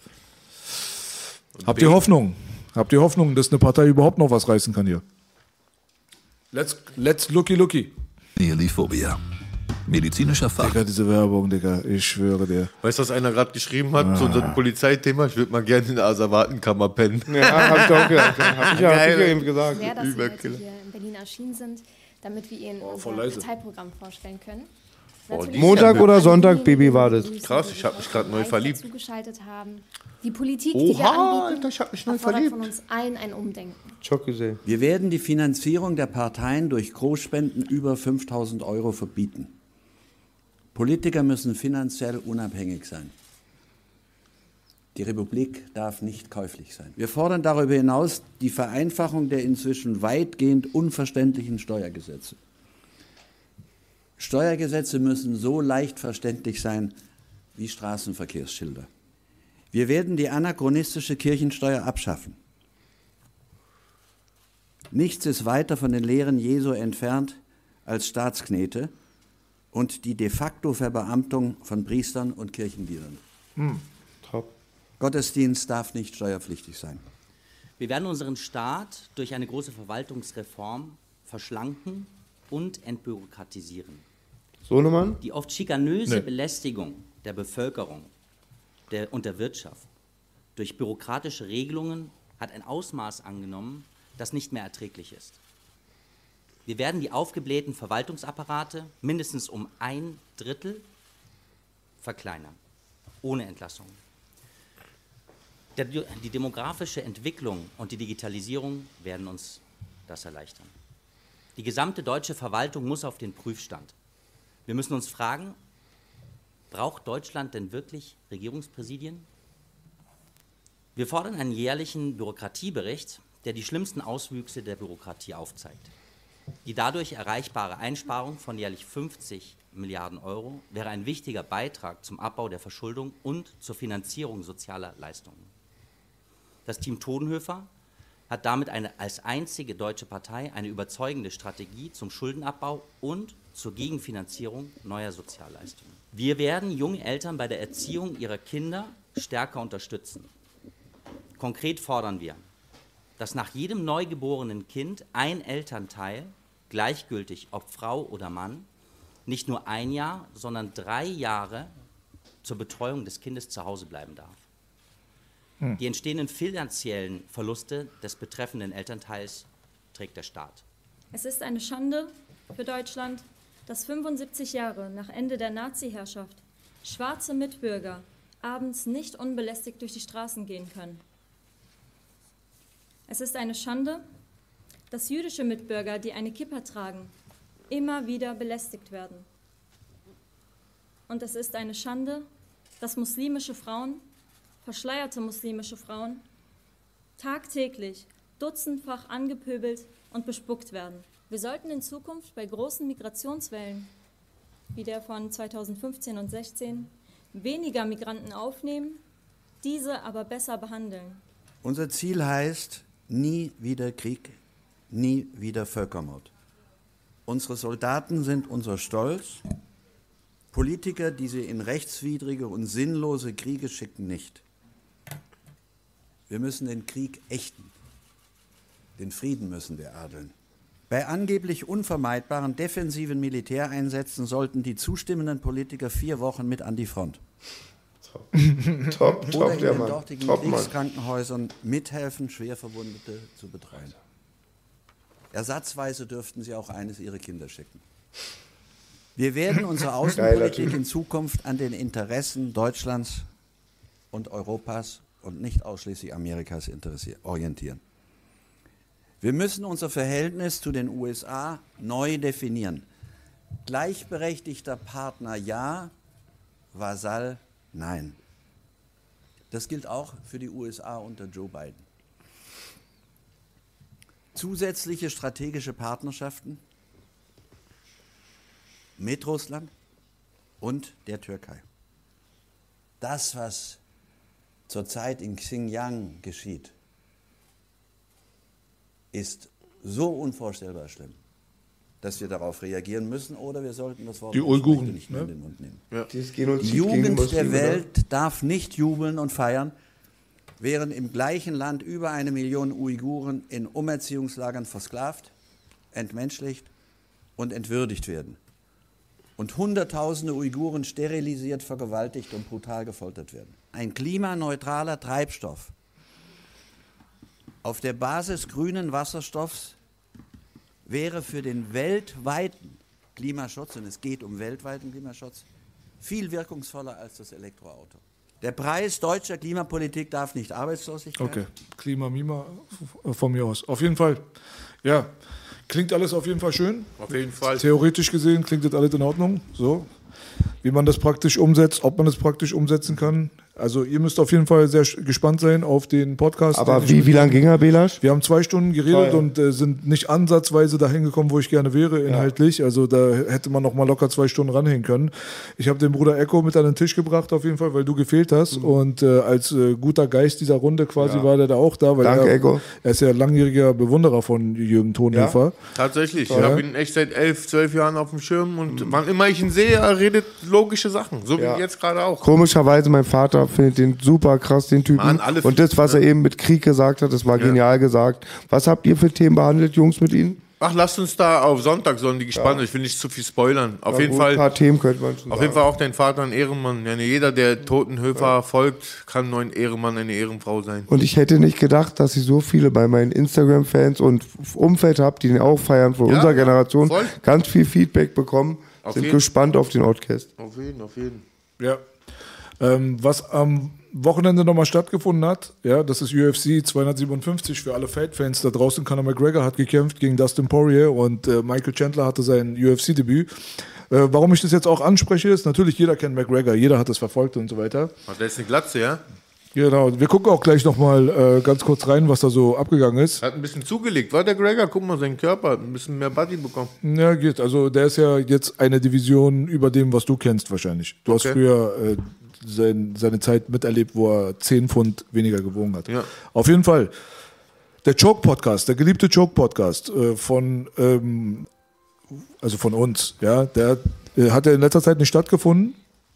habt ihr Hoffnung? Habt ihr Hoffnung, dass eine Partei überhaupt noch was reißen kann hier? Let's, let's looky looky. Neoliphobia. Medizinischer Fach. Digga, diese Werbung, Digga, ich schwöre dir. Weißt du, was einer gerade geschrieben hat? Ah. So ein Polizeithema. Ich würde mal gerne in der Asservatenkammer pennen. Ja, hab ich auch gedacht. Hab ich ja, hab ich ja eben gesagt. Sehr, dass Sie heute Überkiller. hier in Berlin erschienen sind, damit wir Ihnen unser voll leise. Parteiprogramm vorstellen können. Oh, Natürlich Montag auch oder alle Sonntag, diejenigen, Baby, war das? die Krass, ich habe mich gerade neu live verliebt. zugeschaltet haben. Die Politik, die wir Oha, anbieten, Alter, ich hab mich neu erfordert verliebt. von uns allen ein Umdenken. Schock gesehen. Wir werden die Finanzierung der Parteien durch Großspenden über fünftausend Euro verbieten. Politiker müssen finanziell unabhängig sein. Die Republik darf nicht käuflich sein. Wir fordern darüber hinaus die Vereinfachung der inzwischen weitgehend unverständlichen Steuergesetze. Steuergesetze müssen so leicht verständlich sein wie Straßenverkehrsschilder. Wir werden die anachronistische Kirchensteuer abschaffen. Nichts ist weiter von den Lehren Jesu entfernt als Staatsknete und die de facto Verbeamtung von Priestern und Kirchendienern. Hm. Top. Gottesdienst darf nicht steuerpflichtig sein. Wir werden unseren Staat durch eine große Verwaltungsreform verschlanken und entbürokratisieren. Sohnemann? Die oft schikanöse Nee. Belästigung der Bevölkerung der, und der Wirtschaft durch bürokratische Regelungen hat ein Ausmaß angenommen, das nicht mehr erträglich ist. Wir werden die aufgeblähten Verwaltungsapparate mindestens um ein Drittel verkleinern, ohne Entlassungen. Der, die demografische Entwicklung und die Digitalisierung werden uns das erleichtern. Die gesamte deutsche Verwaltung muss auf den Prüfstand. Wir müssen uns fragen, braucht Deutschland denn wirklich Regierungspräsidien? Wir fordern einen jährlichen Bürokratiebericht, der die schlimmsten Auswüchse der Bürokratie aufzeigt. Die dadurch erreichbare Einsparung von jährlich fünfzig Milliarden Euro wäre ein wichtiger Beitrag zum Abbau der Verschuldung und zur Finanzierung sozialer Leistungen. Das Team Todenhöfer hat damit eine, als einzige deutsche Partei eine überzeugende Strategie zum Schuldenabbau und zur Gegenfinanzierung neuer Sozialleistungen. Wir werden junge Eltern bei der Erziehung ihrer Kinder stärker unterstützen. Konkret fordern wir, dass nach jedem neugeborenen Kind ein Elternteil, gleichgültig ob Frau oder Mann, nicht nur ein Jahr, sondern drei Jahre zur Betreuung des Kindes zu Hause bleiben darf. Hm. Die entstehenden finanziellen Verluste des betreffenden Elternteils trägt der Staat. Es ist eine Schande für Deutschland, dass fünfundsiebzig Jahre nach Ende der Nazi-Herrschaft schwarze Mitbürger abends nicht unbelästigt durch die Straßen gehen können. Es ist eine Schande, dass jüdische Mitbürger, die eine Kippa tragen, immer wieder belästigt werden. Und es ist eine Schande, dass muslimische Frauen, verschleierte muslimische Frauen, tagtäglich dutzendfach angepöbelt und bespuckt werden. Wir sollten in Zukunft bei großen Migrationswellen, wie der von zweitausendfünfzehn und sechzehn, weniger Migranten aufnehmen, diese aber besser behandeln. Unser Ziel heißt, nie wieder Krieg, nie wieder Völkermord. Unsere Soldaten sind unser Stolz. Politiker, die sie in rechtswidrige und sinnlose Kriege schicken, nicht. Wir müssen den Krieg ächten. Den Frieden müssen wir adeln. Bei angeblich unvermeidbaren defensiven Militäreinsätzen sollten die zustimmenden Politiker vier Wochen mit an die Front. Top, top, Oder top, in der den Mann. dortigen Top, Mann. Kriegskrankenhäusern mithelfen, Schwerverwundete zu betreuen. Ersatzweise dürften sie auch eines ihrer Kinder schicken. Wir werden unsere Außenpolitik in Zukunft an den Interessen Deutschlands und Europas und nicht ausschließlich Amerikas orientieren. Wir müssen unser Verhältnis zu den U S A neu definieren. Gleichberechtigter Partner ja, Vasall nein. Das gilt auch für die U S A unter Joe Biden. Zusätzliche strategische Partnerschaften mit Russland und der Türkei. Das, was zurzeit in Xinjiang geschieht, ist so unvorstellbar schlimm, dass wir darauf reagieren müssen, oder wir sollten das Wort Die Uiguren, nicht mehr ne? in den Mund nehmen. Ja. Die Genozid gegen Jugend Muslime, der Welt darf nicht jubeln und feiern, während im gleichen Land über eine Million Uiguren in Umerziehungslagern versklavt, entmenschlicht und entwürdigt werden. Und Hunderttausende Uiguren sterilisiert, vergewaltigt und brutal gefoltert werden. Ein klimaneutraler Treibstoff auf der Basis grünen Wasserstoffs wäre für den weltweiten Klimaschutz, und es geht um weltweiten Klimaschutz, viel wirkungsvoller als das Elektroauto. Der Preis deutscher Klimapolitik darf nicht Arbeitslosigkeit. Okay, Klima-Mima von mir aus. Auf jeden Fall, ja, klingt alles auf jeden Fall schön. Auf jeden Fall. Theoretisch gesehen klingt das alles in Ordnung. So. wie man das praktisch umsetzt, ob man das praktisch umsetzen kann. Also ihr müsst auf jeden Fall sehr gespannt sein auf den Podcast. Aber wie, wie lang ging er, Belasch? Wir haben zwei Stunden geredet Voll. und äh, sind nicht ansatzweise dahin gekommen, wo ich gerne wäre inhaltlich. Ja. Also da hätte man noch mal locker zwei Stunden ranhängen können. Ich habe den Bruder Echo mit an den Tisch gebracht auf jeden Fall, weil du gefehlt hast. Mhm. Und äh, als äh, guter Geist dieser Runde quasi ja. war der da auch da. Weil Danke, er, Echo. Er ist ja langjähriger Bewunderer von Jürgen Thonhöfer. Ja, tatsächlich. Ja. Ich habe ihn echt seit elf, zwölf Jahren auf dem Schirm und mhm. wann immer ich ihn sehe, er redet logische Sachen. So ja. wie jetzt gerade auch. Komischerweise, mein Vater findet den super krass, den Typen. Mann, alle und das, was er eben mit Krieg gesagt hat, das war Ja. genial gesagt. Was habt ihr für Themen behandelt, Jungs, mit ihnen? Ach, lasst uns da auf Sonntag sollen die gespannt. Ja. Ich will nicht zu viel spoilern. Auf Ja, jeden gut, Fall. ein paar Themen könnte man schon Auf sagen. jeden Fall auch dein Vater ein Ehrenmann. Ja, jeder, der Totenhöfer ja. folgt, kann nur ein Ehrenmann, eine Ehrenfrau sein. Und ich hätte nicht gedacht, dass ich so viele bei meinen Instagram-Fans und Umfeld habe, die den auch feiern von Ja, unserer ja, Generation, voll. ganz viel Feedback bekommen. Auf Sind jeden. gespannt auf den Outcast. Auf jeden, auf jeden. Ja. Ähm, was am Wochenende nochmal stattgefunden hat, ja, das ist U F C zweihundertsiebenundfünfzig für alle Fight-Fans da draußen. Conor McGregor hat gekämpft gegen Dustin Poirier und äh, Michael Chandler hatte sein U F C-Debüt. Äh, warum ich das jetzt auch anspreche, ist natürlich, jeder kennt McGregor, jeder hat das verfolgt und so weiter. Ach, der ist eine Glatze, ja? Genau, wir gucken auch gleich nochmal äh, ganz kurz rein, was da so abgegangen ist. Hat ein bisschen zugelegt, war der Gregor? Guck mal, sein Körper hat ein bisschen mehr Body bekommen. Ja, geht. Also der ist ja jetzt eine Division über dem, was du kennst wahrscheinlich. Du Okay. hast früher äh, sein, seine Zeit miterlebt, wo er zehn Pfund weniger gewogen hat. Ja. Auf jeden Fall. Der Choke-Podcast, der geliebte Choke-Podcast äh, von, ähm, also von uns, ja, der äh, hat ja in letzter Zeit nicht stattgefunden,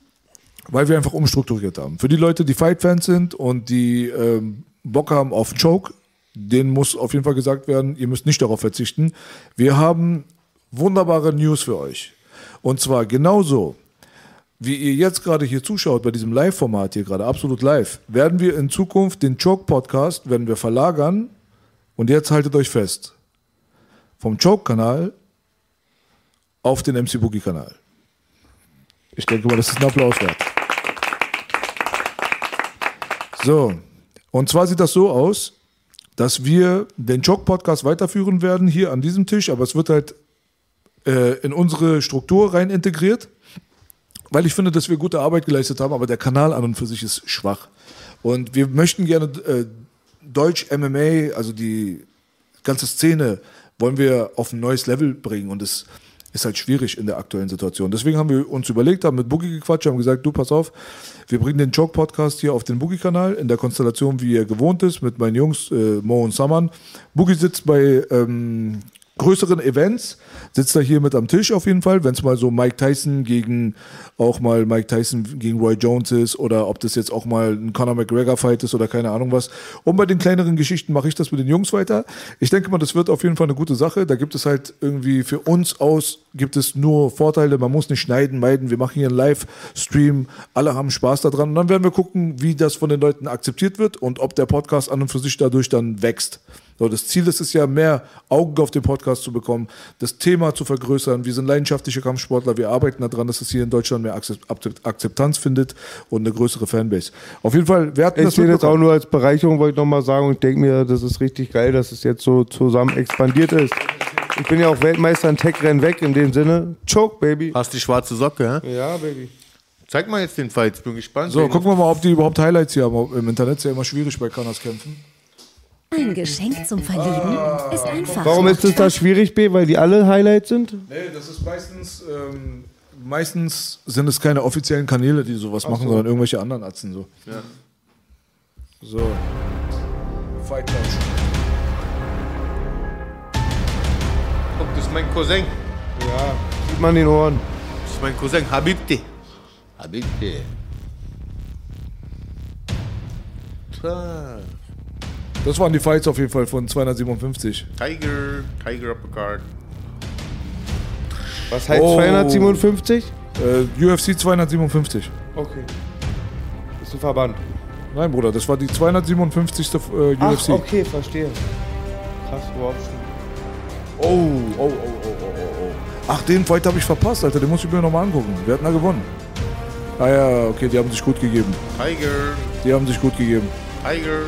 weil wir einfach umstrukturiert haben. Für die Leute, die Fight-Fans sind und die ähm, Bock haben auf Choke, denen muss auf jeden Fall gesagt werden, ihr müsst nicht darauf verzichten. Wir haben wunderbare News für euch. Und zwar genauso, wie ihr jetzt gerade hier zuschaut, bei diesem Live-Format hier gerade, absolut live, werden wir in Zukunft den Choke-Podcast, werden wir verlagern. Und jetzt haltet euch fest. Vom Choke-Kanal auf den M C Boogie-Kanal. Ich denke mal, das ist ein Applaus wert. So, und zwar sieht das so aus, dass wir den Choke-Podcast weiterführen werden, hier an diesem Tisch, aber es wird halt äh, in unsere Struktur rein integriert, weil ich finde, dass wir gute Arbeit geleistet haben, aber der Kanal an und für sich ist schwach. Und wir möchten gerne äh, Deutsch M M A, also die ganze Szene, wollen wir auf ein neues Level bringen und es ist halt schwierig in der aktuellen Situation. Deswegen haben wir uns überlegt, haben mit Boogie gequatscht, haben gesagt, du, pass auf, wir bringen den Choke-Podcast hier auf den Boogie-Kanal in der Konstellation, wie er gewohnt ist, mit meinen Jungs, äh, Mo und Saman. Boogie sitzt bei ähm, größeren Events, sitzt er hier mit am Tisch auf jeden Fall, wenn es mal so Mike Tyson gegen, auch mal Mike Tyson gegen Roy Jones ist oder ob das jetzt auch mal ein Conor McGregor-Fight ist oder keine Ahnung was. Und bei den kleineren Geschichten mache ich das mit den Jungs weiter. Ich denke mal, das wird auf jeden Fall eine gute Sache. Da gibt es halt irgendwie für uns aus, gibt es nur Vorteile. Man muss nicht schneiden, meiden. Wir machen hier einen Livestream. Alle haben Spaß daran. Und dann werden wir gucken, wie das von den Leuten akzeptiert wird und ob der Podcast an und für sich dadurch dann wächst. So, das Ziel ist es ja, mehr Augen auf den Podcast zu bekommen, das Thema zu vergrößern. Wir sind leidenschaftliche Kampfsportler, wir arbeiten daran, dass es hier in Deutschland mehr Akzeptanz findet und eine größere Fanbase. Auf jeden Fall, wir hatten Ich das sehe das auch mitbekommen. nur als Bereicherung, wollte ich nochmal sagen, und ich denke mir, das ist richtig geil, dass es jetzt so zusammen expandiert ist. Ich bin ja auch Weltmeister in Tech-Rennen weg, in dem Sinne. Choke, Baby. Hast die schwarze Socke, hä? Ja, Baby. Zeig mal jetzt den Fight, ich bin gespannt. So, gucken wir mal, ob die überhaupt Highlights hier haben. Im Internet ist ja immer schwierig bei Kanas kämpfen. Ein Geschenk zum Verlieben ist einfach. Warum ist das da schwierig, B? Weil die alle Highlights sind? Nee, das ist meistens, ähm, meistens sind es keine offiziellen Kanäle, die sowas Ach machen, so. sondern irgendwelche anderen Atzen so. Ja. So. Fight Touch. Guck, das ist mein Cousin. Ja, sieht man den Ohren. Das ist mein Cousin, Habibti. Habibti. Das waren die Fights auf jeden Fall von zweihundertsiebenundfünfzig. Tiger, Tiger Uppercut. Was heißt zweihundertsiebenundfünfzig? Äh, U F C zweihundertsiebenundfünfzig. Okay. Das ist ein Verband. Nein, Bruder, das war die zweihundertsiebenundfünfzigste Äh, U Ach, F C. okay, verstehe. Krass, überhaupt Oh, oh, oh, oh, oh, oh, oh. Ach, den Fight habe ich verpasst, Alter. Den muss ich mir nochmal angucken. Wer hat denn da gewonnen? Ah ja, okay, die haben sich gut gegeben. Tiger. Die haben sich gut gegeben. Tiger.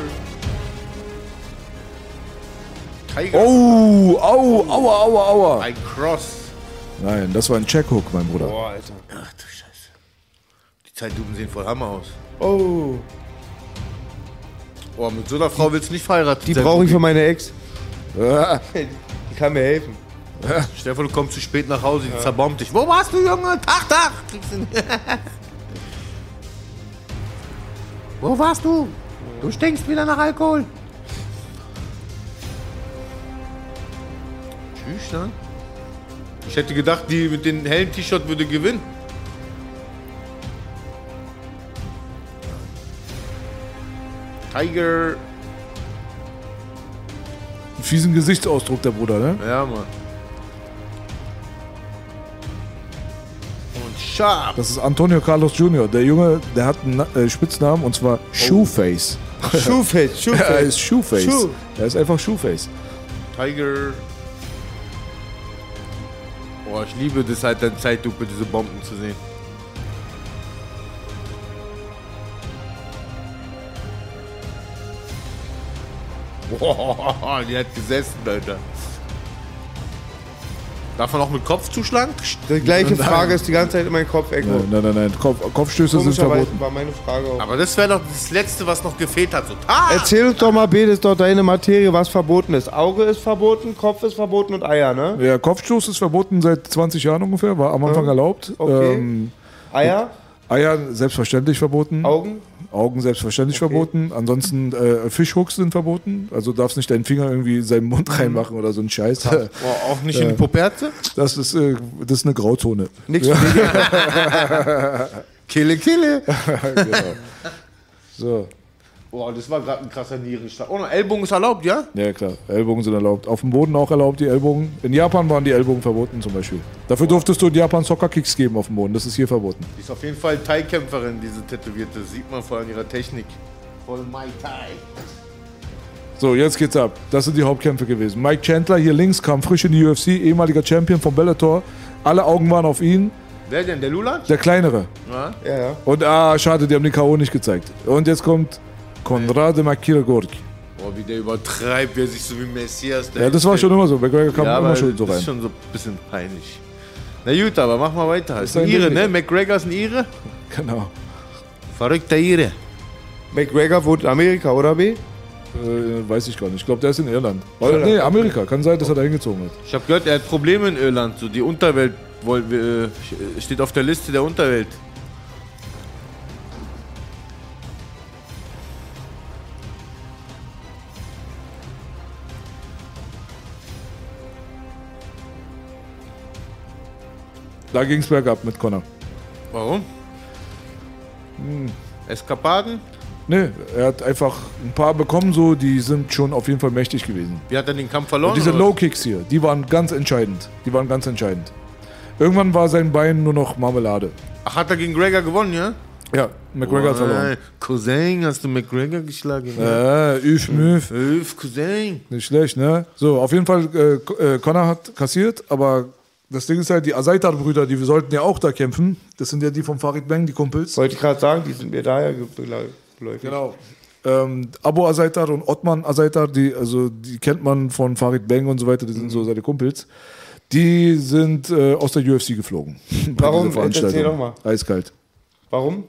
Tiger. Oh, au, aua, aua, aua. Ein Cross. Nein, das war ein Checkhook, mein Bruder. Boah, Alter. Ach du Scheiße. Die Zeitlupen sehen voll Hammer aus. Oh. Oh, mit so einer Frau willst du nicht verheiratet Die sein. brauche ich für meine Ex. Die kann mir helfen. Ja. Stell dir vor, du kommst zu spät nach Hause, die ja. zerbombt dich. Wo warst du, Junge? Tag, Tag! Wo warst du? Du stinkst wieder nach Alkohol. Tschüss, ne? Ich hätte gedacht, die mit dem hellen T-Shirt würde gewinnen. Tiger. Einen fiesen Gesichtsausdruck, der Bruder, ne? Ja, Mann. Und Sharp. Das ist Antonio Carlos Junior Der Junge, der hat einen äh, Spitznamen und zwar Shoeface. Shoeface, Shoeface. Er ist Shoeface. Shoe. Er ist einfach Shoeface. Tiger. Oh, ich liebe das halt in Zeitlupe, diese Bomben zu sehen. Boah, die hat gesessen, Alter. Darf man auch mit Kopf zuschlagen? Die gleiche Frage ist die ganze Zeit in meinem Kopf, Echo. Nein, nein, nein, nein. Kopf, Kopfstöße sind verboten. war meine Frage auch. Aber das wäre doch das Letzte, was noch gefehlt hat. So, ah! Erzähl uns doch mal, B, das ist doch deine Materie, was verboten ist. Auge ist verboten, Kopf ist verboten und Eier, ne? Ja, Kopfstoß ist verboten seit zwanzig Jahren ungefähr, war am Anfang Ja. erlaubt. Okay. Ähm, Eier? Eier selbstverständlich verboten. Augen? Augen selbstverständlich okay. verboten. Ansonsten äh, Fischhooks sind verboten. Also darfst nicht deinen Finger irgendwie in seinen Mund reinmachen oder so ein Scheiß. Boah, auch nicht in die Poperze? Das ist, äh, das ist eine Grauzone. Nix ja. Kille, kille. Genau. So. Boah, das war gerade ein krasser Nierenschlag. Oh, Ellbogen ist erlaubt, ja? Ja, klar. Ellbogen sind erlaubt. Auf dem Boden auch erlaubt, die Ellbogen. In Japan waren die Ellbogen verboten zum Beispiel. Dafür durftest du in Japan Soccer-Kicks geben auf dem Boden. Das ist hier verboten. Die ist auf jeden Fall Thai-Kämpferin, diese Tätowierte. Das sieht man voll an ihrer Technik. Voll Muay Thai. So, jetzt geht's ab. Das sind die Hauptkämpfe gewesen. Mike Chandler hier links kam frisch in die U F C, ehemaliger Champion von Bellator. Alle Augen waren auf ihn. Wer denn? Der Lulat? Der kleinere. Ja. Ja, ja. Und ah, schade, die haben den K O nicht gezeigt. Und jetzt kommt Konrad Makiragorki. Boah, wie der übertreibt, wer sich so wie Messias... Ja, das war schon immer so. McGregor kam ja, immer schon so rein. Das ist schon so ein bisschen peinlich. Na gut, aber mach mal weiter. Das Ist ein Ire, ne? McGregor ist ein Ire? Genau. Verrückter Ire. McGregor wohnt in Amerika, oder B? Äh, weiß ich gar nicht. Ich glaube, der ist in Irland. Oder, nee, Amerika. Kann sein, dass er da hingezogen hat. Ich habe gehört, er hat Probleme in Irland. So die Unterwelt woll- äh, steht auf der Liste der Unterwelt. Da ging es bergab mit Conor. Warum? Hm. Eskapaden? Nee, er hat einfach ein paar bekommen, so, die sind schon auf jeden Fall mächtig gewesen. Wie hat er den Kampf verloren? Und diese oder? Low-Kicks hier, die waren ganz entscheidend. Die waren ganz entscheidend. Irgendwann war sein Bein nur noch Marmelade. Ach, hat er gegen Gregor gewonnen, ja? Ja, McGregor hat verloren. Cousin, hast du McGregor geschlagen? Äh, üf, müf. Üf, Cousin. Nicht schlecht, ne? So, auf jeden Fall, äh, Conor hat kassiert, aber das Ding ist halt, die Azaitar-Brüder, die wir sollten ja auch da kämpfen. Das sind ja die von Farid Bang, die Kumpels. Wollte ich gerade sagen, die sind mir daher geläufig. Genau. Ähm, Abu Azaitar und Othman Azaitar, die, also, die kennt man von Farid Bang und so weiter, die sind mhm. so seine Kumpels. Die sind äh, aus der U F C geflogen. Warum? Erzähl doch mal. Eiskalt. Warum?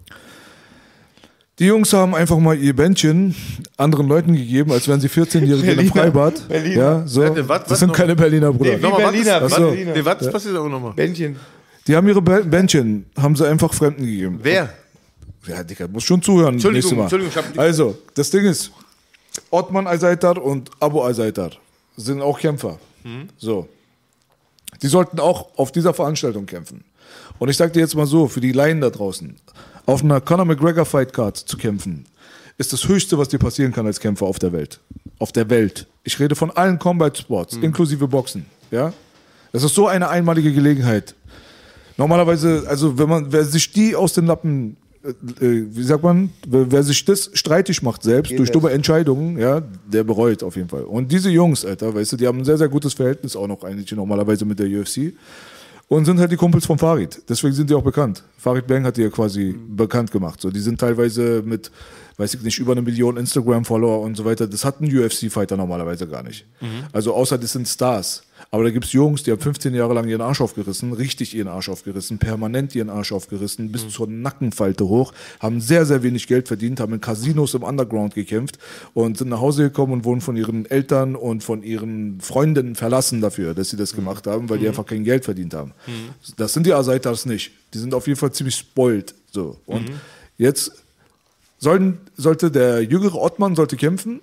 Die Jungs haben einfach mal ihr Bändchen anderen Leuten gegeben, als wären sie vierzehnjährige in einem Freibad. Berliner. Ja, so. Warte, was, das was sind noch? keine Berliner, Bruder. Nee, wie Berliner. Was, Achso. nee, was ja. passiert auch nochmal? Bändchen. Die haben ihre Bändchen, haben sie einfach Fremden gegeben. Wer? Ja, Digga, muss schon zuhören. Entschuldigung, Mal. Entschuldigung, ich hab die Also, das Ding ist, Othman Azaitar und Abu Azaitar sind auch Kämpfer. Hm? So. Die sollten auch auf dieser Veranstaltung kämpfen. Und ich sag dir jetzt mal so, für die Laien da draußen, auf einer Conor McGregor Fight Card zu kämpfen, ist das Höchste, was dir passieren kann als Kämpfer auf der Welt. Auf der Welt. Ich rede von allen Combat Sports, mhm. inklusive Boxen. Ja? Das ist so eine einmalige Gelegenheit. Normalerweise, also wenn man, wer sich die aus den Lappen, äh, wie sagt man, wer, wer sich das streitig macht selbst, Geht durch dumme Entscheidungen, ja, der bereut auf jeden Fall. Und diese Jungs, Alter, weißt du, die haben ein sehr, sehr gutes Verhältnis auch noch eigentlich normalerweise mit der U F C. Und sind halt die Kumpels von Farid. Deswegen sind die auch bekannt. Farid Bang hat die ja quasi mhm. bekannt gemacht. So, die sind teilweise mit, weiß ich nicht, über eine Million Instagram-Follower und so weiter. Das hat ein U F C-Fighter normalerweise gar nicht. Mhm. Also außer das sind Stars. Aber da gibt es Jungs, die haben fünfzehn Jahre lang ihren Arsch aufgerissen, richtig ihren Arsch aufgerissen, permanent ihren Arsch aufgerissen, bis mhm. zur Nackenfalte hoch, haben sehr, sehr wenig Geld verdient, haben in Casinos im Underground gekämpft und sind nach Hause gekommen und wurden von ihren Eltern und von ihren Freunden verlassen dafür, dass sie das gemacht haben, weil mhm. die einfach kein Geld verdient haben. Mhm. Das sind die Azaitas nicht. Die sind auf jeden Fall ziemlich spoiled. So. Und mhm. jetzt sollen, sollte der jüngere Ottman sollte kämpfen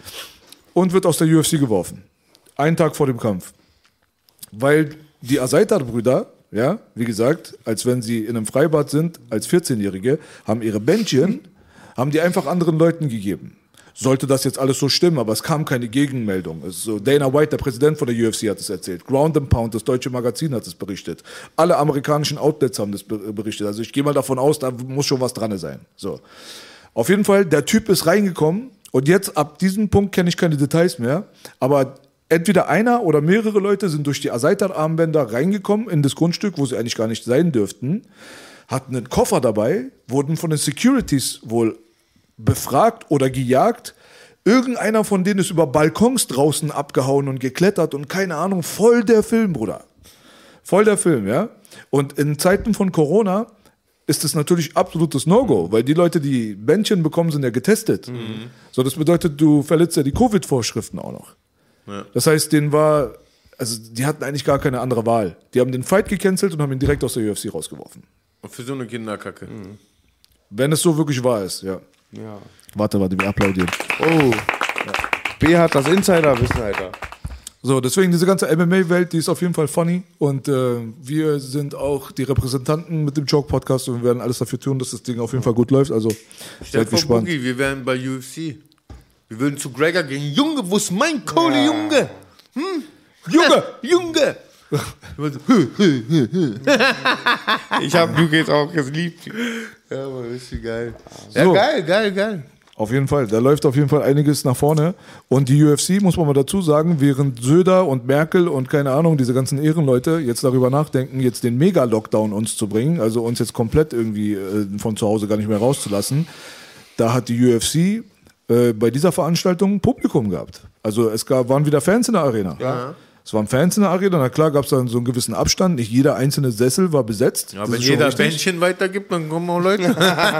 und wird aus der U F C geworfen. Einen Tag vor dem Kampf. Weil die Azaitar-Brüder, ja, wie gesagt, als wenn sie in einem Freibad sind, als vierzehnjährige, haben ihre Bändchen, haben die einfach anderen Leuten gegeben. Sollte das jetzt alles so stimmen, aber es kam keine Gegenmeldung. Es ist so, Dana White, der Präsident von der U F C, hat es erzählt. Ground and Pound, das deutsche Magazin, hat es berichtet. Alle amerikanischen Outlets haben das berichtet. Also ich gehe mal davon aus, da muss schon was dran sein. So. Auf jeden Fall, der Typ ist reingekommen und jetzt ab diesem Punkt kenne ich keine Details mehr, aber entweder einer oder mehrere Leute sind durch die Azaitar-Armbänder reingekommen in das Grundstück, wo sie eigentlich gar nicht sein dürften, hatten einen Koffer dabei, wurden von den Securities wohl befragt oder gejagt. Irgendeiner von denen ist über Balkons draußen abgehauen und geklettert und keine Ahnung, voll der Film, Bruder. Voll der Film, ja. Und in Zeiten von Corona ist das natürlich absolutes No-Go, weil die Leute, die Bändchen bekommen, sind ja getestet. Mhm. So, das bedeutet, du verletzt ja die Covid-Vorschriften auch noch. Ja. Das heißt, denen war, also die hatten eigentlich gar keine andere Wahl. Die haben den Fight gecancelt und haben ihn direkt aus der U F C rausgeworfen. Und für so eine Kinderkacke. Mhm. Wenn es so wirklich wahr ist, ja. ja. Warte, warte, wir applaudieren. Oh. Ja. B hat das Insiderwissen, Alter. So, deswegen diese ganze M M A-Welt, die ist auf jeden Fall funny. Und äh, wir sind auch die Repräsentanten mit dem Joke-Podcast und wir werden alles dafür tun, dass das Ding auf jeden Fall gut läuft. Also, seid gespannt. Boogie, wir wären bei U F C. Wir würden zu Gregor gehen. Junge, wo ist mein Kohle, ja. Junge? Hm? Junge, Junge! Ich hab Luke jetzt auch geliebt. Ja, aber richtig geil. Ja, so. geil, geil, geil. Auf jeden Fall, da läuft auf jeden Fall einiges nach vorne. Und die U F C, muss man mal dazu sagen, während Söder und Merkel und keine Ahnung, diese ganzen Ehrenleute jetzt darüber nachdenken, jetzt den Mega-Lockdown uns zu bringen, also uns jetzt komplett irgendwie äh, von zu Hause gar nicht mehr rauszulassen, da hat die U F C äh, bei dieser Veranstaltung Publikum gehabt. Also es gab, waren wieder Fans in der Arena. Ja. Es waren Fans in der Arena, na klar gab es dann so einen gewissen Abstand, nicht jeder einzelne Sessel war besetzt. Ja, wenn jeder Bändchen weitergibt, dann kommen auch Leute.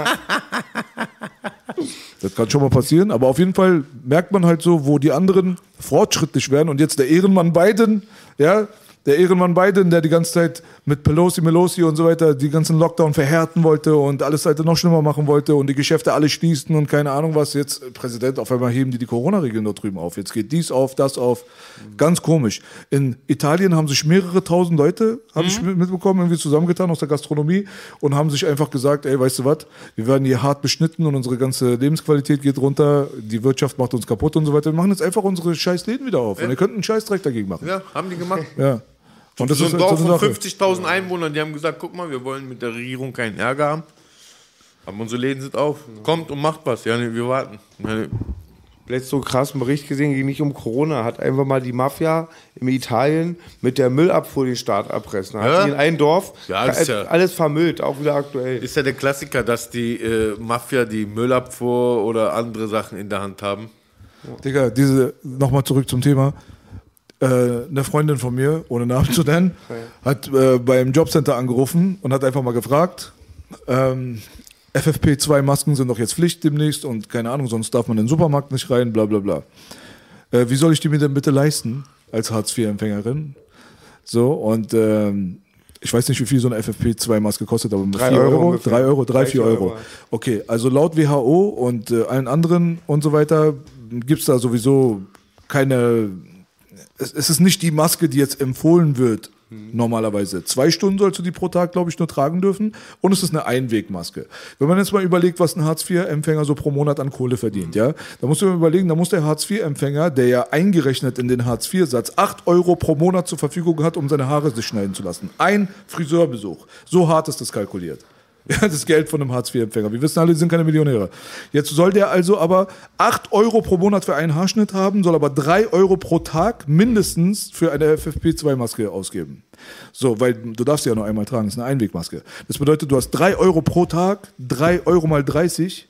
Das kann schon mal passieren, aber auf jeden Fall merkt man halt so, wo die anderen fortschrittlich werden und jetzt der Ehrenmann Biden, ja, der Ehrenmann Biden, der die ganze Zeit mit Pelosi, Melosi und so weiter die ganzen Lockdown verhärten wollte und alles halt noch schlimmer machen wollte und die Geschäfte alle schließen und keine Ahnung was. Jetzt, Präsident, auf einmal heben die die Corona-Regeln dort drüben auf. Jetzt geht dies auf, das auf. Ganz komisch. In Italien haben sich mehrere tausend Leute, habe ich mitbekommen, irgendwie zusammengetan aus der Gastronomie und haben sich einfach gesagt, ey, weißt du was, wir werden hier hart beschnitten und unsere ganze Lebensqualität geht runter, die Wirtschaft macht uns kaputt und so weiter. Wir machen jetzt einfach unsere scheiß Läden wieder auf. Ja. Und ihr könnt einen Scheißdreck dagegen machen. Ja, haben die gemacht. Ja. Und das so ist ein Dorf von fünfzigtausend Einwohnern, die haben gesagt, guck mal, wir wollen mit der Regierung keinen Ärger haben. Aber unsere Läden sind auf. Kommt und macht was. Ja, nee, wir warten. Ja, nee. Letztens so einen krassen Bericht gesehen, ging nicht um Corona. Hat einfach mal die Mafia in Italien mit der Müllabfuhr den Staat erpressen. Hat Ja? die in ein Dorf Ja, ist ja- alles vermüllt, auch wieder aktuell. Ist ja der Klassiker, dass die äh, Mafia die Müllabfuhr oder andere Sachen in der Hand haben. Digga, diese, nochmal zurück zum Thema. Äh, eine Freundin von mir, ohne Namen zu nennen, hat äh, beim Jobcenter angerufen und hat einfach mal gefragt, ähm, F F P zwei Masken sind doch jetzt Pflicht demnächst und keine Ahnung, sonst darf man in den Supermarkt nicht rein, bla bla bla. Äh, wie soll ich die mir denn bitte leisten als Hartz vier Empfängerin? So, und ähm, ich weiß nicht, wie viel so eine F F P zwei Maske kostet, aber Drei vier Euro Euro, ungefähr. drei Euro, drei, Drei, vier vier Euro. Euro. Okay, also laut W H O und äh, allen anderen und so weiter gibt es da sowieso keine, es, es ist nicht die Maske, die jetzt empfohlen wird, normalerweise. Zwei Stunden sollst du die pro Tag, glaube ich, nur tragen dürfen und es ist eine Einwegmaske. Wenn man jetzt mal überlegt, was ein Hartz vier Empfänger so pro Monat an Kohle verdient, ja, da musst du mal überlegen, da muss der Hartz vier Empfänger, der ja eingerechnet in den Hartz vier Satz acht Euro pro Monat zur Verfügung hat, um seine Haare sich schneiden zu lassen. Ein Friseurbesuch. So hart ist das kalkuliert. Ja, das Geld von einem Hartz vier Empfänger. Wir wissen alle, die sind keine Millionäre. Jetzt soll der also aber acht Euro pro Monat für einen Haarschnitt haben, soll aber drei Euro pro Tag mindestens für eine F F P zwei Maske ausgeben. So, weil du darfst sie ja nur einmal tragen, das ist eine Einwegmaske. Das bedeutet, du hast drei Euro pro Tag, drei Euro mal dreißig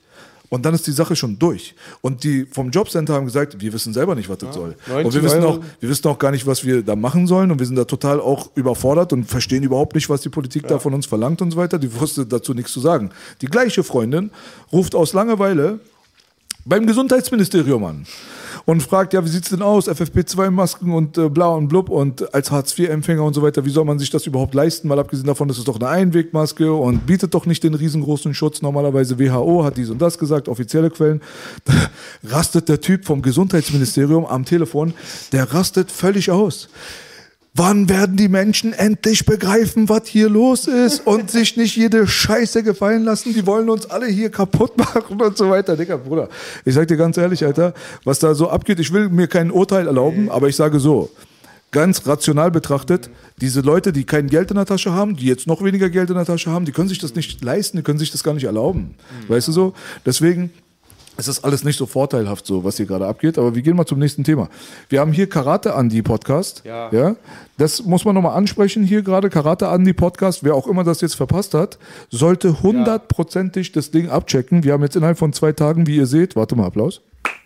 Und dann ist die Sache schon durch. Und die vom Jobcenter haben gesagt, wir wissen selber nicht, was das soll. Und wir wissen, auch, wir wissen auch gar nicht, was wir da machen sollen. Und wir sind da total auch überfordert und verstehen überhaupt nicht, was die Politik ja. da von uns verlangt und so weiter. Die wusste dazu nichts zu sagen. Die gleiche Freundin ruft aus Langeweile beim Gesundheitsministerium an und fragt, ja, wie sieht's denn aus, F F P zwei Masken und äh, bla und blub und als Hartz vier Empfänger und so weiter, wie soll man sich das überhaupt leisten? Mal abgesehen davon, das ist doch eine Einwegmaske und bietet doch nicht den riesengroßen Schutz. Normalerweise W H O hat dies und das gesagt, offizielle Quellen. Da rastet der Typ vom Gesundheitsministerium am Telefon, der rastet völlig aus. Wann werden die Menschen endlich begreifen, was hier los ist und sich nicht jede Scheiße gefallen lassen? Die wollen uns alle hier kaputt machen und so weiter. Digga, Bruder, ich sag dir ganz ehrlich, Alter, was da so abgeht, ich will mir kein Urteil erlauben, aber ich sage so, ganz rational betrachtet, diese Leute, die kein Geld in der Tasche haben, die jetzt noch weniger Geld in der Tasche haben, die können sich das nicht leisten, die können sich das gar nicht erlauben. Mhm. Weißt du so? Deswegen... Es ist alles nicht so vorteilhaft, so was hier gerade abgeht, aber wir gehen mal zum nächsten Thema. Wir haben hier Karate Andi Podcast. Ja. Ja. Das muss man nochmal ansprechen hier gerade. Karate Andi Podcast, wer auch immer das jetzt verpasst hat, sollte hundertprozentig das Ding abchecken. Wir haben jetzt innerhalb von zwei Tagen, wie ihr seht, warte mal, Applaus.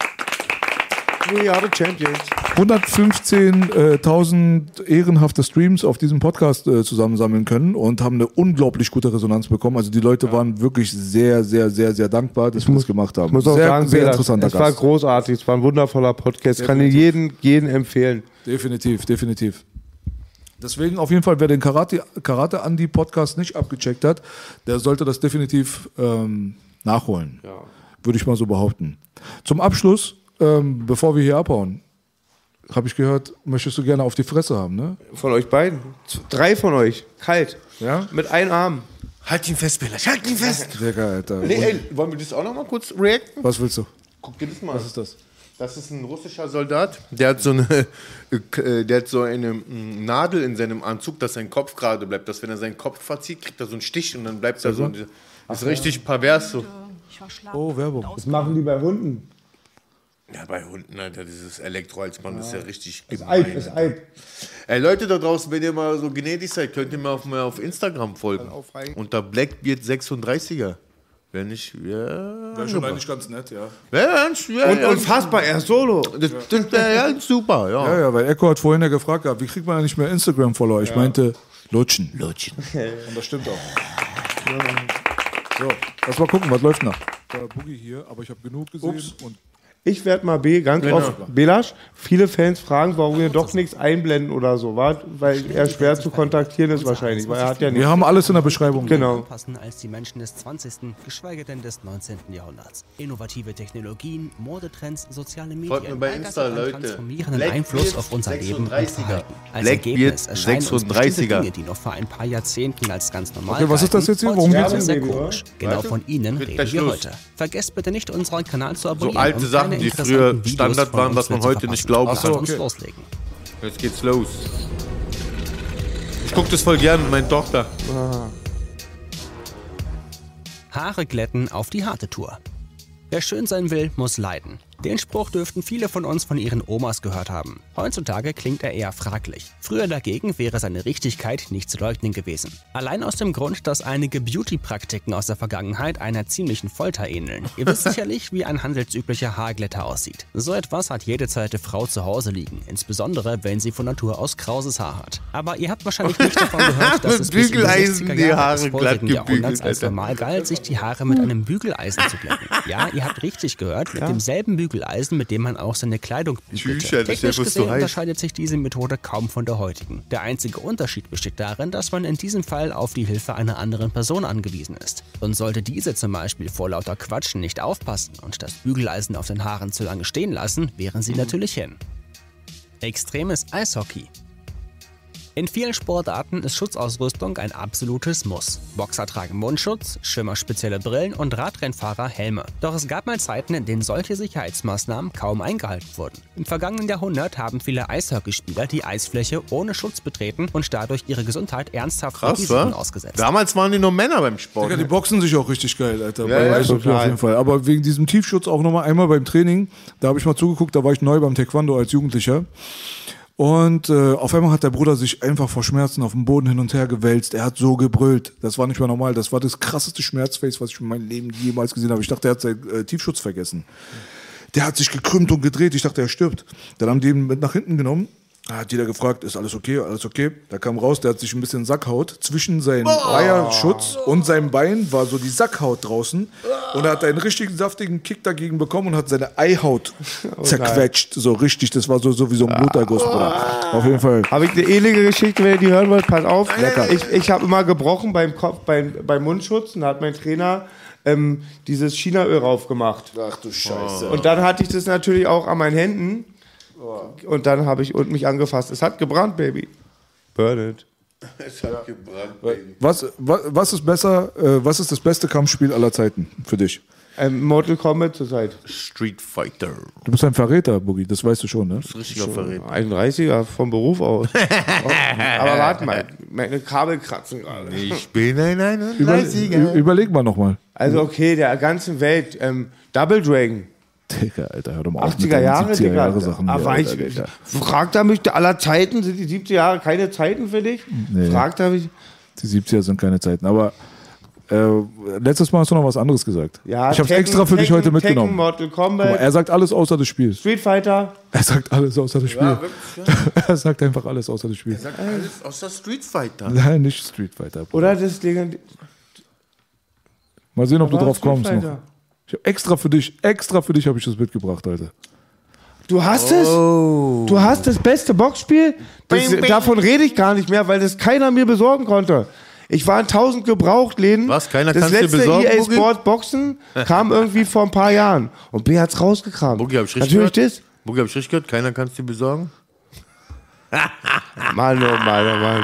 We are the champions. hundertfünfzehntausend ehrenhafte Streams auf diesem Podcast äh, zusammensammeln können und haben eine unglaublich gute Resonanz bekommen. Also die Leute ja. waren wirklich sehr, sehr, sehr, sehr dankbar, dass ich wir muss, das gemacht haben. Ich muss auch sehr, sagen, sehr Bela, interessanter es Gast. war großartig, es war ein wundervoller Podcast. Definitiv. Kann ich jeden, jeden empfehlen. Definitiv, definitiv. Deswegen auf jeden Fall, wer den Karate, Karate Andi Podcast nicht abgecheckt hat, der sollte das definitiv ähm, nachholen. Ja. Würde ich mal so behaupten. Zum Abschluss, ähm, bevor wir hier abhauen, habe ich gehört, möchtest du gerne auf die Fresse haben, ne? Von euch beiden. Drei von euch. Kalt. Ja? Mit einem Arm. Halt ihn fest, Bela. Halt ihn fest. Sehr geil, Alter. Nee, ey, wollen wir das auch noch mal kurz reacten? Was willst du? Guck dir das mal. Was ist das? Das ist ein russischer Soldat. Der hat so eine, der hat so eine Nadel in seinem Anzug, dass sein Kopf gerade bleibt. Dass wenn er seinen Kopf verzieht, kriegt er so einen Stich und dann bleibt er so. Das ist richtig pervers so. Oh, Werbung. Das machen die bei Hunden. Ja, bei Hunden, Alter, dieses Elektrohalsband ja. ist ja richtig gemein. Ist Eid, ist Eid. Ey, Leute da draußen, wenn ihr mal so gnädig seid, könnt ihr mir auf, mal auf Instagram folgen. Unter Blackbeard sechsunddreißiger. Wenn nicht, ja. Wäre schon eigentlich ganz nett, ja. Ja, ja, und unfassbar, er solo. Das, das wäre ja super, ja. Ja, ja, weil Echo hat vorhin ja gefragt, wie kriegt man eigentlich mehr Instagram-Follower? Ich ja. meinte, lutschen. Lutschen. Und das stimmt auch. So, lass mal gucken, was läuft noch. Der Boogie hier, aber ich habe genug gesehen. Ups. Und ich werde mal B ganz genau. oft, Belasch, viele Fans fragen, warum wir doch nichts einblenden oder so, wa? Weil er schwer zu kontaktieren ist wahrscheinlich, weil er hat ja nichts. Wir haben alles in der Beschreibung. Genau. Als die Menschen des zwanzigsten, geschweige denn des neunzehnten Jahrhunderts. Innovative Technologien, Modetrends, soziale Medien, bei Insta, Leute. transformierenden Einfluss auf unser Leben und Verhalten. Als Blackbeard Ergebnis erscheinen uns sechsunddreißiger. bestimmte Dinge, die noch vor ein paar Jahrzehnten als ganz normal Okay, was ist das jetzt hier? Worum geht's geht's? Sehr komisch. Genau von Ihnen reden wir heute. Vergesst bitte nicht, unseren Kanal zu abonnieren. So alte Sachen, die früher Standard waren, was man heute nicht glauben kann. Okay. Jetzt geht's los. Ich guck das voll gern mit meiner Tochter. Ah. Haare glätten auf die harte Tour. Wer schön sein will, muss leiden. Den Spruch dürften viele von uns von ihren Omas gehört haben. Heutzutage klingt er eher fraglich. Früher dagegen wäre seine Richtigkeit nicht zu leugnen gewesen. Allein aus dem Grund, dass einige Beauty-Praktiken aus der Vergangenheit einer ziemlichen Folter ähneln. Ihr wisst sicherlich, wie ein handelsüblicher Haarglätter aussieht. So etwas hat jede zweite Frau zu Hause liegen, insbesondere wenn sie von Natur aus krauses Haar hat. Aber ihr habt wahrscheinlich nicht davon gehört, dass es bis in die sechziger Jahre des vorigen Jahrhunderts als normal galt, sich die Haare mit einem Bügeleisen zu glätten. Ja, ihr habt richtig gehört, mit ja. demselben Bügeleisen, mit dem man auch seine Kleidung bügelte. Technisch gesehen unterscheidet sich diese Methode kaum von der heutigen. Der einzige Unterschied besteht darin, dass man in diesem Fall auf die Hilfe einer anderen Person angewiesen ist. Und sollte diese zum Beispiel vor lauter Quatschen nicht aufpassen und das Bügeleisen auf den Haaren zu lange stehen lassen, wären sie natürlich hin. Extremes Eishockey. In vielen Sportarten ist Schutzausrüstung ein absolutes Muss. Boxer tragen Mundschutz, Schwimmer spezielle Brillen und Radrennfahrer Helme. Doch es gab mal Zeiten, in denen solche Sicherheitsmaßnahmen kaum eingehalten wurden. Im vergangenen Jahrhundert haben viele Eishockeyspieler die Eisfläche ohne Schutz betreten und dadurch ihre Gesundheit ernsthaft Risiken ausgesetzt. Damals waren die nur Männer beim Sport. Digga, die boxen sich auch richtig geil, Alter. Ja, ja, Eishockey auf jeden Fall. Aber wegen diesem Tiefschutz auch nochmal einmal beim Training, da habe ich mal zugeguckt, da war ich neu beim Taekwondo als Jugendlicher. Und äh, auf einmal hat der Bruder sich einfach vor Schmerzen auf dem Boden hin und her gewälzt. Er hat so gebrüllt. Das war nicht mehr normal. Das war das krasseste Schmerzface, was ich in meinem Leben jemals gesehen habe. Ich dachte, er hat seinen äh, Tiefschutz vergessen. Der hat sich gekrümmt und gedreht. Ich dachte, er stirbt. Dann haben die ihn mit nach hinten genommen. Da hat jeder gefragt, ist alles okay, alles okay? Da kam raus, der hat sich ein bisschen Sackhaut. Zwischen seinem oh. Eierschutz und seinem Bein war so die Sackhaut draußen. Und er hat einen richtigen saftigen Kick dagegen bekommen und hat seine Eihaut oh zerquetscht. So richtig, das war so, so wie so ein Bluterguss, Bruder. Auf jeden Fall. Habe ich eine ähnliche Geschichte, wenn ihr die hören wollt, pass auf. Lecker. Ich, ich habe immer gebrochen beim Kopf, beim, beim Mundschutz. Und da hat mein Trainer ähm, dieses Chinaöl raufgemacht. Ach du Scheiße. Und dann hatte ich das natürlich auch an meinen Händen. Und dann habe ich unten mich angefasst. Es hat gebrannt, Baby. Burn it. Es hat gebrannt, Baby. Was, was, was ist besser, äh, was ist das beste Kampfspiel aller Zeiten für dich? Ähm, Mortal Kombat zurzeit. Street Fighter. Du bist ein Verräter, Boogie, das weißt du schon, ne? Das ist ein richtiger Verräter. einunddreißiger vom Beruf aus. Aber warte mal, meine Kabel kratzen gerade. Ich bin ein einunddreißiger. Über, überleg mal nochmal. Also okay, der ganzen Welt. Ähm, Double Dragon. Digga, Alter, hör doch mal auf achtziger Jahre, siebziger Digga. Jahre Sachen. Aber hier, ich, Alter, Digga. fragt er mich, aller Zeiten, sind die siebziger Jahre keine Zeiten für dich? Nee. Fragt er mich. Die siebziger sind keine Zeiten, aber äh, letztes Mal hast du noch was anderes gesagt. Ja, ich hab's Tekken, extra für dich Tekken, heute mitgenommen. Tekken, Mortal Kombat. Guck mal, er sagt alles außer das Spiel. Street Fighter. Er sagt alles außer das Spiel. Ja, wirklich, ja. Er sagt einfach alles außer das Spiel. Er sagt alles außer Street Fighter. Nein, nicht Street Fighter. Bruder. Oder das Ding. Mal sehen, ob du Aber drauf Street kommst noch. Fighter. Ich hab extra für dich, extra für dich habe ich das mitgebracht, Alter. Du hast es? Oh. Du hast das beste Boxspiel? Das, Bing, bing. davon rede ich gar nicht mehr, weil das keiner mir besorgen konnte. Ich war in tausend Gebrauchtläden. Was? Keiner das kann's dir letzte besorgen, E A Boogie? Sport Boxen kam irgendwie vor ein paar Jahren. Und B hat's rausgekramt. Boogie, hab ich richtig Natürlich gehört? das. Boogie, hab ich richtig gehört? Keiner kann es dir besorgen? Mann, oh Mann, oh Mann.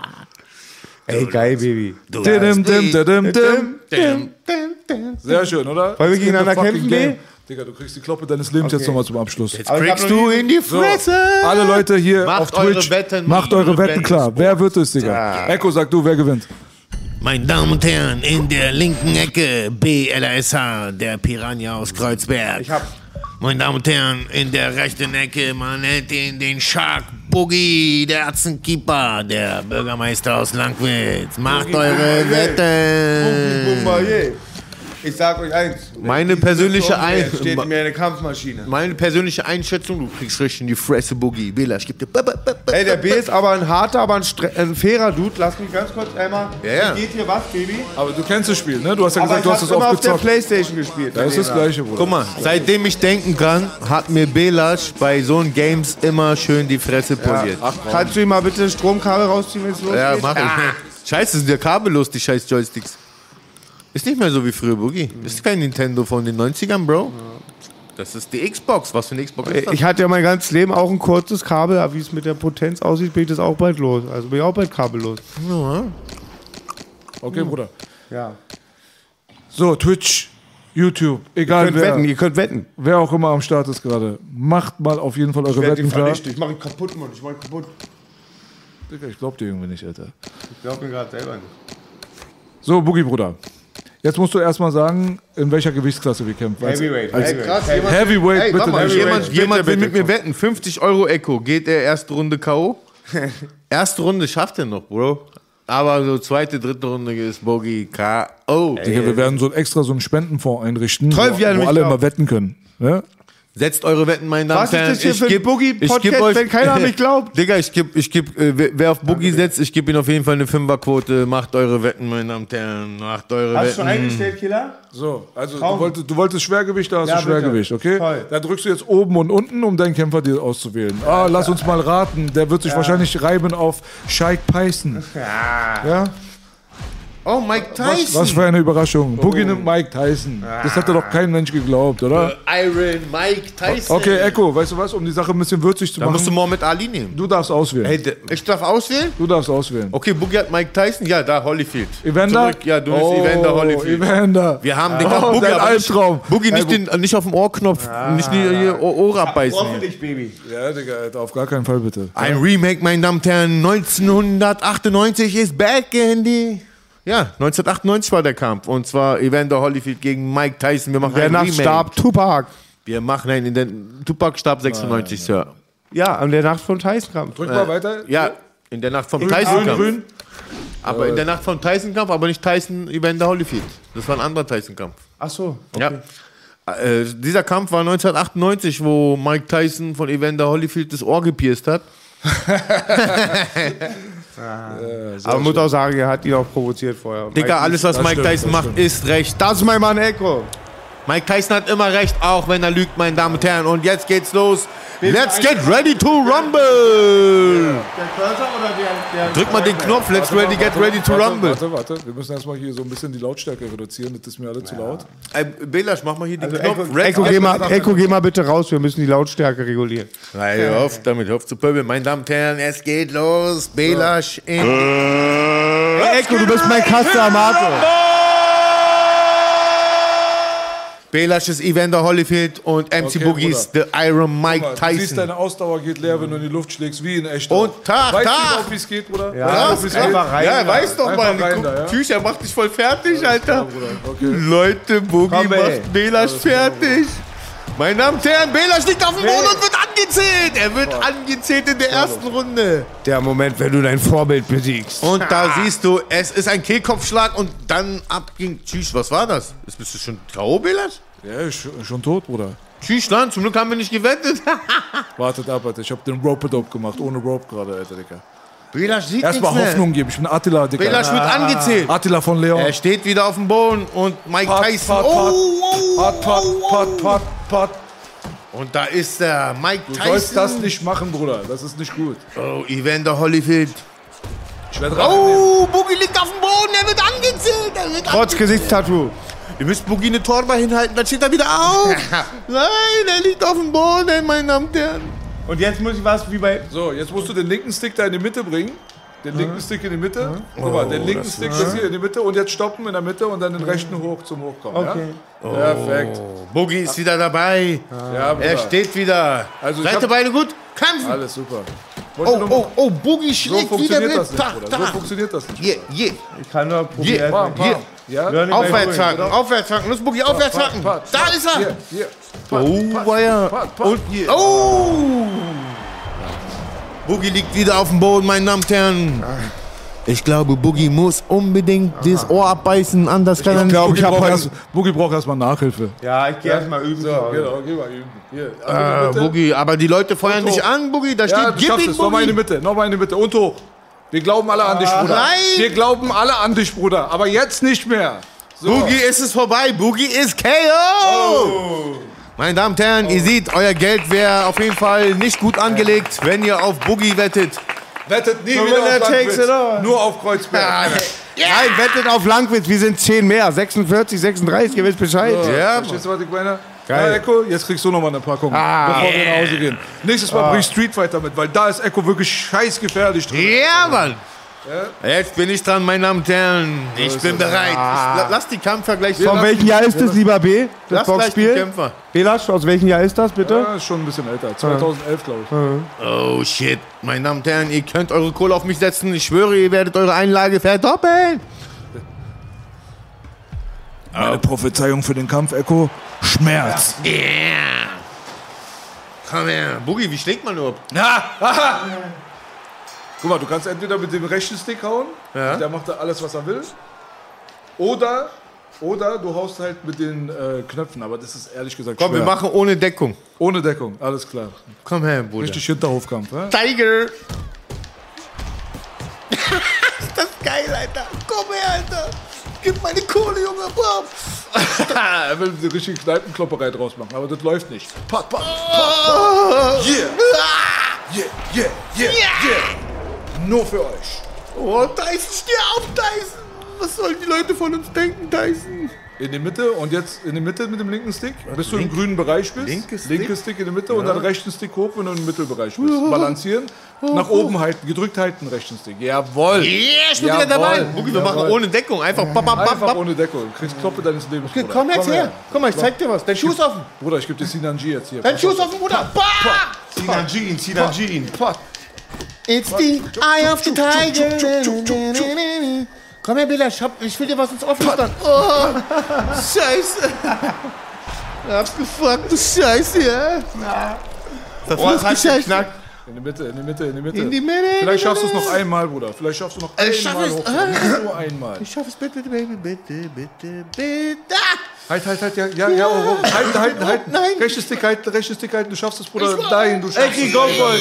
Ey, geil, Baby. Dim, dim, dim, dim, dim, dim. Sehr schön, oder? Wollen wir gegeneinander kämpfen, B? Digga, du kriegst die Kloppe deines Lebens Okay. jetzt nochmal zum Abschluss. Jetzt kriegst du in die Fresse! So, alle Leute hier Macht auf Twitch, eure Wetten, macht eure Wetten Wetten klar. Sport. Wer wird es, Digga? Ja. Echo, sag du, wer gewinnt? Meine Damen und Herren, in der linken Ecke B L S H, der Piranha aus Kreuzberg. Ich hab. Meine Damen und Herren, in der rechten Ecke, man nennt ihn den Shark Boogie, der Atzenkeeper, der Bürgermeister aus Langwitz. Macht Boogie, eure Boogie, Wetten! Boogie. Ich sag euch eins. Meine persönliche Ein Ein steht mir eine Kampfmaschine. Meine persönliche Einschätzung, du kriegst richtig in die Fresse, Boogie. Bela, ich geb dir... Ey, der B ist aber ein harter, aber ein, stre- ein fairer Dude. Lass mich ganz kurz einmal. Ja, ja. Wie geht hier was, Baby? Aber du kennst das Spiel, ne? Du hast ja Aber gesagt, ich du hast hab's es immer oft auf der gezockt. Playstation gespielt. Das ist das Gleiche, Bruder. Guck mal, seitdem ich denken kann, hat mir Belasch bei so einen Games immer schön die Fresse poliert. Ach, kannst du ihm mal bitte ein Stromkabel rausziehen, wenn es losgeht? Ja, mach ich. Ah. Scheiße, sind ja kabellos, die scheiß Joysticks. Ist nicht mehr so wie früher, Boogie. Ist kein Nintendo von den neunzigern, Bro. Das ist die Xbox. Was für eine Xbox ist das? Ich hatte ja mein ganzes Leben auch ein kurzes Kabel, aber wie es mit der Potenz aussieht, bin ich das auch bald los. Also bin ich auch bald kabellos. Ja. Okay, Bruder. Ja. So, Twitch, YouTube, egal Ihr könnt wer. wetten, ihr könnt wetten. Wer auch immer am Start ist gerade. Macht mal auf jeden Fall eure Ich werde Wetten ihn klar. vernichten. Ich mach ihn kaputt, Mann. Ich mach ihn kaputt. Digga, ich glaub dir irgendwie nicht, Alter. Ich glaub mir gerade selber nicht. So, Boogie, Bruder. Jetzt musst du erstmal sagen, in welcher Gewichtsklasse wir kämpfen. Als- Heavyweight. als- Heavyweight. Krass, jemand, Heavyweight, ey, bitte warte mal, nicht. jemand, Bitte, jemand will bitte, mit mir komm. wetten. fünfzig Euro Echo. Geht er erste Runde K O? Erste Runde schafft er noch, Bro. Aber so zweite, dritte Runde ist Boogie K O. Digga, wir werden so extra so einen Spendenfonds einrichten, wo, Träumt ja wo nämlich alle auch. immer wetten können. Ja? Setzt eure Wetten, meine Damen Was und ist Herren. das hier Ich für ein geb- Boogie-Podcast, ich geb euch- wenn keiner an mich glaubt? Digga, ich geb, ich geb, äh, wer- wer auf Boogie setzt, ich gebe ihm auf jeden Fall eine Fünferquote. Macht eure Wetten, meine Damen und Herren. Macht eure Hast du schon Wetten. eingestellt, Killer? So, also Traum. du wolltest, du wolltest Schwergewicht, da hast Ja, du Schwergewicht, bitte. okay? Toll. Da drückst du jetzt oben und unten, um deinen Kämpfer dir auszuwählen. Ah, lass uns mal raten, der wird sich Ja. wahrscheinlich reiben auf Shike Python. Ja. Ja? Oh, Mike Tyson. Was, was für eine Überraschung. Boogie nimmt Mike Tyson. Das hätte doch kein Mensch geglaubt, oder? Iron Mike Tyson. Okay, Echo, weißt du was, um die Sache ein bisschen würzig zu Dann musst du machen, Mohamed Ali nehmen. du darfst auswählen. Hey, de- ich darf auswählen? Du darfst auswählen. Okay, Boogie hat Mike Tyson. Ja, da, Holyfield. Evander? Zurück. Ja, du bist Oh, Evander Holyfield. Evander. Wir haben den Oh, Boogie, dein aber nicht, Albtraum. Boogie nicht, Ey, den, nicht auf dem Ohrknopf, nicht die, hier Ohr, Ohr abbeißen. Brauchst du Hier. dich, Baby. Ja, Digga, Alter, auf gar keinen Fall bitte. Ein Remake, meine Damen und Herren, neunzehnhundertachtundneunzig ist back in die... Ja, neunzehnhundertachtundneunzig war der Kampf. Und zwar Evander Holyfield gegen Mike Tyson. Wir machen Der ein nach Remake. starb, Tupac. Wir machen einen... In den, Tupac starb sechsundneunzig, Sir. Ja, an der Nacht vom Tyson-Kampf. Drück mal weiter. Ja, in der Nacht vom Grün, Tyson-Kampf. grün. Aber Äh. in der Nacht vom Tyson-Kampf, aber nicht Tyson Evander Holyfield. Das war ein anderer Tyson-Kampf. Ach so, okay. Ja. Äh, dieser Kampf war neunzehnhundertachtundneunzig, wo Mike Tyson von Evander Holyfield das Ohr gepierst hat. Ah. Aber man muss auch sagen, er hat ihn auch provoziert vorher. Digga, alles, was Mike Tyson macht, ist recht. Das ist mein Mann Echo. Mike Tyson hat immer recht, auch wenn er lügt, meine Damen und Herren. Und jetzt geht's los. Let's get ready to rumble. Der Cursor oder der... Drück mal den Knopf, let's Warte, ready, get warte, ready to warte, rumble. Warte, warte, wir müssen erstmal hier so ein bisschen die Lautstärke reduzieren, das ist mir alle zu laut. Ey, Belasch, mach mal hier den Also Knopf. Echo, Echo, geh mal, Echo, geh mal bitte raus, wir müssen die Lautstärke regulieren. Nein, hör auf damit, hör auf zu pöbeln. Meine Damen und Herren, es geht los. Belasch in... Hey, Echo, du bist mein Caster Amato. Belasch ist Evander Holyfield und M C Okay, Boogie ist The Iron Mike Guck mal, du siehst, Tyson. deine Ausdauer geht leer, wenn du in die Luft schlägst, wie in echt. Und Tag, weißt Tag. du überhaupt, wie es geht, Bruder? Ja, weißt du, ja, wie es einfach geht? rein. Ja, weiß doch Einfach mal. rein da, ja? Tschüss, er macht dich voll fertig, Alter. Okay. Leute, Boogie Komm, ey. macht Belasch fertig. Meine Damen und Herren, Belasch liegt auf dem Boden und wird angezählt. Er wird angezählt in der ersten Runde. Der Moment, wenn du dein Vorbild besiegst. Und da siehst du, es ist ein Kehlkopfschlag und dann ab ging... Tschüss, was war das? Ist- Bist du schon K O, Belasch? Ja, ist schon, schon tot, Bruder. Tschüss, dann, zum Glück haben wir nicht gewettet. Wartet ab, Alter. Ich hab den Rope-Dope gemacht, ohne Rope gerade, Alter, Digga. Belasch sieht Erstmal nichts mehr. Hoffnung geben. Ich bin Attila, Digga. Belasch wird angezählt. Attila von Leon. Er steht wieder auf dem Boden und Mike Pat, Tyson. Pat, oh, Pat. oh, Pat, Pat, oh, Pat, Pat, Pat. Und da ist er, Mike Du Tyson. sollst das nicht machen, Bruder. Das ist nicht gut. Oh, Evander Holyfield. Ich werde Oh, Boogie liegt auf dem Boden, er wird angezählt. Er wird Trotz Gesichtstattoo. Ihr müsst Boogie eine Torbe hinhalten, dann steht er wieder auf. Nein, er liegt auf dem Boden, meine Damen und Herren. Und jetzt muss ich was wie bei... So, jetzt musst du den linken Stick da in die Mitte bringen. Den linken Stick in die Mitte. Guck mal, den linken Stick das hier in die Mitte und jetzt stoppen in der Mitte und dann den rechten hoch zum Hochkommen. Okay. Ja? Perfekt. Boogie ist wieder dabei. Ja, Bruder. Er steht wieder. Also ich Seid hab- ihr beide gut? Kämpfen. Alles super. Oh, oh, oh, Boogie So schlägt wieder funktioniert mit. das nicht, Tach, Bruder. So tach. funktioniert das nicht. Yeah, yeah. Ich kann nur Yeah, probieren. Pam, pam. Hier. Ja? Learning by Aufwärts doing. hacken, aufwärts hacken. Los, Boogie, aufwärts Pat, hacken. Pat, Da Pat. ist er. Hier, hier. Oh, war ja. Pat, Pat. Und, Hier. oh! Boogie liegt wieder auf dem Boden, meine Damen und Herren. Ich glaube, Boogie muss unbedingt das Ohr abbeißen, anders kann er Ich nicht. glaube, Boogie Boogie, braucht braucht erst- Boogie braucht erstmal Nachhilfe. Ja, ich gehe erstmal üben. So, zu Hause. genau, geh mal üben. Hier, Äh, Mitte. Boogie, aber die Leute feuern Und dich hoch. an, Boogie. Da Ja, steht, du gib schaffst ihn, es. Nochmal in die Boogie. Mitte, nochmal in die Mitte. Und hoch. Wir glauben alle an dich, Bruder. nein. Wir glauben alle an dich, Bruder. Aber jetzt nicht mehr. So. Boogie ist es vorbei. Boogie ist K O. Oh. Meine Damen und Herren, ihr seht, euer Geld wäre auf jeden Fall nicht gut angelegt, wenn ihr auf Boogie wettet. Wettet nie So, wieder winner auf takes Landwitz. it all. Nur auf Kreuzberg. Nein, wettet auf Langwitz, wir sind zehn mehr. sechsundvierzig, sechsunddreißig, ihr wisst Bescheid. So, Ja, verstehst du, was ich meine? Geil. Ja, Echo, jetzt kriegst du nochmal eine Packung, Ah. bevor wir nach Hause gehen. Nächstes Mal Ah. bring ich Street Fighter mit, weil da ist Echo wirklich scheißgefährlich drin. Ja, Mann. Jetzt bin ich dran, meine Damen und Herren. Ich bin bereit. Ich, la- lass die Kämpfer gleich Von welchem Jahr ist das, lieber B? Das Lass gleich die Boxspiel? Kämpfer. Belasch, aus welchem Jahr ist das, bitte? Ja, ist schon ein bisschen älter. zweitausendelf, glaube ich. Oh shit, meine Damen und Herren, ihr könnt eure Kohle auf mich setzen. Ich schwöre, ihr werdet eure Einlage verdoppeln. Meine Prophezeiung für den Kampf, Echo: Schmerz. Yeah. Komm her. Boogie, wie schlägt man überhaupt? Ja. Aha. Guck mal, du kannst entweder mit dem rechten Stick hauen, Ja. der macht da alles, was er will. Oder, oder du haust halt mit den äh, Knöpfen, aber das ist ehrlich gesagt Komm, schwer. wir machen ohne Deckung. Ohne Deckung, alles klar. Komm her, Bruder. Richtig Hinterhofkampf, ja? Tiger. Ist das geil, Alter. Komm her, Alter. Gib meine Kohle, Junge. Bob. Er will eine richtige Kneipenklopperei draus machen, aber das läuft nicht. Pat, pat, pat, Oh. pat. Yeah. Yeah, yeah, yeah, yeah. Nur für euch. Oh, Tyson, steh auf, Tyson. Was sollen die Leute von uns denken, Tyson? In die Mitte und jetzt in die Mitte mit dem linken Stick, bis du im grünen Bereich bist. Linke Stick? Linke Stick in die Mitte Ja. und dann rechten Stick hoch, wenn du im Mittelbereich bist. Balancieren, nach oben halten, gedrückt halten, rechten Stick. Jawohl. Yeah, ich bin wieder dabei. Boogie, wir machen ohne Deckung. Einfach bap, bap, bap, Einfach bap. ohne Deckung. Du kriegst Kloppe deines Lebens, Okay, Bruder. komm jetzt her. her. Guck mal, ich zeig dir was. Dein Schuh ist offen. Bruder, ich geb dir Sinanji jetzt hier. Dein Schuh ist offen, Bruder. Bah! Sinanjin, Sinanjin. It's the eye of the tiger. Komm her, Bela, ich, hab, ich will dir was ins Offen dann. Oh, Scheiße. Abgefuckt, du Scheiße, ja. Oh, es hat Scheiße. geknackt. In die Mitte, in die Mitte, in die Mitte. In die Mitte. Vielleicht schaffst du es noch einmal, Bruder. Vielleicht schaffst du noch Ich einmal schaff hoch. es. Nur einmal. Ich schaff es, bitte, bitte, bitte, bitte, bitte. Halt, halt, halt, ja, ja, ja, oh, oh. Halten, halten, halten. Nein. Rechte Stick halten, rechte Stick halten. Du schaffst es, Bruder. Nein, du schaffst Ecki, es. go for it.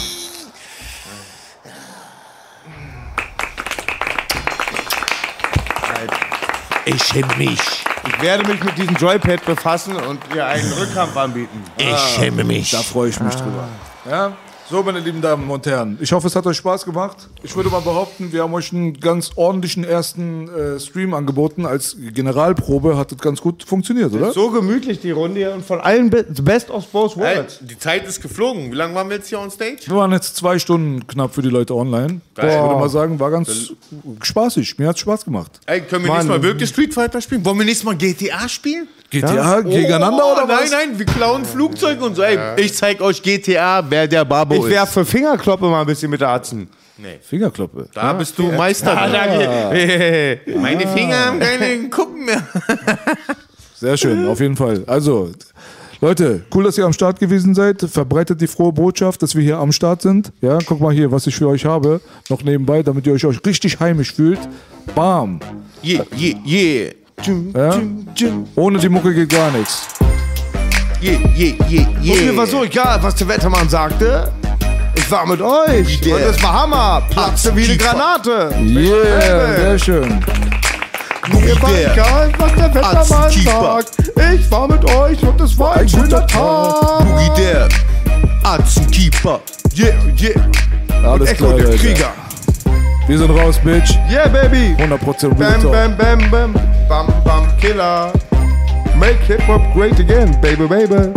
Ich schäme mich. Ich werde mich mit diesem Joypad befassen und ihr einen Rückkampf anbieten. Ich schäme mich. Da freue ich mich Ah. drüber. Ja? So, meine lieben Damen und Herren, ich hoffe, es hat euch Spaß gemacht. Ich würde mal behaupten, wir haben euch einen ganz ordentlichen ersten äh, Stream angeboten. Als Generalprobe hat das ganz gut funktioniert, oder? So gemütlich die Runde hier und von allen be best of both worlds. Hey, die Zeit ist geflogen. Wie lange waren wir jetzt hier on stage? Wir waren jetzt zwei Stunden knapp für die Leute online. Geil. Ich würde mal sagen, war ganz spaßig. Mir hat es Spaß gemacht. Ey, können wir Mann. nächstes Mal wirklich Street Fighter spielen? Wollen wir nächstes Mal G T A spielen? G T A gegeneinander oh, oder was? Nein, nein, wir klauen Flugzeuge und so. Ey, ich zeig euch G T A, wer der Babo Ich ist. werfe Fingerkloppe mal ein bisschen mit der Atzen. Nee. Fingerkloppe. Da bist du Meister. Ah, danke. Meine Finger haben keine Kuppen mehr. Sehr schön, auf jeden Fall. Also, Leute, cool, dass ihr am Start gewesen seid. Verbreitet die frohe Botschaft, dass wir hier am Start sind. Ja, guck mal hier, was ich für euch habe. Noch nebenbei, damit ihr euch, euch richtig heimisch fühlt. Bam. Yeah, yeah, yeah. Ja? Ohne die Mucke geht gar nichts. Yeah, yeah, yeah, yeah. Und mir war so egal, was der Wettermann sagte. Ich war mit euch. Yeah. Und es war Hammer. Platzte wie eine Granate. Yeah, sehr schön. Mir war egal, was der Wettermann sagt. Ich war mit euch und es war ein schöner Tag. Boogie der Atzenkeeper. Yeah, yeah. Alles Echo klar, der Leute. Krieger. Wir sind raus, Bitch. Yeah, baby. hundert Prozent Real Bam, Talk. bam, bam, bam. Bam, bam, Killer. Make Hip-Hop great again, baby, baby.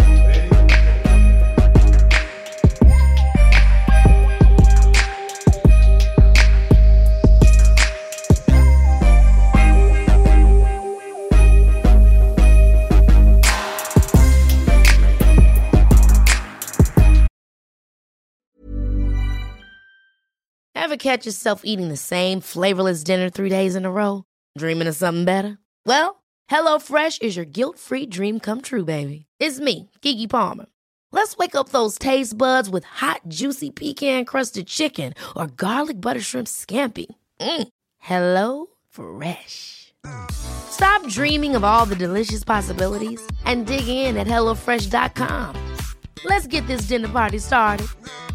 Ever catch yourself eating the same flavorless dinner three days in a row? Dreaming of something better? Well, HelloFresh is your guilt-free dream come true, baby. It's me, Keke Palmer. Let's wake up those taste buds with hot, juicy pecan-crusted chicken or garlic butter shrimp scampi. Mm. Hello Fresh. Stop dreaming of all the delicious possibilities and dig in at HelloFresh dot com. Let's get this dinner party started.